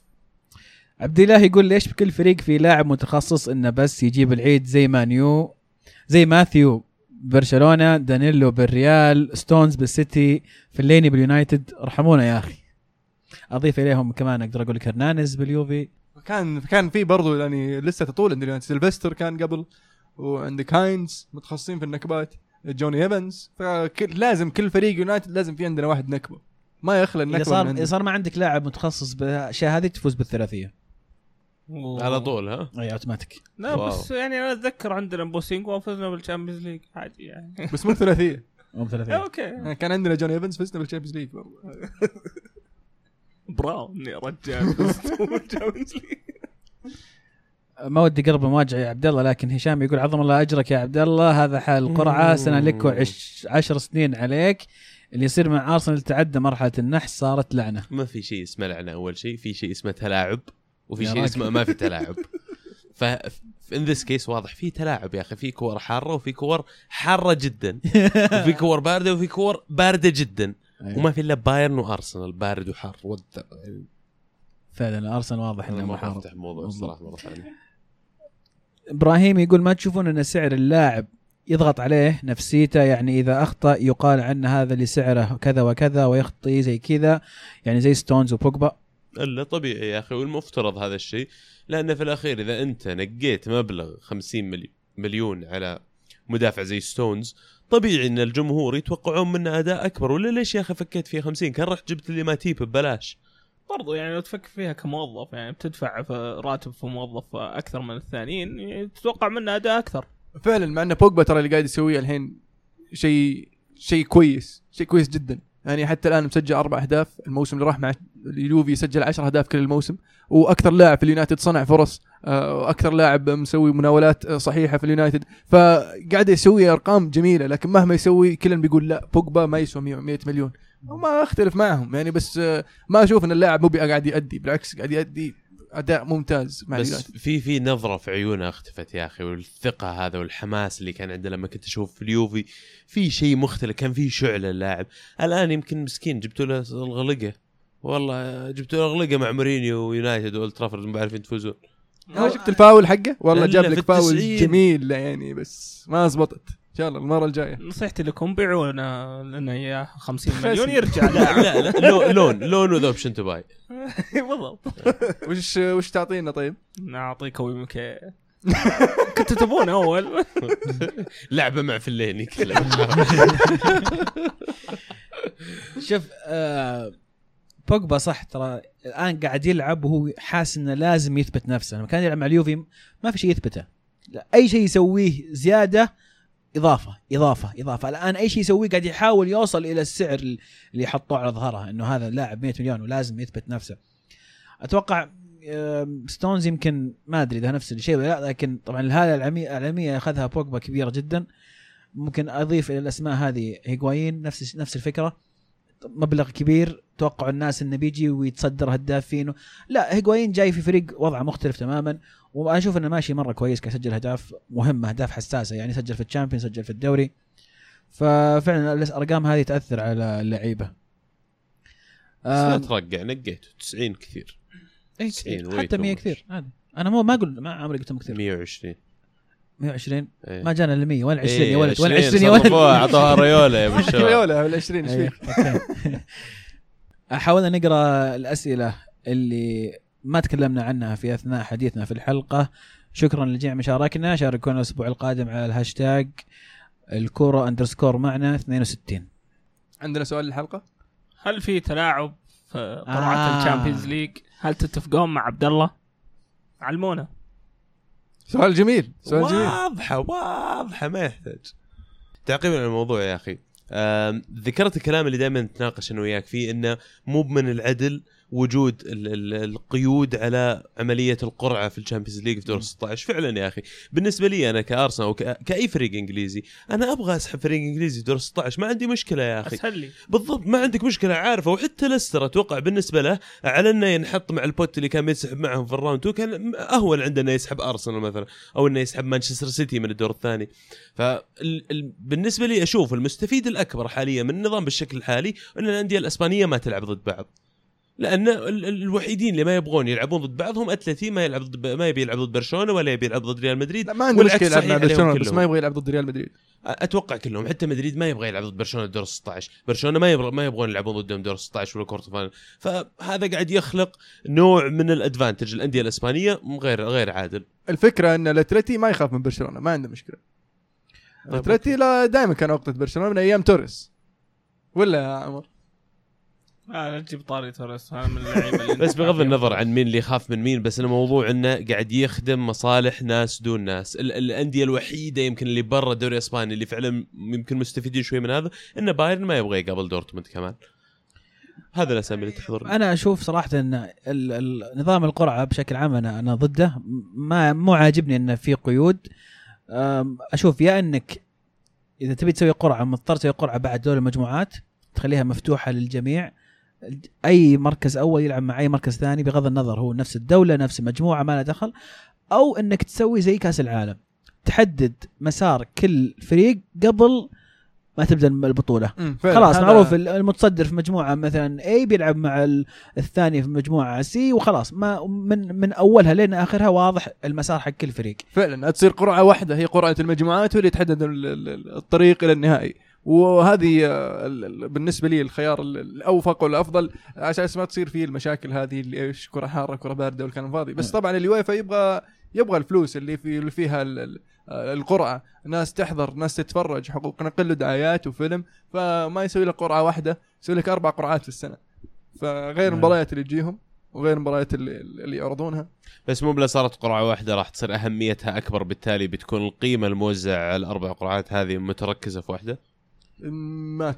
عبد الله يقول ليش بكل فريق في لاعب متخصص انه بس يجيب العيد زي ماثيو برشلونة، دانيلو بالريال، ستونز بالسيتي، فليني باليونايتد. ارحمونا يا اخي. اضيف اليهم كمان اقدر اقول لك هرنانيز باليوفي. كان في برضو يعني لسه تطول عندنا سيلفستر كان قبل، وعندك هاينز متخصصين في النكبات، جوني ايفنز. فلازم كل فريق يونايتد لازم في عندنا واحد نكبه، ما يخلى النكبه. إذا صار ما عندك لاعب متخصص بالاشياء هذه تفوز بالثلاثيه على طول. ها اي اوتوماتيك. لا واو. بس يعني انا اتذكر عندنا بوسينغ وفزنا بالشامبيونز ليج عادي يعني. بس مو ثلاثيه. اوكي كان عندنا جوني ايفنز فزنا بالشامبيونز ليج. براون يا رجال بالشامبيونز ليج. ما ودي قرب المواجهه يا عبد الله، لكن هشام يقول عظم الله اجرك يا عبد الله، هذا حال القرعه سنه لك و10 سنين عليك. اللي يصير مع ارسنال تعدى مرحله النحس صارت لعنه. ما في شيء اسمه لعنه. اول شيء في شيء اسمه تلاعب، وفي شيء اسمه ما في تلاعب. فإن ذس كيس واضح في تلاعب يا أخي. في كور حارة وفي كور حارة جدا وفي كور باردة وفي كور باردة جدا. وما في إلا بايرن وأرسنال بارد وحار. فعلا أرسنال واضح إنه ما أفتح موضوع الصراحة مرة ثانية. إبراهيم يقول ما تشوفون أن سعر اللاعب يضغط عليه نفسيته؟ يعني إذا أخطأ يقال عنه هذا اللي سعره كذا وكذا ويخطئ زي كذا، يعني زي ستونز وبوجبا. إلا طبيعي يا أخي، والمفترض هذا الشيء، لأن في الأخير إذا أنت نقيت مبلغ 50 مليون على مدافع زي ستونز، طبيعي إن الجمهور يتوقعون منه أداء أكبر. ولا ليش يا أخي فكيت فيه 50؟ كان رحت جبت اللي ما تيب ببلاش. برضو يعني لو تفكر فيها كموظف، يعني بتدفع في راتب في موظف أكثر من الثانيين، يعني تتوقع منه أداء أكثر فعلا. مع أن بوجبا ترى اللي قاعد يسويه الحين شيء كويس جدا. يعني حتى الآن مسجل 4 أهداف الموسم اللي راح مع اليوفي، سجل 10 أهداف كل الموسم، وأكثر لاعب في اليونايتد صنع فرص، وأكثر لاعب مسوي مناولات صحيحة في اليونايتد. فقاعد يسوي أرقام جميلة، لكن مهما يسوي كلن بيقول لا بوجبا ما يسوى 100 مليون. وما أختلف معهم يعني، بس ما أشوف أن اللاعب مو قاعد يؤدي، بالعكس قاعد يؤدي اداء ممتاز مع بس اليونايتد. في نظره في عيونه اختفت يا اخي، والثقه هذا والحماس اللي كان عنده لما كنت اشوف في اليوفي في شيء مختلف، كان في شعله اللاعب. الان يمكن مسكين جبتوا له الغلقه، والله جبتوا له الغلقه مع مورينيو ويونايتد واولد ترافورد ما عارفين تفوزون. شفت الفاول حقه والله جاب في لك فاول التسعين. جميل يعني، بس ما زبطت. ان شاء الله المره الجايه نصيحتي لكم بيعوا لنا اياه 50 مليون خسي. يرجع لا لون وذ اوبشن تو باي. بالضبط. وش تعطينا طيب؟ نعطيك ويمكن كنت تبون اول لعبه مع فليني كله. شوف بوجبا صح ترى الان قاعد يلعب وهو حاسس انه لازم يثبت نفسه. لما كان يلعب مع اليوفي ما في شيء يثبته، لا اي شيء يسويه زياده اضافه. الان اي شيء يسويه قاعد يحاول يوصل الى السعر اللي يحطوه على ظهره، انه هذا لاعب 100 مليون ولازم يثبت نفسه. اتوقع ستونز يمكن ما ادري اذا نفس الشيء ولا لا، لكن طبعا الهاله العالميه اخذها بوجبا كبيره جدا. ممكن اضيف الى الاسماء هذه هيغوايين نفس الفكره، مبلغ كبير، توقع الناس انه بيجي ويتصدر هدافين. لا هيغوايين جاي في فريق وضعه مختلف تماما، وانا اشوف انه ماشي مره كويس، كيسجل اهداف مهمه، اهداف حساسه، يعني سجل في الشامبيون، سجل في الدوري، ففعلا الارقام هذه تاثر على اللعيبه. لا ترقع نقيته 90 كثير، حتى 100 كثير عادي. انا ما اقول ما عمري قلتهم كثير. 120 ايه. ما جانا ال 100 ولا 20 يا ولد، ولا 20 يا ولد، اعطوها ريولا يا ابو الشباب. ريولا ولا 20 ايش فيك؟ حاولنا نقرا الاسئله اللي ما تكلمنا عنها في اثناء حديثنا في الحلقه. شكرا لجميع مشاركنا، شاركونا الاسبوع القادم على الهاشتاج الكورة_معنا 62. عندنا سؤال للحلقه، هل في تلاعب في قرعه الشامبيونز ليج؟ هل تتفقون مع عبد الله؟ علمونا. سؤال جميل. واضحه ما يحتاج تعقيب على الموضوع يا اخي. ذكرت الكلام اللي دائما نتناقش انا وياك فيه، انه مو من العدل وجود القيود على عمليه القرعه في الشامبيونز ليج في دور 16. فعلا يا اخي بالنسبه لي انا كارسنال وكاي فريق انجليزي، انا ابغى اسحب فريق انجليزي في دور 16، ما عندي مشكله يا اخي. اسهل لي بالضبط، ما عندك مشكله عارفه. وحتى ليستر اتوقع بالنسبه له على انه ينحط مع البوت اللي كان يسحب معهم في الراوند 2 كان اهون عندنا يسحب ارسنال مثلا، او انه يسحب مانشستر سيتي من الدور الثاني. فبالنسبه لي اشوف المستفيد الاكبر حاليا من النظام بالشكل الحالي ان الانديه الاسبانيه ما تلعب ضد بعض، لأن الوحيدين اللي ما يبغون يلعبون ضد بعضهم أتلتي ما يبي يلعب ضد برشلونة ولا يبي يلعب ضد ريال مدريد. لا ما عنده مشكلة يلعب مع برشلونة، بس كلهم. ما يبغى يلعب ضد ريال مدريد. أتوقع كلهم، حتى مدريد ما يبغى يلعب ضد برشلونة دور 16. برشلونة ما يبغون يلعبون ضدهم دور 16 ولا كورتو فاينل. فهذا قاعد يخلق نوع من الأدفانتج الأندية الإسبانية غير عادل. الفكرة أن الأتلتي ما يخاف من برشلونة، ما عنده مشكلة. الأتلتي لا دائما كان وقت برشلونة من أيام توريس، ولا يا عمر؟ لا تجيب طاري توريس، هذا من اللعيبه بس بغض النظر عن مين اللي يخاف من مين، بس الموضوع انه قاعد يخدم مصالح ناس دون ناس. الانديه الوحيده يمكن اللي برا الدوري الاسباني اللي فعلا يمكن مستفيدين شوي من هذا ان بايرن ما يبغى يقابل دورتموند كمان. هذا الاسامي اللي تحضر. انا اشوف صراحه ان نظام القرعه بشكل عام انا ضده، مو عاجبني انه في قيود. اشوف يا انك اذا تبي تسوي قرعه مضطر تسوي قرعه بعد دور المجموعات، تخليها مفتوحه للجميع، اي مركز اول يلعب مع اي مركز ثاني بغض النظر هو نفس الدوله نفس المجموعه ما له دخل، او انك تسوي زي كاس العالم تحدد مسار كل فريق قبل ما تبدا البطوله. خلاص معروف المتصدر في مجموعه مثلا A بيلعب مع الثاني في مجموعه C، وخلاص ما من اولها لين اخرها واضح المسار حق كل فريق. فعلا تصير قرعه واحده هي قرعه المجموعات واللي تحدد الطريق الى النهائي. وهذه بالنسبه لي الخيار الاوفق والافضل، عشان ما تصير فيه المشاكل هذه اللي ايش كره حاره كره بارده والكلام فاضي. بس طبعا اليويفا يبغى الفلوس اللي فيها القرعه، ناس تحضر ناس تتفرج، حقوق نقل دعايات وفيلم، فما يسوي لك قرعه واحده، يسوي لك 4 قرعات في السنه، فغير المباريات اللي تجيهم وغير المباريات اللي يعرضونها. بس مو بلا صارت قرعه واحده راح تصير اهميتها اكبر، بالتالي بتكون القيمه الموزعه على ال4 قرعات هذه متركزه في واحده. ما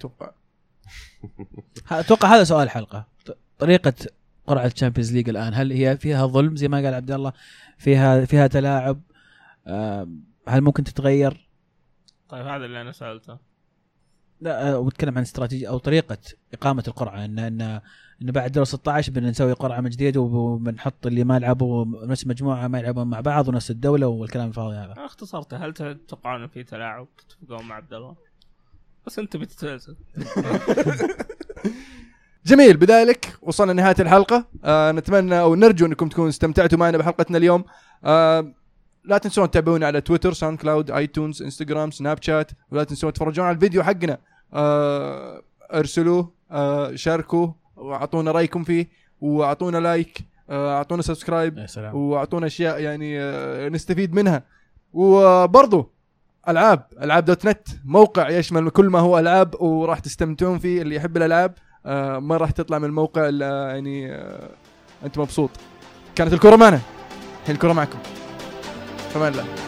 اتوقع هذا سؤال الحلقه. طريقه قرعه الشامبيونز ليج الان هل هي فيها ظلم زي ما قال عبد الله، فيها تلاعب، هل ممكن تتغير؟ طيب هذا اللي انا سالته. لا واتكلم عن استراتيجيه او طريقه اقامه القرعه ان بعد دور 16 بنسوي قرعه من جديد وبنحط اللي ما لعبوا نفس مجموعه ما يلعبون مع بعض ونفس الدوله والكلام الفاضي هذا. اختصرته. هل تتوقعون في تلاعب تتفقون مع عبد الله؟ بس انت بتتلزم. جميل. بذلك وصلنا لنهايه الحلقه. نتمنى او نرجو انكم تكونوا استمتعتوا معنا بحلقتنا اليوم. لا تنسون تتابعونا على تويتر، ساوند كلاود، ايتونز، انستغرام، سناب شات، ولا تنسون تتفرجون على الفيديو حقنا. ارسلوه، شاركوه واعطونا رايكم فيه، واعطونا لايك، اعطونا سبسكرايب، واعطونا اشياء يعني نستفيد منها. وبرضو العاب دوت نت موقع يشمل كل ما هو العاب، وراح تستمتعون فيه. اللي يحب الالعاب ما راح تطلع من الموقع يعني انت مبسوط. كانت الكرة معنا، الحين الكرة معكم. فمان الله.